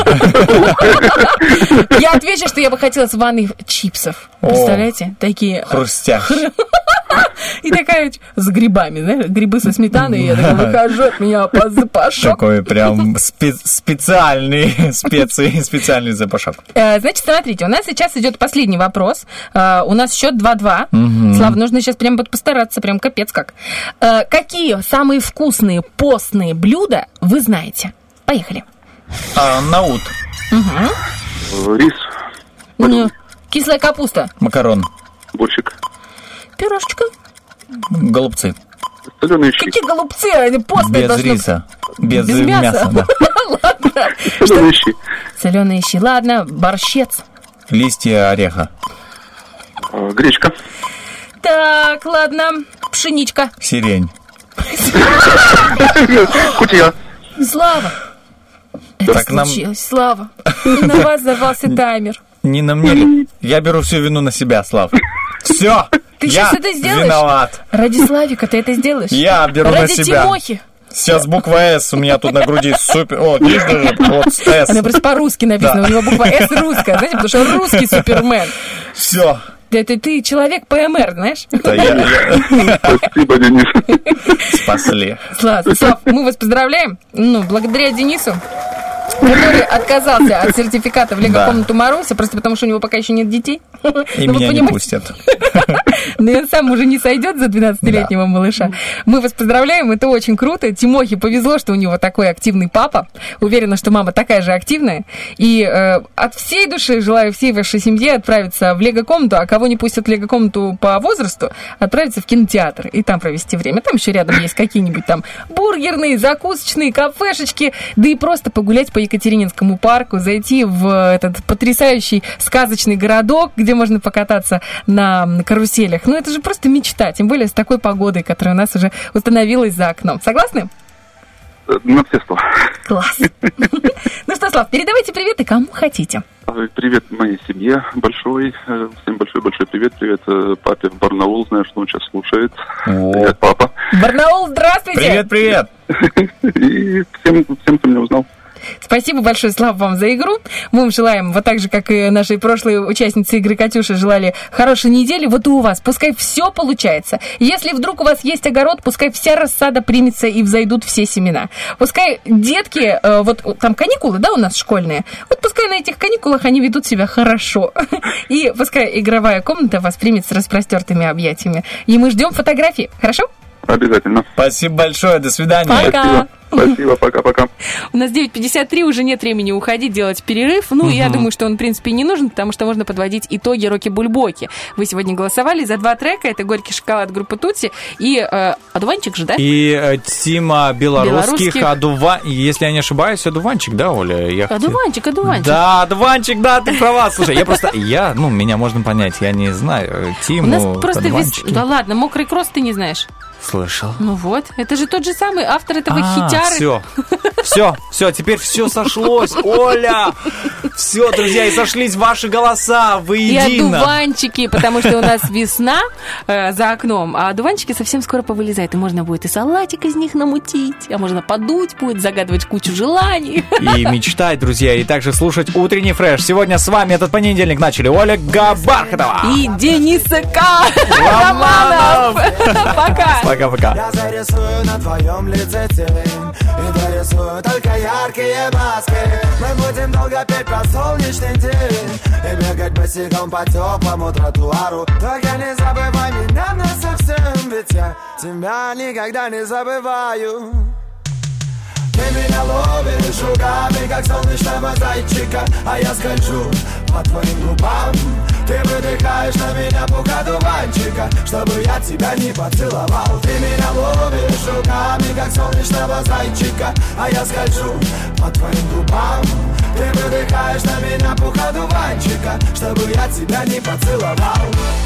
Я отвечу, что я бы хотела с ванной чипсов. О. Представляете? Такие... Хрустящий. И такая с грибами, знаешь, грибы со сметаной, и я такая выхожу, от меня по запашок. Такой прям спе- специальный специи, специальный запашок. Э, Значит, смотрите, у нас сейчас идет последний вопрос. Э, У нас счет два-два. Мгм. Слава, нужно сейчас прям вот постараться, прям капец как. Э, Какие самые вкусные постные блюда вы знаете? Поехали. А, наут. Угу. Рис. М, Кислая капуста. Макарон. Борщик. Пирожечка. Голубцы. Соленые щи. Какие голубцы? Они постные Без должны быть. риса. Без, Без мяса. мяса. да. Ладно. Соленые щи. Соленые щи. Ладно, борщец. Листья ореха. А, Гречка. Так, ладно. Пшеничка. Сирень. Кутья. Слава! Это Так нам- случилось, Слава. На вас взорвался таймер. Не на мне ли? Я беру всю вину на себя, Слав. Все, Ты я сейчас это сделаешь? виноват. Ради Славика ты это сделаешь? Я беру на Ради себя. Тимохи. Сейчас буква «С» у меня тут на груди супер... О, видишь даже? Вот «С». Она просто по-русски написана, Да. у него буква «С» русская, знаете, потому что он русский Супермен. Все. Это ты человек ПМР, знаешь? Это я, я. Спасибо, Денис. Спасли. Слав, Слав, мы вас поздравляем. Ну, благодаря Денису, который отказался от сертификата в лего-комнату Маруся, просто потому что у него пока еще нет детей. И Ну, вы меня не понимаете? пустят. Но он сам уже не сойдет за двенадцатилетнего малыша. Мы вас поздравляем, это очень круто. Тимохе повезло, что у него такой активный папа. Уверена, что мама такая же активная. И э, от всей души желаю всей вашей семье отправиться в лего-комнату, а кого не пустят в лего-комнату по возрасту, отправиться в кинотеатр и там провести время. Там еще рядом есть какие-нибудь там бургерные, закусочные, кафешечки, да и просто погулять по Екатерининскому парку, зайти в этот потрясающий сказочный городок, где можно покататься на каруселях. Ну, это же просто мечта, тем более с такой погодой, которая у нас уже установилась за окном. Согласны? На все сто. Класс. Ну что, Слав, передавайте приветы кому хотите. Привет моей семье большой. Э, Всем большой-большой привет. Привет э, папе в Барнаул. Знаю, что он сейчас слушает. Привет, папа. Барнаул, здравствуйте! Привет, привет! И всем, всем, кто меня узнал. Спасибо большое, Слава, вам за игру. Мы вам желаем, вот так же, как и наши прошлые участницы игры Катюша желали хорошей недели, вот и у вас. Пускай все получается. Если вдруг у вас есть огород, пускай вся рассада примется и взойдут все семена. Пускай детки, э, вот там каникулы, да, у нас школьные, вот пускай на этих каникулах они ведут себя хорошо. И пускай игровая комната вас примет с распростертыми объятиями. И мы ждем фотографии, хорошо? Обязательно. Спасибо большое, до свидания. Пока. Спасибо, пока-пока. У нас девять пятьдесят три, уже нет времени уходить, делать перерыв. Ну, я думаю, что он, в принципе, не нужен, потому что можно подводить итоги Роки-Бульбоки. Вы сегодня голосовали за два трека. Это «Горький шоколад» группы Тутси и э, «Одуванчик» же, да? И э, Тима Белорусских, Белорусских. Одува... Если я не ошибаюсь, Одуванчик, да, Оля? Я хотел- Одуванчик, одуванчик. Да, Одуванчик, да, ты права. Слушай, я просто, я, ну, меня можно понять, я не знаю э, У Тиму, нас просто вес... Одуванчики. Да ладно, «Мокрый кросс» ты не знаешь. Слышал. Ну вот, это же тот же самый автор этого А, хитяры. все, все, все, теперь все сошлось, Оля. Все, друзья, и сошлись ваши голоса И воедино. одуванчики, потому что у нас весна э, за окном, а одуванчики совсем скоро повылезают, и можно будет и салатик из них намутить, а можно подуть будет, загадывать кучу желаний. И мечтать, друзья, и также слушать утренний фреш. Сегодня с вами этот понедельник начали Оля Габархатова. И Дениса К. Романов. Пока. Пока-пока. Я зарисую на твоем лице тень и дорисую только яркие маски. Мы будем долго петь про солнечный день и бегать босиком по теплому тротуару. Только не забывай меня насовсем, ведь я тебя никогда не забываю. Ты меня ловишь руками, как солнечного зайчика, а я скольжу по твоим губам. Ты выдыхаешь на меня пух одуванчика, чтобы я тебя не поцеловал. Ты меня ловишь руками, как солнечного зайчика, а я скольжу по твоим губам. Ты выдыхаешь на меня пух одуванчика, чтобы я тебя не поцеловал.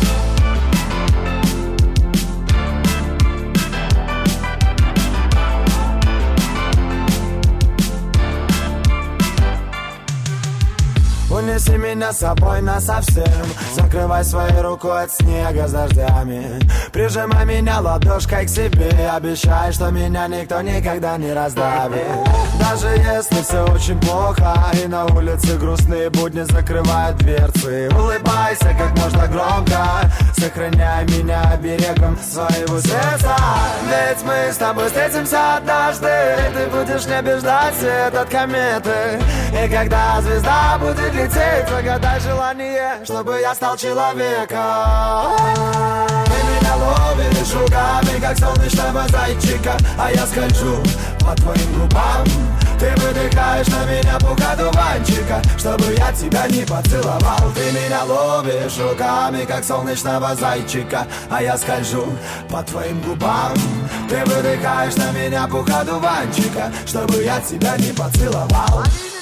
Унеси меня с собой насовсем. Закрывай своей рукой от снега с дождями. Прижимай меня ладошкой к себе. Обещай, что меня никто никогда не раздавит. Даже если все очень плохо и на улице грустные будни закрывают дверцы, улыбайся как можно громко. Сохраняй меня оберегом своего сердца. Ведь мы с тобой встретимся однажды. Ты будешь не ждать свет от кометы. И когда звезда будет лететь, загадай желание, чтобы я стал человеком. Ты меня ловишь руками, как солнечного зайчика, а я скольжу по твоим губам. Ты выдыхаешь на меня пух одуванчика, чтобы я тебя не поцеловал. Ты меня ловишь руками, как солнечного зайчика, а я скольжу по твоим губам. Ты выдыхаешь на меня пух одуванчика, чтобы я тебя не поцеловал.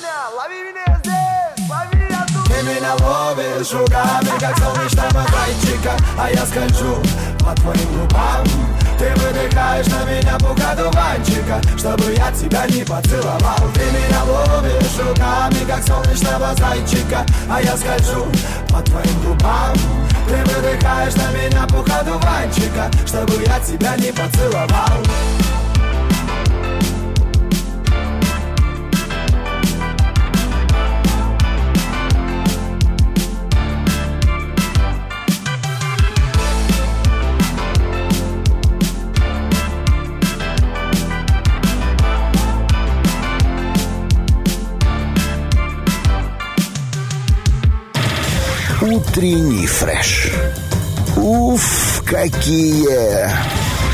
Ты меня ловишь руками, как солнечного зайчика, а я скольжу по твоим губам. Ты Ты выдыхаешь на меня пух одуванчика, чтобы я тебя не поцеловал. Ты меня ловишь руками, как солнечного зайчика, а я скольжу по твоим губам. Ты выдыхаешь на меня пух одуванчика, чтобы я тебя не поцеловал. Утренний фреш. Уф, какие